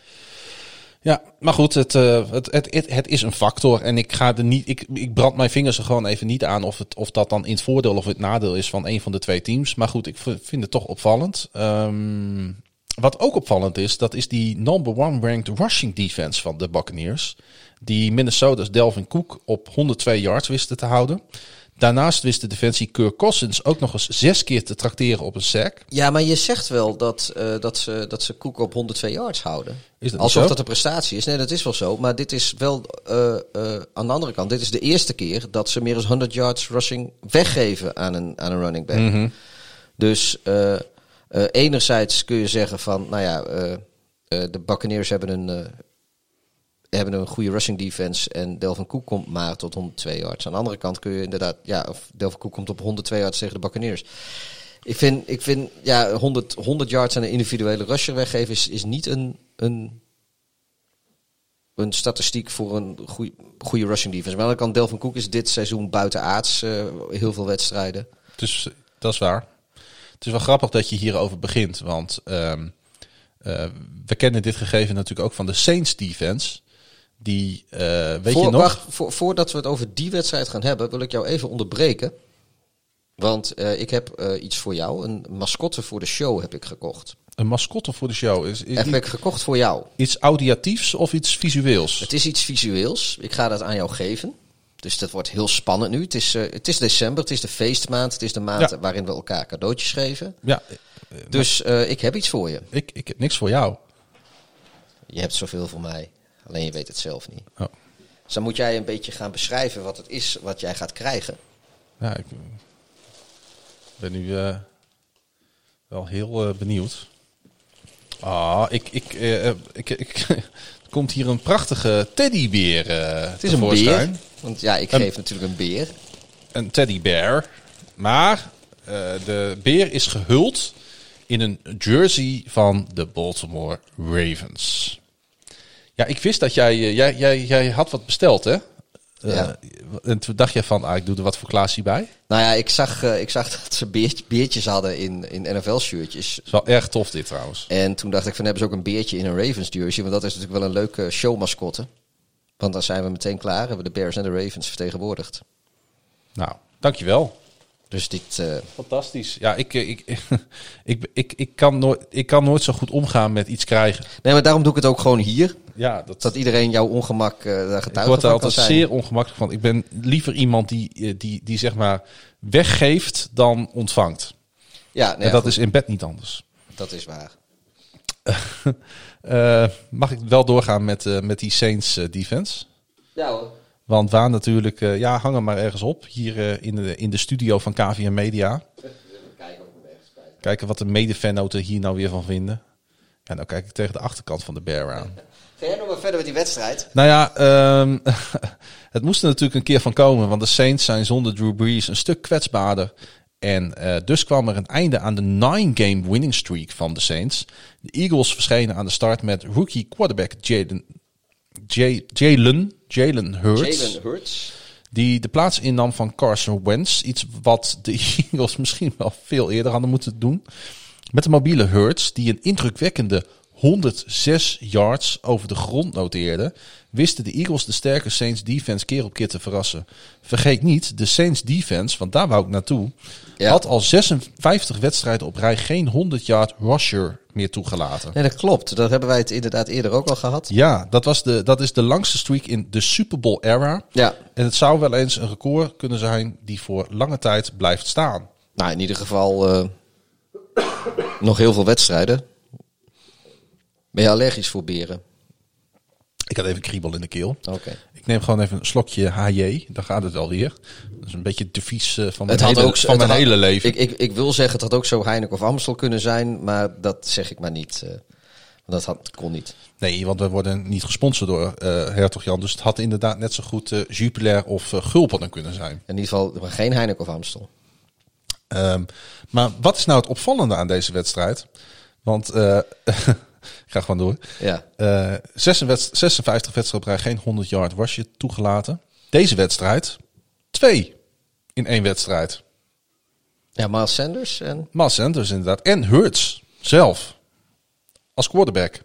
Ja, maar goed, het, uh, het, het, het, het is een factor en ik ga er niet, ik, ik brand mijn vingers er gewoon even niet aan of, het, of dat dan in het voordeel of het nadeel is van een van de twee teams. Maar goed, ik vind het toch opvallend. Um, wat ook opvallend is, dat is die number one ranked rushing defense van de Buccaneers. Die Minnesota's Delvin Cook op honderdtwee yards wisten te houden. Daarnaast wist de defensie Kirk Cousins ook nog eens zes keer te trakteren op een sack. Ja, maar je zegt wel dat, uh, dat, ze, dat ze Cook op honderdtwee yards houden. Is dat Alsof zo? dat een prestatie is. Nee, dat is wel zo. Maar dit is wel, uh, uh, aan de andere kant, dit is de eerste keer dat ze meer dan honderd yards rushing weggeven aan een, aan een running back. Mm-hmm. Dus uh, uh, enerzijds kun je zeggen van, nou ja, uh, uh, de Buccaneers hebben een... Uh, hebben een goede rushing defense en Delvin Cook komt maar tot honderdtwee yards. Aan de andere kant kun je inderdaad, ja, of Delvin Cook komt op honderdtwee yards tegen de Buccaneers. Ik vind, ik vind ja, honderd, honderd yards aan een individuele rusher weggeven is, is niet een, een, een statistiek voor een goede, goede rushing defense. Maar aan de andere kant, Delvin Cook is dit seizoen buitenaards uh, heel veel wedstrijden. Dus dat is waar. Het is wel grappig dat je hierover begint, want um, uh, we kennen dit gegeven natuurlijk ook van de Saints defense. Die, uh, weet voor, je nog? Wacht, voor, voordat we het over die wedstrijd gaan hebben, wil ik jou even onderbreken. Want uh, ik heb uh, iets voor jou. Een mascotte voor de show heb ik gekocht. Een mascotte voor de show? Is, is heb ik gekocht voor jou. Iets auditiefs of iets visueels? Het is iets visueels. Ik ga dat aan jou geven. Dus dat wordt heel spannend nu. Het is, uh, het is december, het is de feestmaand. Het is de maand ja. waarin we elkaar cadeautjes geven. Ja. Dus uh, ik heb iets voor je. Ik, ik heb niks voor jou. Je hebt zoveel voor mij. Alleen je weet het zelf niet. Oh. Dus dan moet jij een beetje gaan beschrijven wat het is wat jij gaat krijgen. Ja, ik ben nu uh, wel heel uh, benieuwd. Ah, ik, ik, uh, ik, ik, er komt hier een prachtige teddybeer uh, Het is een beer. Want ja, ik geef een, natuurlijk een beer. Een teddybeer. Maar uh, de beer is gehuld in een jersey van de Baltimore Ravens. Ja, ik wist dat jij, jij, jij, jij had wat besteld, hè? Ja. Uh, en toen dacht je van, ah, ik doe er wat voor Klaasie bij. Nou ja, ik zag, uh, ik zag dat ze beertje, beertjes hadden in, in N F L-shirtjes. Dat is wel erg tof dit trouwens. En toen dacht ik van, hebben ze ook een beertje in een Ravens-jersey? Want dat is natuurlijk wel een leuke showmascotte. Want dan zijn we meteen klaar. Hebben we de Bears en de Ravens vertegenwoordigd. Nou, dankjewel. Dus dit... Uh... Fantastisch. Ja, ik, ik, ik, ik, ik, ik, kan nooit, ik kan nooit zo goed omgaan met iets krijgen. Nee, maar daarom doe ik het ook gewoon hier. Ja, dat, dat iedereen jouw ongemak uh, daar getuige van kan zijn. Ik word er altijd zeer ongemakkelijk van. Ik ben liever iemand die, die, die zeg maar weggeeft dan ontvangt. Ja, nee, en dat goed. is in bed niet anders. Dat is waar. uh, mag ik wel doorgaan met, uh, met die Saints uh, defense? Ja hoor. Want waar natuurlijk, uh, ja, hang er maar ergens op. Hier uh, in, de, in de studio van K V M Media. Kijken, of we ergens kijken. Kijken wat de mede-fannoten hier nou weer van vinden. Ja, nou kijk ik tegen de achterkant van de bear aan. Ga jij nog maar verder met die wedstrijd? Nou ja, um, het moest er natuurlijk een keer van komen. Want de Saints zijn zonder Drew Brees een stuk kwetsbaarder. En uh, dus kwam er een einde aan de nine-game winning streak van de Saints. De Eagles verschenen aan de start met rookie quarterback Jalen Jalen Jalen Hurts. Jalen Hurts. Die de plaats innam van Carson Wentz. Iets wat de Eagles misschien wel veel eerder hadden moeten doen. Met de mobiele Hurts, die een indrukwekkende honderdzes yards over de grond noteerde, wisten de Eagles de sterke Saints defense keer op keer te verrassen. Vergeet niet, de Saints defense, want daar wou ik naartoe, ja. had al zesenvijftig wedstrijden op rij geen honderd yard rusher meer toegelaten. Nee, dat klopt. Dat hebben wij het inderdaad eerder ook al gehad. Ja, dat, was de, dat is de langste streak in de Super Bowl era. Ja. En het zou wel eens een record kunnen zijn die voor lange tijd blijft staan. Nou, in ieder geval uh, nog heel veel wedstrijden. Ben je allergisch voor beren? Ik had even kriebel in de keel. Oké. Okay. Ik neem gewoon even een slokje H J. Dan gaat het alweer. Dat is een beetje het devies uh, van mijn, het had hele, ook, van mijn had, hele leven. Ik, ik, ik wil zeggen, het had ook zo Heineken of Amstel kunnen zijn. Maar dat zeg ik maar niet. Uh, dat had, kon niet. Nee, want we worden niet gesponsord door uh, Hertog Jan. Dus het had inderdaad net zo goed uh, Jupiler of uh, Gulpen kunnen zijn. In ieder geval geen Heineken of Amstel. Um, maar wat is nou het opvallende aan deze wedstrijd? Want... Uh, Ik ga gewoon door. Ja. Uh, zesenvijftig wedstrijden op rij, geen honderd yard rusher toegelaten. Deze wedstrijd, twee in één wedstrijd. Ja, Miles Sanders en... Miles Sanders inderdaad. En Hurts zelf. Als quarterback.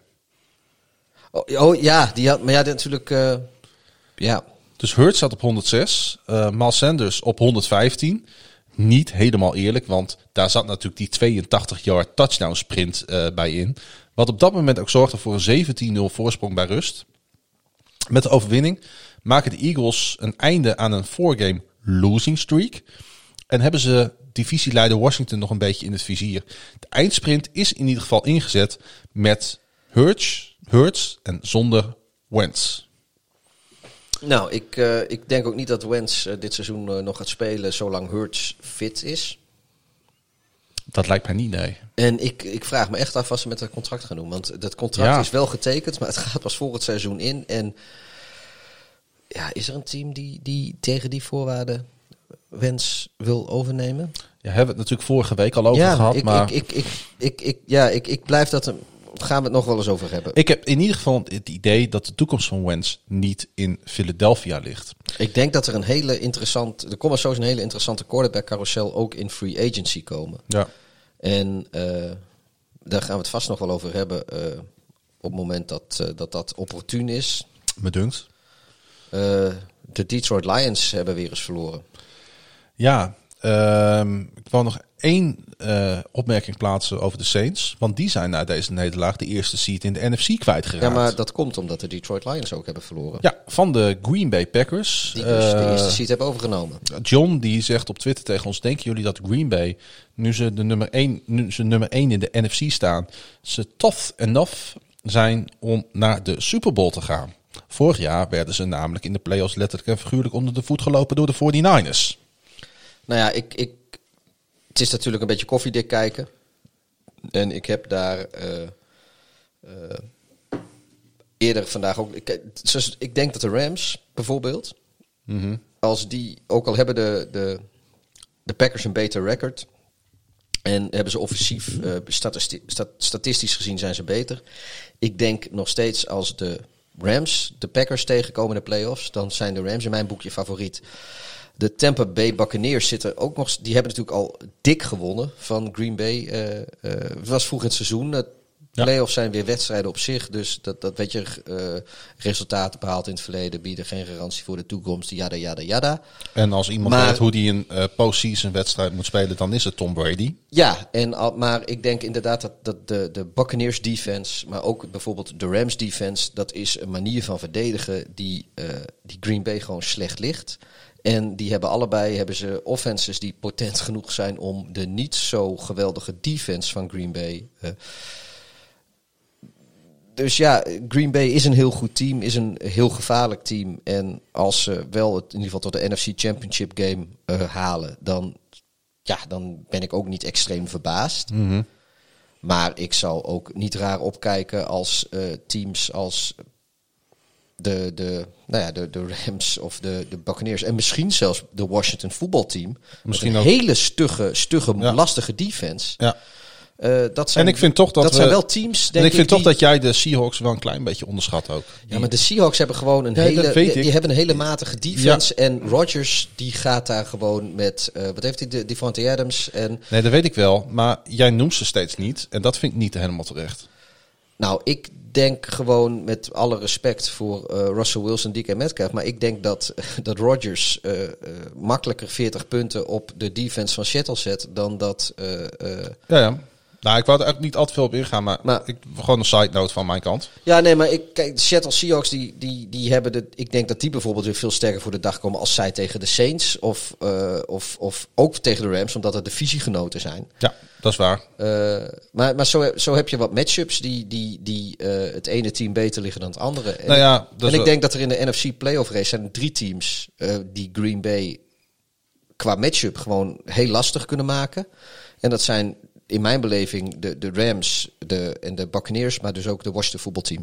Oh, oh ja, die had... Maar ja, natuurlijk... Uh, ja. Dus Hurts zat op honderdzes. Uh, Miles Sanders op honderdvijftien. Niet helemaal eerlijk, want daar zat natuurlijk die tweeëntachtig yard touchdown sprint uh, bij in. Wat op dat moment ook zorgde voor een zeventien nul voorsprong bij rust. Met de overwinning maken de Eagles een einde aan een four-game losing streak. En hebben ze divisieleider Washington nog een beetje in het vizier. De eindsprint is in ieder geval ingezet met Hurts, Hurts en zonder Wentz. Nou, ik, uh, ik denk ook niet dat Wentz uh, dit seizoen uh, nog gaat spelen zolang Hurts fit is. Dat lijkt mij niet, nee. En ik, ik vraag me echt af wat ze met dat contract gaan doen. Want dat contract ja. is wel getekend, maar het gaat pas volgend seizoen in. En ja, is er een team die, die tegen die voorwaarden Wentz wil overnemen? Ja, hebben we het natuurlijk vorige week al over ja, gehad. Ik, maar ik, ik, ik, ik, ik, ja, ik, ik blijf dat... Een, gaan we het nog wel eens over hebben. Ik heb in ieder geval het idee dat de toekomst van Wentz niet in Philadelphia ligt. Ik denk dat er een hele interessant... Er komt zo een hele interessante quarterback carousel ook in free agency komen. Ja. En uh, daar gaan we het vast nog wel over hebben uh, op het moment dat, uh, dat dat opportun is. Me dunkt. Uh, de Detroit Lions hebben weer eens verloren. Ja, uh, ik wou nog één uh, opmerking plaatsen over de Saints. Want die zijn na deze nederlaag de eerste seed in de N F C kwijtgeraakt. Ja, maar dat komt omdat de Detroit Lions ook hebben verloren. Ja, van de Green Bay Packers. Die dus uh, de eerste uh, seed hebben overgenomen. John die zegt op Twitter tegen ons: denken jullie dat Green Bay, nu ze de nummer één, nu ze nummer één in de N F C staan, ze tough enough zijn om naar de Super Bowl te gaan? Vorig jaar werden ze namelijk in de playoffs letterlijk en figuurlijk onder de voet gelopen door de forty-niners. Nou ja, ik, ik, het is natuurlijk een beetje koffiedik kijken. En ik heb daar uh, uh, eerder vandaag ook... Ik, ik denk dat de Rams bijvoorbeeld, Mm-hmm. als die, ook al hebben de, de, de Packers een beter record en hebben ze offensief, uh, statisti- stat- statistisch gezien zijn ze beter. Ik denk nog steeds als de Rams de Packers tegenkomen in de playoffs, dan zijn de Rams in mijn boekje favoriet. De Tampa Bay Buccaneers zitten ook nog... Die hebben natuurlijk al dik gewonnen van Green Bay. Uh, uh, het was vroeg in het seizoen. De Ja. playoffs zijn weer wedstrijden op zich. Dus dat, dat weet je, uh, resultaten behaald in het verleden bieden geen garantie voor de toekomst. Yada, yada, yada. En als iemand Maar- weet hoe die een uh, postseason wedstrijd moet spelen, dan is het Tom Brady. Ja, en, al- maar ik denk inderdaad dat, dat de, de Buccaneers defense, maar ook bijvoorbeeld de Rams defense, dat is een manier van verdedigen die, uh, die Green Bay gewoon slecht ligt. En die hebben allebei hebben ze offenses die potent genoeg zijn om de niet zo geweldige defense van Green Bay. Uh, dus ja, Green Bay is een heel goed team, is een heel gevaarlijk team. En als ze wel het, in ieder geval tot de N F C Championship game uh, halen, dan, ja, dan ben ik ook niet extreem verbaasd. Mm-hmm. Maar ik zal ook niet raar opkijken als uh, teams als de, de, nou ja, de, de Rams of de, de Buccaneers. En misschien zelfs de Washington voetbalteam. Misschien een ook. hele stugge, stugge ja. lastige defense. Ja. Uh, dat zijn, en ik vind toch dat, dat we, zijn wel teams. Denk en ik vind ik, toch die, dat jij de Seahawks wel een klein beetje onderschat ook. Die, ja, maar de Seahawks hebben gewoon een ja, hele, die, die hebben een hele matige defense. Ja. En Rodgers die gaat daar gewoon met, uh, wat heeft hij, de Devontae Adams en. Nee, dat weet ik wel. Maar jij noemt ze steeds niet. En dat vind ik niet helemaal terecht. Nou, ik denk gewoon met alle respect voor uh, Russell Wilson, D K Metcalf. Maar ik denk dat, dat Rodgers uh, uh, makkelijker veertig punten op de defense van Seattle zet dan dat. Uh, uh, ja, ja. Nou, ik wou er eigenlijk niet al te veel op ingaan, maar, maar ik, gewoon een side note van mijn kant. Ja, nee, maar ik, kijk, de Seattle Seahawks, die, die, die hebben de, ik denk dat die bijvoorbeeld weer veel sterker voor de dag komen als zij tegen de Saints of, uh, of, of ook tegen de Rams, omdat het divisiegenoten zijn. Ja, dat is waar. Uh, maar maar zo, zo heb je wat matchups die, die, die uh, het ene team beter liggen dan het andere. En, nou ja, en ik wel... denk dat er in de N F C playoff race zijn drie teams uh, die Green Bay qua matchup gewoon heel lastig kunnen maken. En dat zijn in mijn beleving de, de Rams de, en de Buccaneers, maar dus ook de Washington voetbalteam.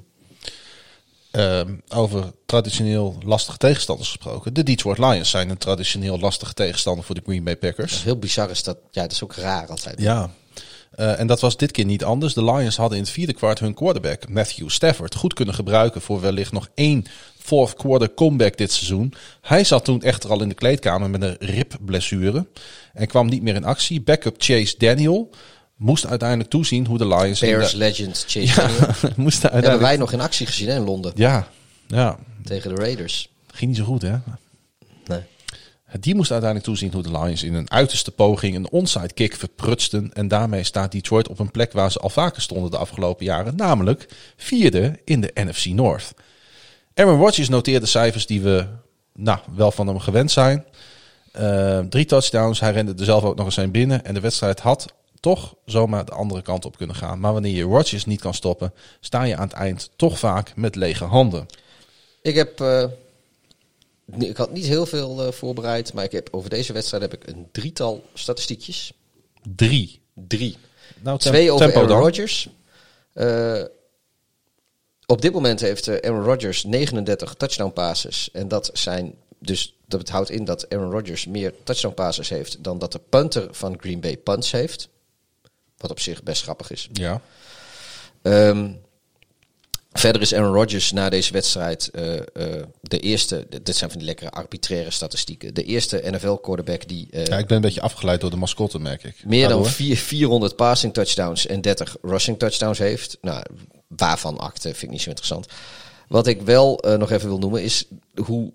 Uh, over traditioneel lastige tegenstanders gesproken. De Detroit Lions zijn een traditioneel lastige tegenstander voor de Green Bay Packers. Heel bizar is dat. Ja, dat is ook raar altijd. Ja. Uh, en dat was dit keer niet anders. De Lions hadden in het vierde kwart hun quarterback Matthew Stafford goed kunnen gebruiken voor wellicht nog één fourth quarter comeback dit seizoen. Hij zat toen echter al in de kleedkamer met een ribblessure en kwam niet meer in actie. Backup Chase Daniel moest uiteindelijk toezien hoe de Lions... Bears de... legend Chase ja, Daniel. moest uiteindelijk... Hebben wij nog in actie gezien hè, in Londen. Ja, ja. Tegen de Raiders. Ging niet zo goed, hè? Nee. Die moest uiteindelijk toezien hoe de Lions in een uiterste poging een onside kick verprutsten. En daarmee staat Detroit op een plek waar ze al vaker stonden de afgelopen jaren. Namelijk vierde in de N F C North. Aaron Rodgers noteerde cijfers die we nou, wel van hem gewend zijn. Uh, drie touchdowns, hij rende er zelf ook nog eens een binnen. En de wedstrijd had toch zomaar de andere kant op kunnen gaan. Maar wanneer je Rodgers niet kan stoppen, sta je aan het eind toch vaak met lege handen. Ik heb... Uh... Ik had niet heel veel uh, voorbereid, maar ik heb over deze wedstrijd heb ik een drietal statistiekjes. Drie? Drie. Nou, tem- Twee over Aaron dan. Rodgers. Uh, op dit moment heeft uh, Aaron Rodgers negenendertig touchdown passes. En dat zijn dus dat houdt in dat Aaron Rodgers meer touchdown passes heeft dan dat de punter van Green Bay punts heeft. Wat op zich best grappig is. Ja. Um, Verder is Aaron Rodgers na deze wedstrijd uh, uh, de eerste, dit zijn van die lekkere arbitraire statistieken, de eerste N F L quarterback die... Uh, ja, ik ben een beetje afgeleid door de mascotte, merk ik. Meer Ga dan door. vier, vierhonderd passing touchdowns en dertig rushing touchdowns heeft. Nou, waarvan acht vind ik niet zo interessant. Wat ik wel uh, nog even wil noemen is hoe,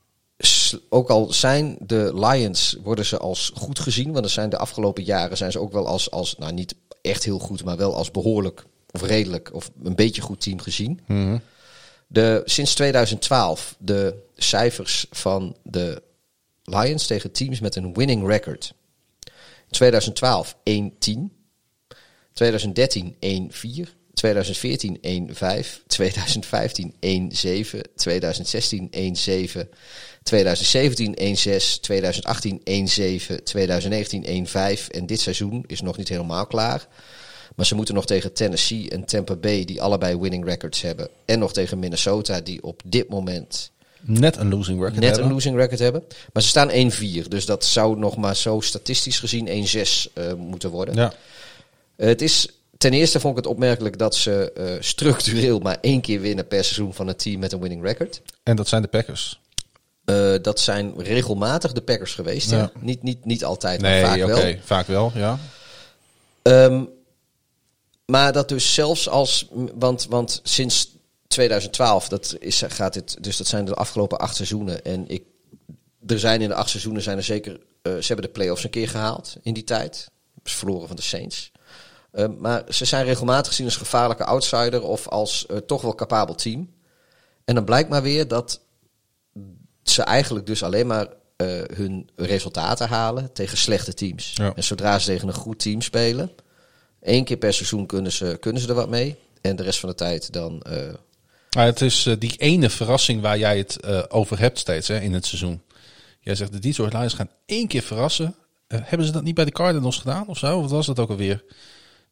ook al zijn de Lions, worden ze als goed gezien, want er zijn de afgelopen jaren zijn ze ook wel als, als nou niet echt heel goed, maar wel als behoorlijk of redelijk of een beetje goed team gezien. Mm-hmm. De, sinds tweeduizend twaalf de cijfers van de Lions tegen teams met een winning record. tweeduizend twaalf één tien, tweeduizend dertien één vier, tweeduizend veertien één vijf, tweeduizend vijftien één zeven, tweeduizend zestien één zeven, tweeduizend zeventien één zes, tweeduizend achttien één zeven, tweeduizend negentien één vijf en dit seizoen is nog niet helemaal klaar. Maar ze moeten nog tegen Tennessee en Tampa Bay, die allebei winning records hebben. En nog tegen Minnesota, die op dit moment net een losing record net hebben. een losing record hebben. Maar ze staan één vier, dus dat zou nog maar zo statistisch gezien één zes uh, moeten worden. Ja. Uh, het is, ten eerste vond ik het opmerkelijk dat ze uh, structureel maar één keer winnen per seizoen van een team met een winning record. En dat zijn de Packers. Uh, dat zijn regelmatig de Packers geweest. Ja. Ja. Niet, niet, niet altijd, nee, maar vaak okay. wel. Vaak wel, ja. Um, Maar dat dus zelfs als, want, want sinds tweeduizend twaalf, dat is, gaat dit, dus dat zijn de afgelopen acht seizoenen. En ik, er zijn in de acht seizoenen zijn er zeker, uh, ze hebben de play-offs een keer gehaald in die tijd. Ze verloren van de Saints. Uh, maar ze zijn regelmatig gezien als gevaarlijke outsider of als uh, toch wel capabel team. En dan blijkt maar weer dat ze eigenlijk dus alleen maar uh, hun resultaten halen tegen slechte teams. Ja. En zodra ze tegen een goed team spelen, Eén keer per seizoen kunnen ze, kunnen ze er wat mee. En de rest van de tijd dan... Uh... Maar het is uh, die ene verrassing waar jij het uh, over hebt steeds hè, in het seizoen. Jij zegt de Detroit Lions gaan één keer verrassen. Uh, hebben ze dat niet bij de Cardinals gedaan of zo? Wat was dat ook alweer?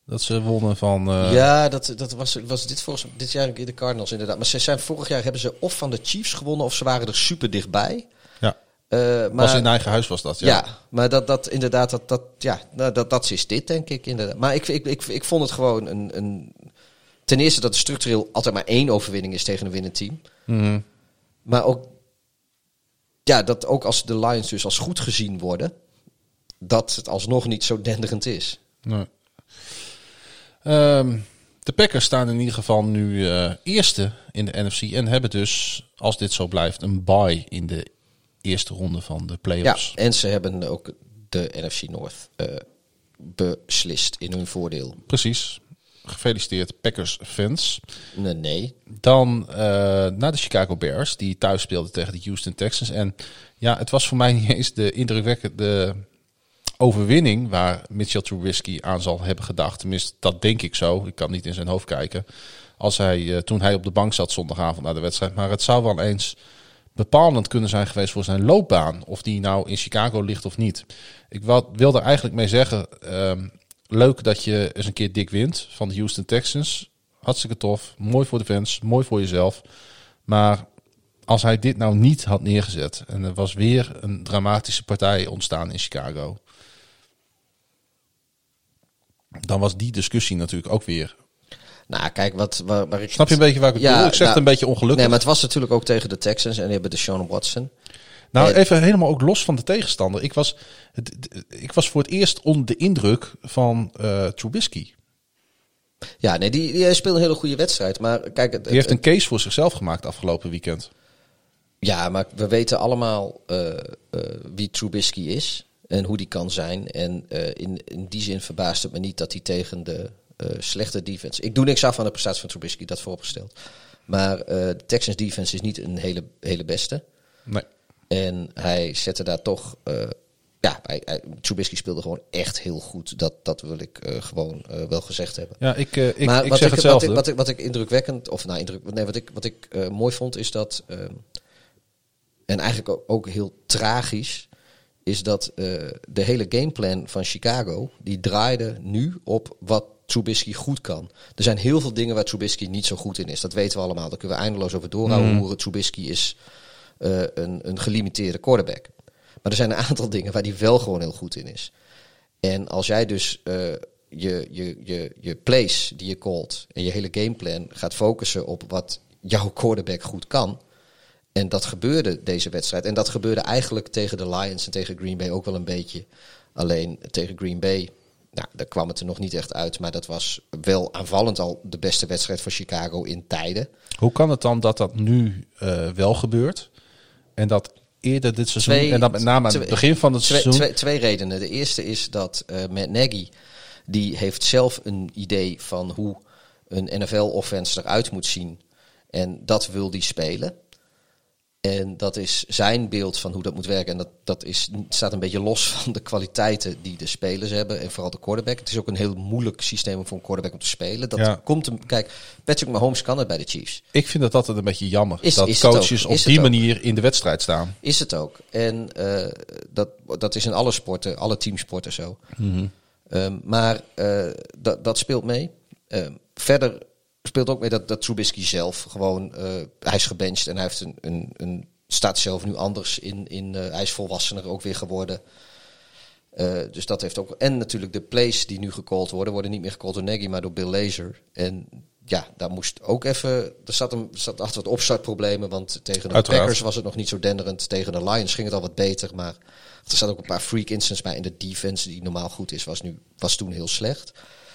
Dat ze wonnen van... Uh... Ja, dat, dat was, was dit volgens dit jaar in de Cardinals inderdaad. Maar ze zijn vorig jaar hebben ze of van de Chiefs gewonnen of ze waren er super dichtbij. Ja. Uh, maar, was in eigen huis was dat, ja. Ja, maar dat, dat inderdaad, dat, dat, ja, nou, dat, dat is dit denk ik inderdaad. Maar ik, ik, ik, ik vond het gewoon een, een... Ten eerste dat er structureel altijd maar één overwinning is tegen een winnend team. Mm-hmm. Maar ook... Ja, dat ook als de Lions dus als goed gezien worden... dat het alsnog niet zo denderend is. Nee. Um, de Packers staan in ieder geval nu uh, eerste in de N F C... en hebben dus, als dit zo blijft, een bye in de eerste ronde van de playoffs. Ja, en ze hebben ook de N F C North uh, beslist in hun voordeel. Precies. Gefeliciteerd Packers fans. Nee, nee. Dan uh, naar de Chicago Bears, die thuis speelden tegen de Houston Texans. En ja, het was voor mij niet eens de indrukwekkende overwinning waar Mitchell Trubisky aan zal hebben gedacht. Tenminste, dat denk ik zo. Ik kan niet in zijn hoofd kijken. Als hij, uh, toen hij op de bank zat zondagavond na de wedstrijd. Maar het zou wel eens bepalend kunnen zijn geweest voor zijn loopbaan. Of die nou in Chicago ligt of niet. Ik wilde eigenlijk mee zeggen... Um, leuk dat je eens een keer dik wint van de Houston Texans. Hartstikke tof. Mooi voor de fans. Mooi voor jezelf. Maar als hij dit nou niet had neergezet... en er was weer een dramatische partij ontstaan in Chicago... dan was die discussie natuurlijk ook weer... Nou, kijk, wat, waar, waar ik... Snap je een beetje waar ik het ja, bedoel? Ik zeg nou, het een beetje ongelukkig. Nee, maar het was natuurlijk ook tegen de Texans... en die hebben de Deshaun Watson... Nou, even helemaal ook los van de tegenstander. Ik was, het, ik was voor het eerst onder de indruk van uh, Trubisky. Ja, nee, die, die speelde een hele goede wedstrijd. Maar kijk, het, die heeft een case voor zichzelf gemaakt afgelopen weekend. Ja, maar we weten allemaal uh, uh, wie Trubisky is en hoe die kan zijn. En uh, in, in die zin verbaast het me niet dat hij tegen de uh, slechte defense... Ik doe niks af aan de prestatie van Trubisky, dat vooropgesteld. Maar uh, de Texans defense is niet een hele, hele beste. Nee. En hij zette daar toch... Uh, ja, hij, hij, Trubisky speelde gewoon echt heel goed. Dat, dat wil ik uh, gewoon uh, wel gezegd hebben. Ja, ik, uh, ik, maar ik wat zeg ik, hetzelfde. Wat ik, wat, ik, wat ik indrukwekkend... Of nou, indruk, nee, wat ik, wat ik uh, mooi vond is dat... Uh, en eigenlijk ook, ook heel tragisch... is dat uh, de hele gameplan van Chicago... die draaide nu op wat Trubisky goed kan. Er zijn heel veel dingen waar Trubisky niet zo goed in is. Dat weten we allemaal. Daar kunnen we eindeloos over doorhouden. Mm. Hoe Trubisky is... Uh, een, een gelimiteerde quarterback. Maar er zijn een aantal dingen waar hij wel gewoon heel goed in is. En als jij dus uh, je, je, je, je plays die je callt en je hele gameplan gaat focussen op wat jouw quarterback goed kan. En dat gebeurde deze wedstrijd. En dat gebeurde eigenlijk tegen de Lions en tegen Green Bay ook wel een beetje. Alleen tegen Green Bay, nou, daar kwam het er nog niet echt uit. Maar dat was wel aanvallend al de beste wedstrijd voor Chicago in tijden. Hoe kan het dan dat dat nu uh, wel gebeurt? En dat eerder dit seizoen, twee, en dat met name aan het begin van het twee, seizoen... Twee, twee redenen. De eerste is dat uh, Matt Nagy, die heeft zelf een idee van hoe een N F L-offense eruit moet zien. En dat wil die spelen. En dat is zijn beeld van hoe dat moet werken. En dat, dat is, staat een beetje los van de kwaliteiten die de spelers hebben. En vooral de quarterback. Het is ook een heel moeilijk systeem voor een quarterback om te spelen. Dat ja. komt hem, kijk, Patrick Mahomes kan het bij de Chiefs. Ik vind dat altijd een beetje jammer. Is, dat is coaches op die manier in de wedstrijd staan. Is het ook. En uh, dat, dat is in alle sporten, alle teamsporten zo. Mm-hmm. Um, maar uh, dat, dat speelt mee. Um, verder... speelt ook mee dat, dat Trubisky zelf gewoon... Uh, hij is gebenched en hij heeft een, een, een, staat zelf nu anders in... in uh, hij is volwassener ook weer geworden. Uh, dus dat heeft ook... En natuurlijk de plays die nu gecallt worden... worden niet meer gecallt door Nagy, maar door Bill Lazor. En ja, daar moest ook even... Er zat, een, er zat achter wat opstartproblemen... want tegen de Uiteraard. Packers was het nog niet zo denderend. Tegen de Lions ging het al wat beter. Maar er zat ook een paar freak incidents bij... in de defense die normaal goed is... was, nu, was toen heel slecht...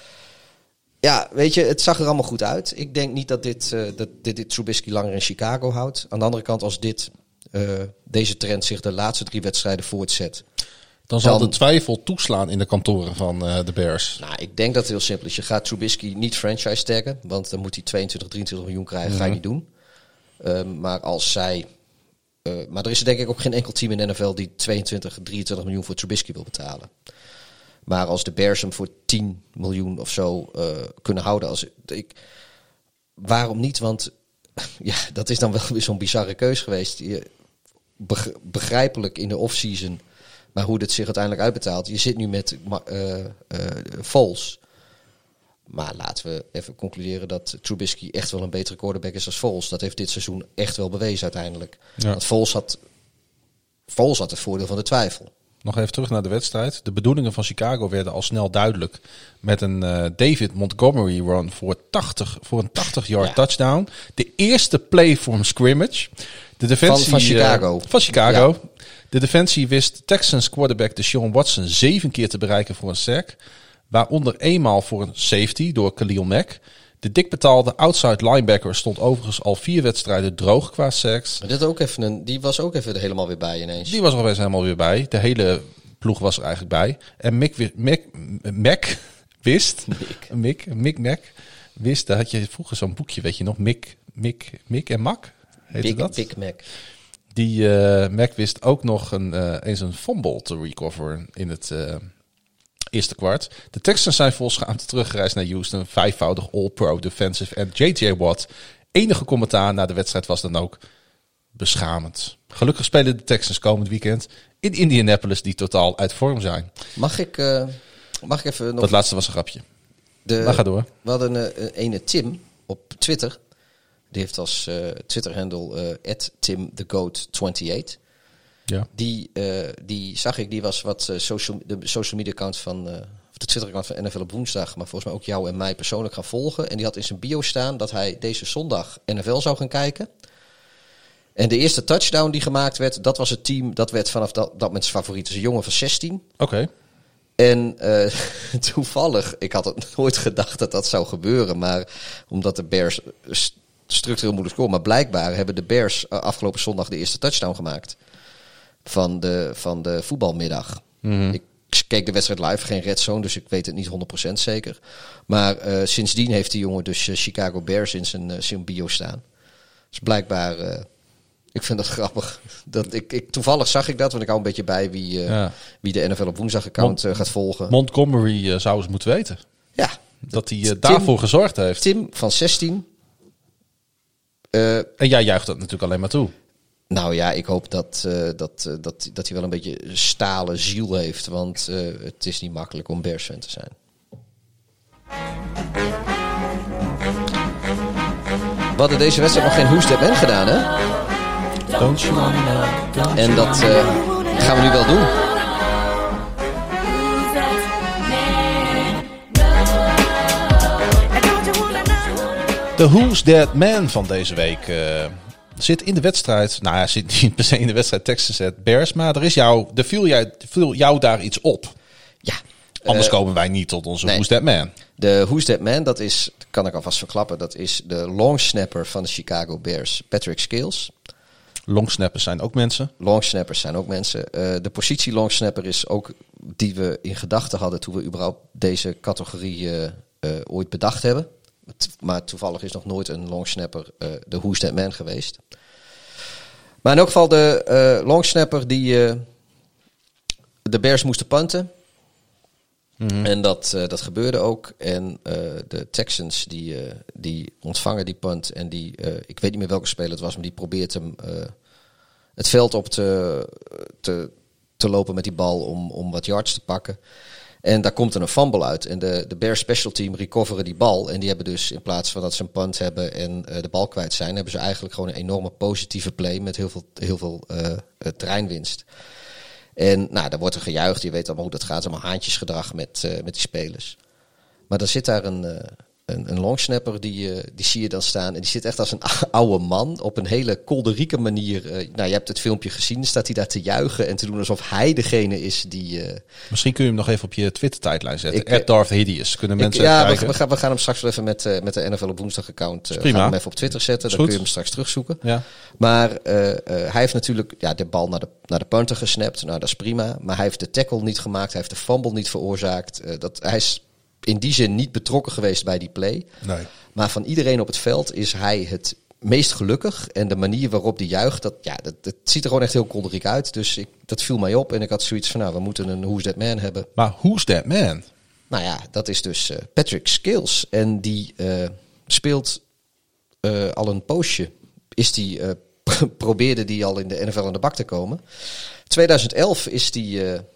Ja, weet je, het zag er allemaal goed uit. Ik denk niet dat dit, uh, dat dit, dit Trubisky langer in Chicago houdt. Aan de andere kant, als dit, uh, deze trend zich de laatste drie wedstrijden voortzet... Dan zal dan, de twijfel toeslaan in de kantoren van uh, de Bears. Nou, ik denk dat het heel simpel is. Je gaat Trubisky niet franchise taggen, want dan moet hij tweeëntwintig, drieëntwintig miljoen krijgen. Mm-hmm. Ga je niet doen. Um, maar als zij... Uh, maar er is denk ik ook geen enkel team in de N F L die tweeëntwintig, drieëntwintig miljoen voor Trubisky wil betalen. Maar als de Bears hem voor tien miljoen of zo uh, kunnen houden... Als, ik, waarom niet? Want ja, dat is dan wel weer zo'n bizarre keus geweest. Je, begrijpelijk in de offseason... maar hoe dit zich uiteindelijk uitbetaalt. Je zit nu met uh, uh, Foles. Maar laten we even concluderen dat Trubisky echt wel een betere quarterback is dan Foles. Dat heeft dit seizoen echt wel bewezen uiteindelijk. Ja. Want Foles had, Foles had het voordeel van de twijfel. Nog even terug naar de wedstrijd. De bedoelingen van Chicago werden al snel duidelijk. Met een uh, David Montgomery run voor, tachtig, voor een tachtig-yard ja. touchdown. De eerste play from scrimmage. De defensie, van, van Chicago. Uh, van Chicago. Ja. De defensie wist Texans quarterback Deshaun Watson zeven keer te bereiken voor een sack. Waaronder eenmaal voor een safety door Khalil Mack. De dikbetaalde outside linebacker stond overigens al vier wedstrijden droog qua sacks. Maar dit ook even een, die was ook even er helemaal weer bij ineens. Die was er alweer helemaal weer bij. De hele ploeg was er eigenlijk bij. En Mick, Mick, Mac wist... Mick. Mick, Mick Mac wist... Daar had je vroeger zo'n boekje, weet je nog? Mick, Mick, Mick en Mac? Heette Big, dat? Big Mac. Die uh, Mac wist ook nog een, uh, eens een fumble te recoveren in het... Uh, eerste kwart. De Texans zijn vol schaamte teruggereisd naar Houston. Vijfvoudig All-Pro defensive en J J Watt. Enige commentaar na de wedstrijd was dan ook beschamend. Gelukkig spelen de Texans komend weekend in Indianapolis die totaal uit vorm zijn. Mag ik, uh, mag ik even nog... Dat laatste was een grapje. De, maar ga door. We hadden een, een ene Tim op Twitter. Die heeft als uh, Twitter-handle uh, at Tim the Goat achtentwintig. Ja. Die, uh, die zag ik, die was wat uh, social, de social media account van, uh, of de Twitter account van N F L op woensdag, maar volgens mij ook jou en mij persoonlijk gaan volgen. En die had in zijn bio staan dat hij deze zondag N F L zou gaan kijken. En de eerste touchdown die gemaakt werd, dat was het team, dat werd vanaf dat, dat moment zijn favoriet. Dus een jongen van zestien. Oké. Okay. En uh, toevallig, ik had het nooit gedacht dat dat zou gebeuren, maar omdat de Bears st- structureel moeilijk scoren, maar blijkbaar hebben de Bears uh, afgelopen zondag de eerste touchdown gemaakt. Van de, van de voetbalmiddag. Mm-hmm. Ik keek de wedstrijd live, geen red zone, dus ik weet het niet honderd procent zeker. Maar uh, sindsdien heeft die jongen dus uh, Chicago Bears in zijn, uh, zijn bio staan. Dus blijkbaar, uh, ik vind dat grappig. Dat ik, ik, toevallig zag ik dat, want ik hou een beetje bij wie, uh, ja. wie de N F L op woensdag account uh, gaat volgen. Montgomery uh, zou eens moeten weten. Ja. Dat hij uh, Tim, daarvoor gezorgd heeft. Tim van zestien. Uh, en jij juicht dat natuurlijk alleen maar toe. Nou ja, ik hoop dat, uh, dat, uh, dat, dat hij wel een beetje stalen ziel heeft. Want uh, het is niet makkelijk om Bears-fan te zijn. We hadden deze wedstrijd nog geen Who's That Man gedaan, hè? Don't you wanna, don't en dat uh, gaan we nu wel doen. De Who's That Man van deze week... Uh... zit in de wedstrijd, nou ja, zit niet per se in de wedstrijd Texans at Bears, maar er is jou, er viel, jij, viel jou daar iets op. Ja. Anders uh, komen wij niet tot onze nee. Who's That Man. De Who's That Man, dat is, kan ik alvast verklappen, dat is de longsnapper van de Chicago Bears, Patrick Scales. Longsnappers zijn ook mensen. Longsnappers zijn ook mensen. Uh, de positie longsnapper is ook die we in gedachten hadden toen we überhaupt deze categorie uh, uh, ooit bedacht hebben. Maar toevallig is nog nooit een longsnapper uh, de Who's That Man geweest. Maar in elk geval de uh, longsnapper die uh, de Bears moesten punten. Mm-hmm. En dat, uh, dat gebeurde ook. En uh, de Texans die, uh, die ontvangen die punt. En die, uh, ik weet niet meer welke speler het was, maar die probeert hem uh, het veld op te, te, te lopen met die bal om, om wat yards te pakken. En daar komt er een fumble uit. En de, de Bears special team recoveren die bal. En die hebben dus in plaats van dat ze een punt hebben en uh, de bal kwijt zijn, hebben ze eigenlijk gewoon een enorme positieve play met heel veel, heel veel uh, uh, terreinwinst. En nou, daar wordt er gejuicht. Je weet allemaal hoe dat gaat. Allemaal haantjesgedrag met, uh, met die spelers. Maar dan zit daar een, uh, een, een longsnapper, die, uh, die zie je dan staan. En die zit echt als een oude man op een hele kolderieke manier. Uh, nou, je hebt het filmpje gezien. Staat hij daar te juichen en te doen alsof hij degene is die... Uh, Misschien kun je hem nog even op je Twitter-tijdlijn zetten. At Darth Hideous. Kunnen mensen ik, Ja, kijken? we, we, gaan, we gaan hem straks wel even met, uh, met de N F L op woensdag account. Uh, Prima. gaan we hem even op Twitter zetten. Dan goed. kun je hem straks terugzoeken. Ja. Maar uh, uh, hij heeft natuurlijk ja, de bal naar de, naar de punter gesnapt. Nou, dat is prima. Maar hij heeft de tackle niet gemaakt. Hij heeft de fumble niet veroorzaakt. Uh, dat, hij is in die zin niet betrokken geweest bij die play. Nee. Maar van iedereen op het veld is hij het meest gelukkig. En de manier waarop die juicht, dat, ja, dat, dat ziet er gewoon echt heel kolderiek uit. Dus ik, dat viel mij op. En ik had zoiets van, nou, we moeten een Who's That Man hebben. Maar Who's That Man? Nou ja, dat is dus uh, Patrick Scales. En die uh, speelt uh, al een poosje. Is die, uh, probeerde die al in de N F L aan de bak te komen. twintig elf is die... Uh,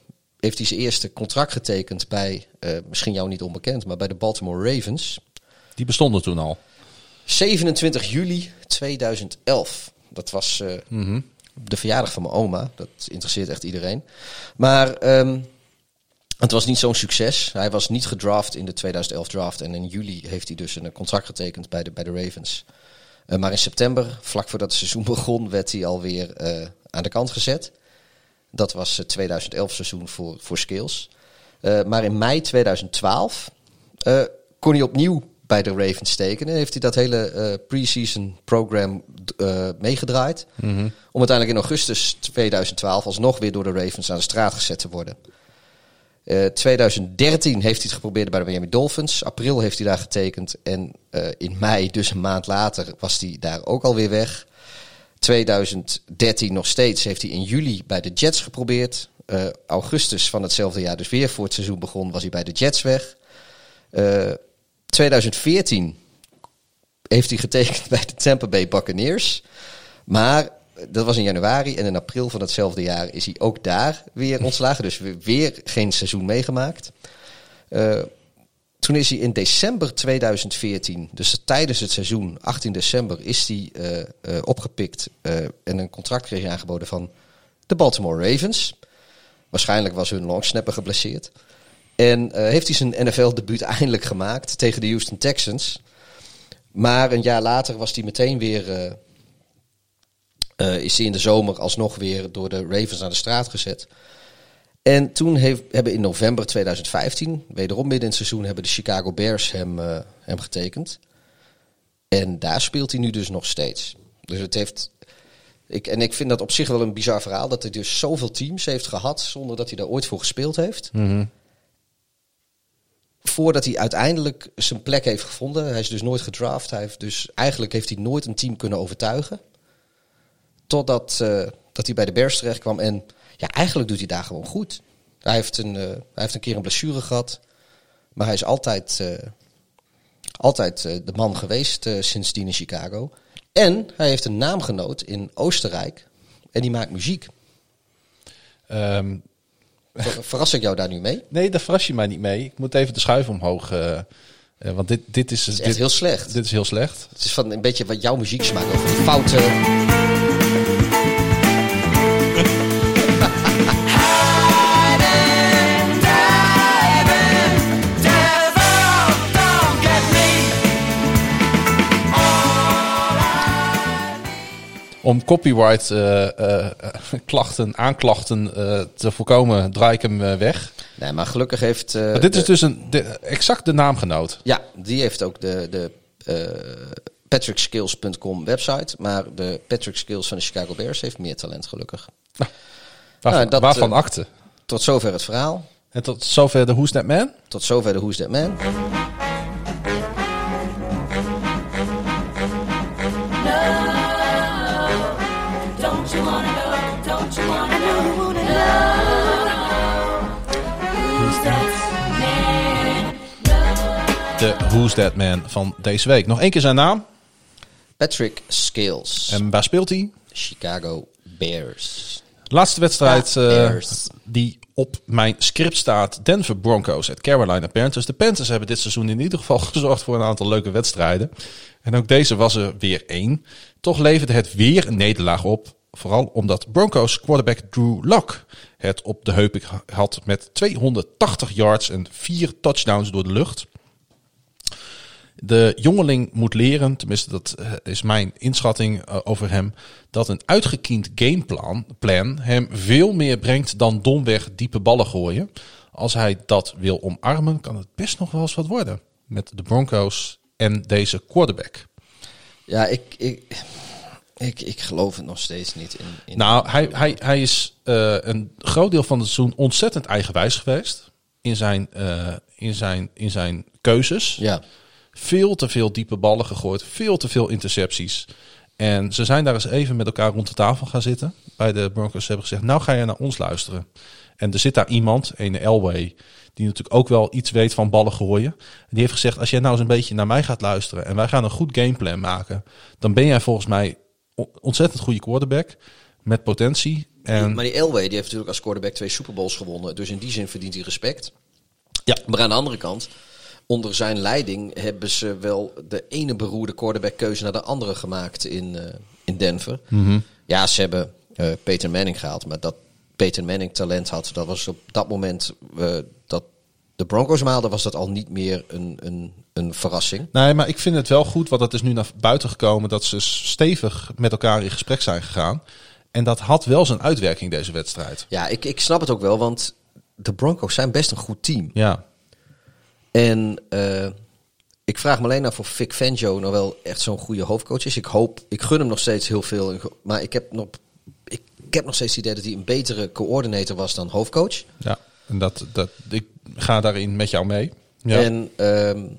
heeft hij zijn eerste contract getekend bij, uh, misschien jou niet onbekend, maar bij de Baltimore Ravens. Die bestonden toen al. zevenentwintig juli tweeduizend elf. Dat was uh, Mm-hmm. de verjaardag van mijn oma. Dat interesseert echt iedereen. Maar um, het was niet zo'n succes. Hij was niet gedraft in de tweeduizend elf draft. En in juli heeft hij dus een contract getekend bij de, bij de Ravens. Uh, maar in september, vlak voordat het seizoen begon, werd hij alweer uh, aan de kant gezet. Dat was het tweeduizend elf seizoen voor, voor Scales. Uh, maar in mei tweeduizend twaalf uh, kon hij opnieuw bij de Ravens tekenen. En heeft hij dat hele uh, pre-season program uh, meegedraaid. Mm-hmm. Om uiteindelijk in augustus tweeduizend twaalf alsnog weer door de Ravens aan de straat gezet te worden. Uh, tweeduizend dertien heeft hij het geprobeerd bij de Miami Dolphins. April heeft hij daar getekend. En uh, in mei, dus een maand later, was hij daar ook alweer weg. tweeduizend dertien nog steeds heeft hij in juli bij de Jets geprobeerd. Uh, augustus van hetzelfde jaar, dus weer voor het seizoen begon, was hij bij de Jets weg. Uh, tweeduizend veertien heeft hij getekend bij de Tampa Bay Buccaneers. Maar dat was in januari en in april van hetzelfde jaar is hij ook daar weer ontslagen. Dus weer geen seizoen meegemaakt. Uh, toen is hij in december tweeduizend veertien, dus tijdens het seizoen, achttien december, is hij uh, uh, opgepikt uh, en een contract kreeg hij aangeboden van de Baltimore Ravens. Waarschijnlijk was hun longsnapper geblesseerd. En uh, heeft hij zijn N F L-debuut eindelijk gemaakt tegen de Houston Texans. Maar een jaar later was hij meteen weer, uh, uh, is hij in de zomer alsnog weer door de Ravens aan de straat gezet. En toen heeft, hebben in november tweeduizend vijftien, wederom midden in het seizoen, hebben de Chicago Bears hem, uh, hem getekend. En daar speelt hij nu dus nog steeds. Dus het heeft... Ik, en ik vind dat op zich wel een bizar verhaal, dat hij dus zoveel teams heeft gehad zonder dat hij daar ooit voor gespeeld heeft. Mm-hmm. Voordat hij uiteindelijk zijn plek heeft gevonden. Hij is dus nooit gedraft. Hij heeft dus, eigenlijk heeft hij nooit een team kunnen overtuigen. Totdat uh, dat hij bij de Bears terecht kwam. En ja, eigenlijk doet hij daar gewoon goed. Hij heeft een, uh, hij heeft een keer een blessure gehad. Maar hij is altijd, uh, altijd uh, de man geweest uh, sindsdien in Chicago. En hij heeft een naamgenoot in Oostenrijk. En die maakt muziek. Um, Ver, verras ik jou daar nu mee? nee, daar verras je mij niet mee. Ik moet even de schuif omhoog. Uh, uh, want dit, dit is... Het is dit, echt heel slecht. Dit is heel slecht. Het is van een beetje wat jouw muziek smaakt. Over die foute... Om copyright uh, uh, klachten, aanklachten uh, te voorkomen, draai ik hem uh, weg. Nee, maar gelukkig heeft... Uh, Maar dit de, is dus een, de, exact de naamgenoot. Ja, die heeft ook de, de uh, patrick skills punt com website. Maar de Patrick Skills van de Chicago Bears heeft meer talent, gelukkig. Waarvan, Nou, dat, waarvan uh, akte. Tot zover het verhaal. En tot zover de Who's That Man? Tot zover de Who's That Man. Don't you wanna know? Don't you wanna know? I know you wanna know. Who's that man? De Who's That Man van deze week. Nog één keer zijn naam. Patrick Skills. En waar speelt hij? Chicago Bears. Laatste wedstrijd Ja, uh, Bears. die op mijn script staat. Denver Broncos at Carolina Panthers. De Panthers hebben dit seizoen in ieder geval gezorgd voor een aantal leuke wedstrijden. En ook deze was er weer één. Toch leverde het weer een nederlaag op. Vooral omdat Broncos quarterback Drew Lock het op de heup had met tweehonderdtachtig yards en vier touchdowns door de lucht. De jongeling moet leren, tenminste dat is mijn inschatting over hem, dat een uitgekiend gameplan plan hem veel meer brengt dan domweg diepe ballen gooien. Als hij dat wil omarmen, kan het best nog wel eens wat worden met de Broncos en deze quarterback. Ja, ik, ik, ik, ik geloof het nog steeds niet. In, in Nou, hij, hij, hij is uh, een groot deel van het seizoen ontzettend eigenwijs geweest in zijn, uh, in zijn, in zijn keuzes. Ja. Veel te veel diepe ballen gegooid, veel te veel intercepties. En ze zijn daar eens even met elkaar rond de tafel gaan zitten. Bij de Broncos. Ze hebben gezegd, nou ga je naar ons luisteren. En er zit daar iemand, een Elway, die natuurlijk ook wel iets weet van ballen gooien. En die heeft gezegd, als jij nou eens een beetje naar mij gaat luisteren en wij gaan een goed gameplan maken, dan ben jij volgens mij ontzettend goede quarterback met potentie. En, Maar die Elway die heeft natuurlijk als quarterback twee Super Bowls gewonnen. Dus in die zin verdient hij respect. ja, Maar aan de andere kant, onder zijn leiding hebben ze wel de ene beroerde quarterbackkeuze naar de andere gemaakt in, uh, in Denver. mm-hmm. Ja, ze hebben uh, Peyton Manning gehaald, maar dat Peyton Manning talent had, dat was op dat moment uh, dat de Broncos maalden, was dat al niet meer een, een, een verrassing. Nee, maar ik vind het wel goed, want het is nu naar buiten gekomen dat ze stevig met elkaar in gesprek zijn gegaan. En dat had wel zijn uitwerking, deze wedstrijd. Ja, ik, ik snap het ook wel, want de Broncos zijn best een goed team. Ja, En uh, ik vraag me alleen nou voor Vic Fangio nou wel echt zo'n goede hoofdcoach is. Ik hoop, ik gun hem nog steeds heel veel. Maar ik heb nog, ik, ik heb nog steeds het idee dat hij een betere coördinator was dan hoofdcoach. ja. En dat, dat, ik ga daarin met jou mee. Ja. En, um,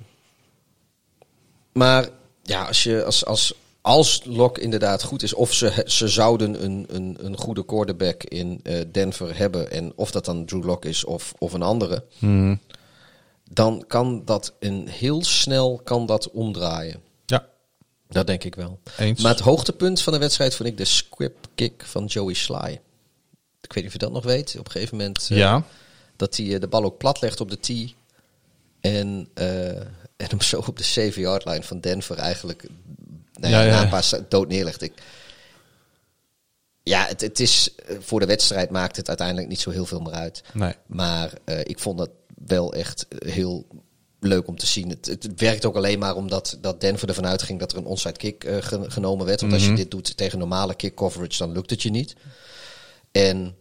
maar ja, als je als, als, als Locke inderdaad goed is, of ze, ze zouden een, een, een goede quarterback in uh, Denver hebben, en of dat dan Drew Lock is of, of een andere, Hmm. dan kan dat een heel snel kan dat omdraaien. Ja, Dat denk ik wel. eens. Maar het hoogtepunt van de wedstrijd vond ik de squib kick van Joey Sly. Ik weet niet of je dat nog weet. Op een gegeven moment uh, ja. dat hij uh, de bal ook plat legt op de tee. En, uh, en hem zo op de zeven-yard line van Denver eigenlijk nou ja, Ja, ja, na ja. een paar sta- dood neerlegt. Ik, ja, het, het is uh, voor de wedstrijd maakt het uiteindelijk niet zo heel veel meer uit. Nee. Maar uh, ik vond dat wel echt heel leuk om te zien. Het, het werkt ook alleen maar omdat dat Denver ervan uitging dat er een onside kick uh, gen- genomen werd. Want als je Mhm. dit doet tegen normale kick coverage, dan lukt het je niet. En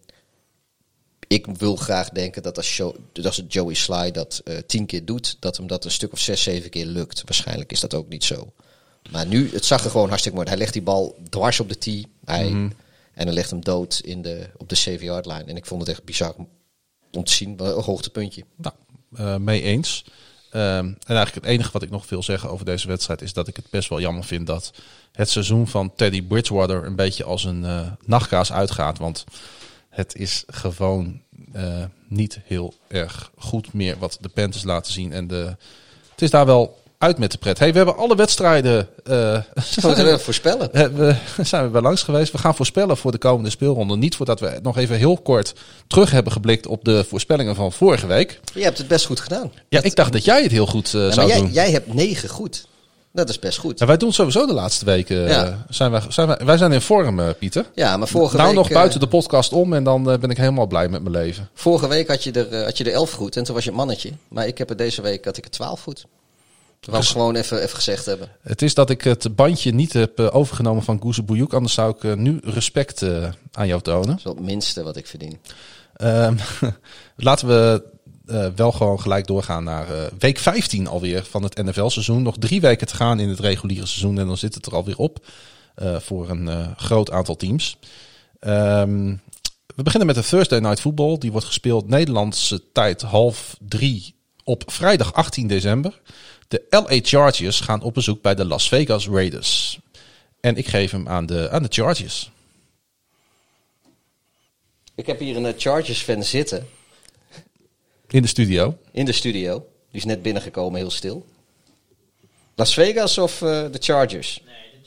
ik wil graag denken dat als, show, dat als Joey Sly dat uh, tien keer doet, dat hem dat een stuk of zes, zeven keer lukt. Waarschijnlijk is dat ook niet zo. Maar nu, het zag er gewoon hartstikke mooi. Hij legt die bal dwars op de tee. Hij, Mhm. En hij legt hem dood in de, op de zeven-yard line. En ik vond het echt bizar om te zien. Een hoogtepuntje. Nou, uh, mee eens. Um, en eigenlijk het enige wat ik nog wil zeggen over deze wedstrijd is dat ik het best wel jammer vind dat het seizoen van Teddy Bridgewater een beetje als een uh, nachtkaas uitgaat. Want het is gewoon uh, niet heel erg goed meer wat de Panthers laten zien. En de, het is daar wel uit met de pret. Hey, we hebben alle wedstrijden uh, Wat we voorspellen. we, zijn we bij langs geweest. We gaan voorspellen voor de komende speelronde. Niet voordat we nog even heel kort terug hebben geblikt op de voorspellingen van vorige week. Je hebt het best goed gedaan. Ja, ik dacht dat jij het heel goed uh, Ja, maar zou jij, doen. jij hebt negen goed. Dat is best goed. Ja, wij doen sowieso de laatste weken. Ja. Uh, zijn wij, zijn wij, wij zijn in vorm, uh, Pieter. Ja, maar vorige nou week... nog buiten uh, de podcast om en dan uh, ben ik helemaal blij met mijn leven. Vorige week had je, er, uh, had je er elf goed en toen was je het mannetje. Maar ik heb er deze week had ik er twaalf goed. Dat wou ik Dus- gewoon even, even gezegd hebben. Het is dat ik het bandje niet heb uh, overgenomen van Guze Bouyouk. Anders zou ik uh, nu respect uh, aan jou tonen. Dat is wel het minste wat ik verdien. Um, laten we uh, wel gewoon gelijk doorgaan naar uh, week vijftien alweer van het N F L-seizoen. Nog drie weken te gaan in het reguliere seizoen en dan zit het er alweer op uh, voor een uh, groot aantal teams. Um, we beginnen met de Thursday Night Football. Die wordt gespeeld Nederlandse tijd half drie op vrijdag achttien december. De L A Chargers gaan op bezoek bij de Las Vegas Raiders. En ik geef hem aan de, aan de Chargers. Ik heb hier een Chargers-fan zitten In de studio. in de studio. Die is net binnengekomen, heel stil. Las Vegas of uh, de Chargers?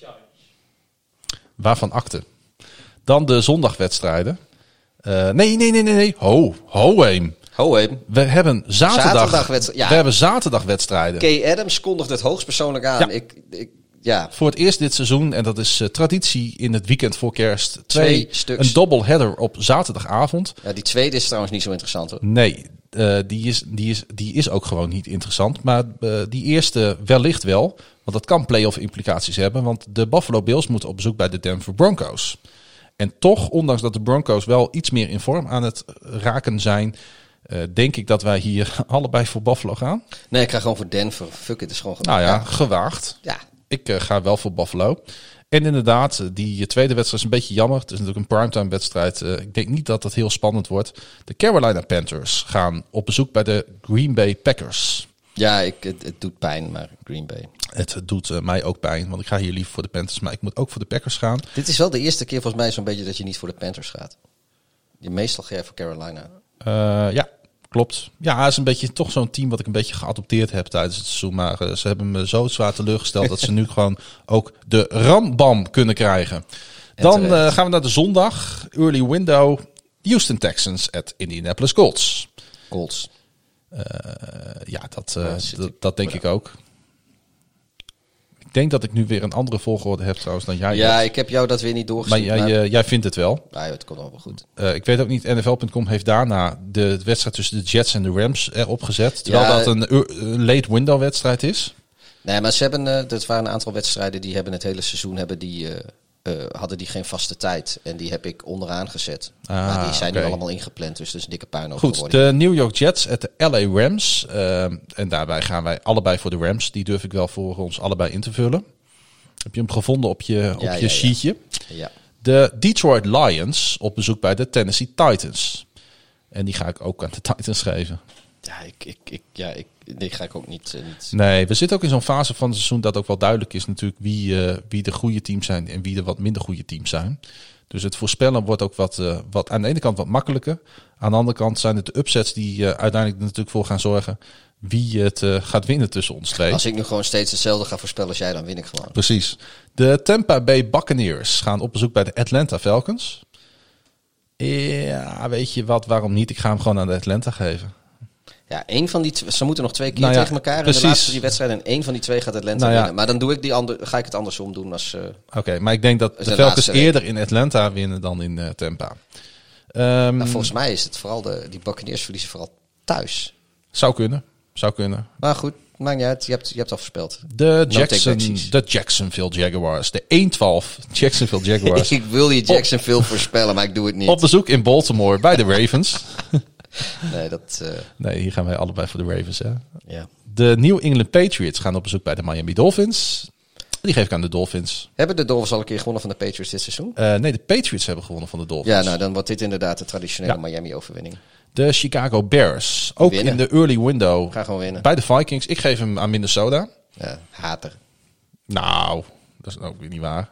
Waarvan akte. Dan de zondagwedstrijden. Uh, nee, nee, nee, nee, nee. Ho, ho, heem. Hohem. We hebben zaterdag, Zaterdagwedstrijd, ja. we hebben zaterdagwedstrijden. Kay Adams kondigde het hoogstpersoonlijk aan. Ja. Ik, ik, ja. Voor het eerst dit seizoen, en dat is uh, traditie in het weekend voor kerst. Twee, Twee stuks. Een doubleheader op zaterdagavond. ja, die tweede is trouwens niet zo interessant hoor. Nee, uh, die, is, die, is, die is ook gewoon niet interessant. Maar uh, die eerste wellicht wel. Want dat kan playoff implicaties hebben. Want de Buffalo Bills moeten op bezoek bij de Denver Broncos. En toch, ondanks dat de Broncos wel iets meer in vorm aan het raken zijn, uh, denk ik dat wij hier allebei voor Buffalo gaan. Nee, ik ga gewoon voor Denver. Fuck it, is gewoon Nou ja, ja. gewaagd. ja. Ik uh, ga wel voor Buffalo. En inderdaad, die tweede wedstrijd is een beetje jammer. Het is natuurlijk een primetime wedstrijd. Uh, ik denk niet dat dat heel spannend wordt. De Carolina Panthers gaan op bezoek bij de Green Bay Packers. Ja, ik, het, het doet pijn, maar Green Bay. Het doet uh, mij ook pijn, want ik ga hier liever voor de Panthers. Maar ik moet ook voor de Packers gaan. Dit is wel de eerste keer volgens mij zo'n beetje dat je niet voor de Panthers gaat. Je meestal ga je voor Carolina. Uh, ja, klopt. Ja, het is een beetje toch zo'n team wat ik een beetje geadopteerd heb tijdens het seizoen. Maar uh, ze hebben me zo zwaar teleurgesteld dat ze nu gewoon ook de rambam kunnen krijgen. Dan terecht. uh, gaan we naar de zondag. Early window. Houston Texans at Indianapolis Colts. Colts. Uh, ja, dat, uh, Ja, zit dat, ik- dat denk ik ook. Ik denk dat ik nu weer een andere volgorde heb trouwens dan jij Ja, hebt. ik heb jou dat weer niet doorgezien. Maar jij, uh, jij vindt het wel. Ja, het komt allemaal goed. Uh, ik weet ook niet, N F L punt com heeft daarna de wedstrijd tussen de Jets en de Rams erop gezet. Terwijl Ja, dat een, uh, een late window wedstrijd is. Nee, maar ze hebben, uh, dat waren een aantal wedstrijden die hebben het hele seizoen hebben die, uh, uh, hadden die geen vaste tijd. En die heb ik onderaan gezet. Ah, maar die zijn oké. nu allemaal ingepland, dus dat is een dikke puinhoop Goed, geworden. de New York Jets at de L A Rams. Uh, en daarbij gaan wij allebei voor de Rams. Die durf ik wel voor ons allebei in te vullen. Heb je hem gevonden op je, op Ja, je ja, ja. sheetje? Ja. De Detroit Lions op bezoek bij de Tennessee Titans. En die ga ik ook aan de Titans geven. Ja, ik, ik, ik, ja ik, die ga ik ook niet... uh, niet Nee, we zitten ook in zo'n fase van het seizoen dat ook wel duidelijk is natuurlijk wie, uh, wie de goede teams zijn en wie de wat minder goede teams zijn. Dus het voorspellen wordt ook wat, uh, wat aan de ene kant wat makkelijker. Aan de andere kant zijn het de upsets die uh, uiteindelijk er natuurlijk voor gaan zorgen wie het uh, gaat winnen tussen ons twee. Als ik nu gewoon steeds hetzelfde ga voorspellen als jij, dan win ik gewoon. Precies. De Tampa Bay Buccaneers gaan op bezoek bij de Atlanta Falcons. Ja, weet je wat, waarom niet? Ik ga hem gewoon aan de Atlanta geven. Ja, één van die tw- ze moeten nog twee keer Nou ja, tegen elkaar precies. in de laatste drie wedstrijden. En één van die twee gaat Atlanta Nou ja. winnen. Maar dan doe ik die ander, ga ik het andersom doen als... Uh, Oké, okay, maar ik denk dat de, de Falcons laatste week. eerder in Atlanta winnen dan in uh, Tampa. Um, nou, volgens mij is het vooral de, die Buccaneers verliezen vooral thuis. Zou kunnen, zou kunnen. Maar goed, maakt niet uit. Je hebt, je hebt al voorspeld. De, take Jackson, backsies. de Jacksonville Jaguars. De één twaalf Jacksonville Jaguars. Ik wil je Jacksonville voorspellen, maar ik doe het niet. Op bezoek in Baltimore bij de Ravens. Nee, dat... Uh, Nee, hier gaan wij allebei voor de Ravens. Hè? ja. De New England Patriots gaan op bezoek bij de Miami Dolphins. Die geef ik aan de Dolphins. Hebben de Dolphins al een keer gewonnen van de Patriots dit seizoen? Uh, nee, de Patriots hebben gewonnen van de Dolphins. Ja, nou dan wordt dit inderdaad de traditionele Ja. Miami-overwinning. De Chicago Bears. Ook Winnen. in de early window. Ga gewoon winnen. Bij de Vikings. Ik geef hem aan Minnesota. Ja, hater. Nou, dat is ook weer niet waar.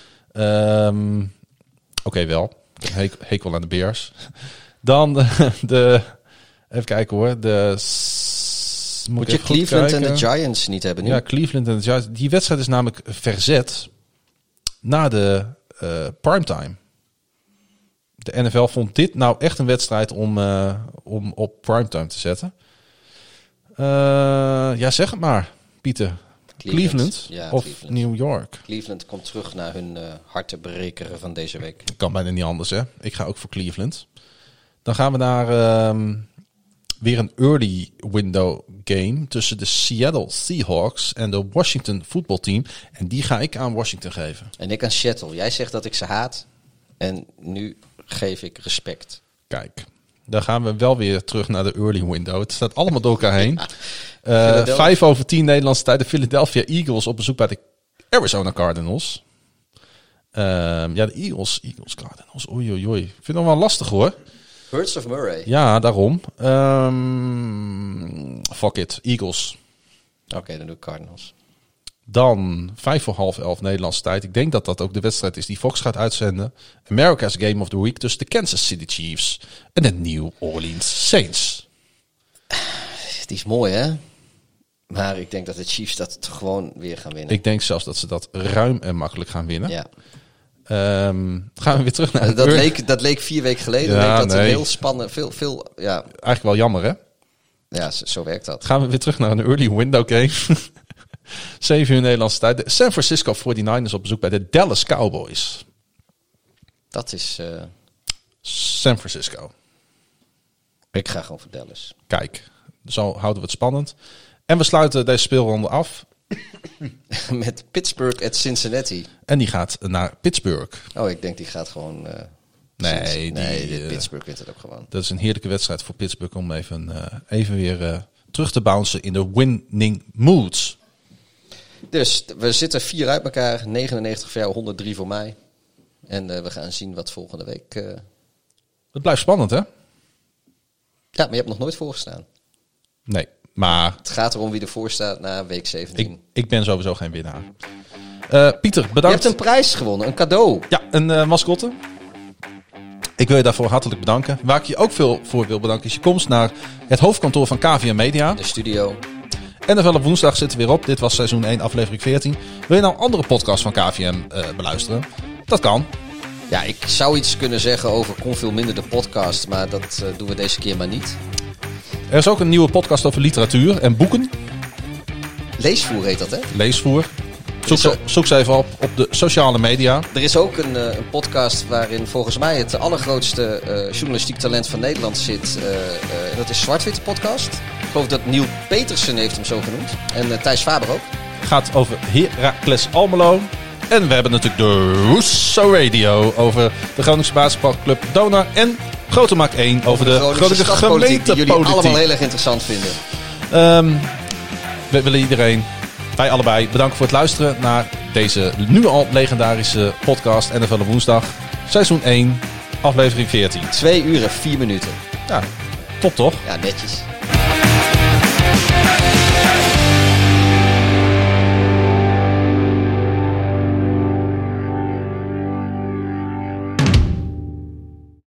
Um, Oké, okay, wel. Ik heb hekel, hekel aan de Bears. Dan de, de... Even kijken hoor. De... Moet, Moet ik je even goed Cleveland en kijken. de Giants niet hebben nu? Ja, Cleveland en de Giants. Die wedstrijd is namelijk verzet na de uh, primetime. De N F L vond dit nou echt een wedstrijd om, uh, om op primetime te zetten. Uh, ja, zeg het maar, Pieter. Cleveland, Cleveland. Ja, of Cleveland. New York? Cleveland komt terug naar hun uh, hartenbrekeren van deze week. Kan bijna niet anders, hè? Ik ga ook voor Cleveland. Dan gaan we naar um, weer een early window game tussen de Seattle Seahawks en de Washington voetbalteam. En die ga ik aan Washington geven. En ik aan Seattle. Jij zegt dat ik ze haat. En nu geef ik respect. Kijk, dan gaan we wel weer terug naar de early window. Het staat allemaal door elkaar heen. Uh, Philadelphia. Vijf over tien Nederlandse tijd. De Philadelphia Eagles op bezoek bij de Arizona Cardinals. Um, ja, de Eagles. Eagles Cardinals. Oei, oei, oei. Ik vind het nog wel lastig hoor. Hurts of Murray? Ja, daarom. Um, fuck it. Eagles. Oké, okay, dan doe ik Cardinals. Dan vijf voor half elf Nederlandse tijd. Ik denk dat dat ook de wedstrijd is die Fox gaat uitzenden. America's Game of the Week tussen de Kansas City Chiefs en de New Orleans Saints. Die is mooi, hè? Maar ik denk dat de Chiefs dat gewoon weer gaan winnen. Ik denk zelfs dat ze dat ruim en makkelijk gaan winnen. Ja. Um, gaan we weer terug naar... Dat de leek, dat leek vier weken geleden. Ja, leek dat nee. heel spannend. Veel, veel, ja, Eigenlijk wel jammer, hè? ja, zo, zo werkt dat. Gaan we weer terug naar een early window game. zeven uur Nederlandse tijd. De San Francisco forty-niners op bezoek bij de Dallas Cowboys. Dat is... Uh, San Francisco. ik ga gewoon voor Dallas. Kijk, zo houden we het spannend. En we sluiten deze speelronde af. Met Pittsburgh at Cincinnati. En die gaat naar Pittsburgh. Oh, ik denk die gaat gewoon... Uh, Nee, Cincy- die, nee de uh, Pittsburgh wint het ook gewoon. Dat is een heerlijke wedstrijd voor Pittsburgh om even, uh, even weer uh, terug te bouncen in de winning moods. Dus we zitten vier uit elkaar. negenennegentig voor jou, honderddrie voor mij. En uh, we gaan zien wat volgende week... Uh... Het blijft spannend, hè? Ja, maar je hebt nog nooit voorgestaan. Nee, maar Het gaat erom wie ervoor staat na week zeventien. ik, ik ben sowieso geen winnaar. Uh, Pieter, Je bedankt. hebt een prijs gewonnen, een cadeau. Ja, een uh, mascotte. Ik wil je daarvoor hartelijk bedanken. Waar ik je ook veel voor wil bedanken is je komst naar het hoofdkantoor van K V M Media. De studio. En dan wel op woensdag zitten we weer op. Dit was seizoen één, aflevering veertien. Wil je nou andere podcasts van K V M uh, beluisteren? Dat kan. Ja, ik zou iets kunnen zeggen over Kon Veel Minder de podcast, maar dat uh, doen we deze keer maar niet. Er is ook een nieuwe podcast over literatuur en boeken. Leesvoer heet dat, hè? Leesvoer. Zoek ze, zoek ze even op op de sociale media. Er is ook een, uh, een podcast waarin volgens mij het allergrootste uh, journalistiek talent van Nederland zit. Uh, uh, en dat is Zwart-Witte podcast. Ik geloof dat Niel Petersen heeft hem zo genoemd. En uh, Thijs Faber ook. Gaat over Heracles Almelo. En we hebben natuurlijk de Russo Radio over de Groningse basketbalclub Donar. En Grote Maak één over de, de Groningse gemeentepolitiek. Die jullie allemaal heel erg interessant vinden. Um, we willen iedereen, wij allebei, bedanken voor het luisteren naar deze nu al legendarische podcast N F L op woensdag. Seizoen één, aflevering veertien. Twee uur en vier minuten. Ja, top toch? Ja, netjes.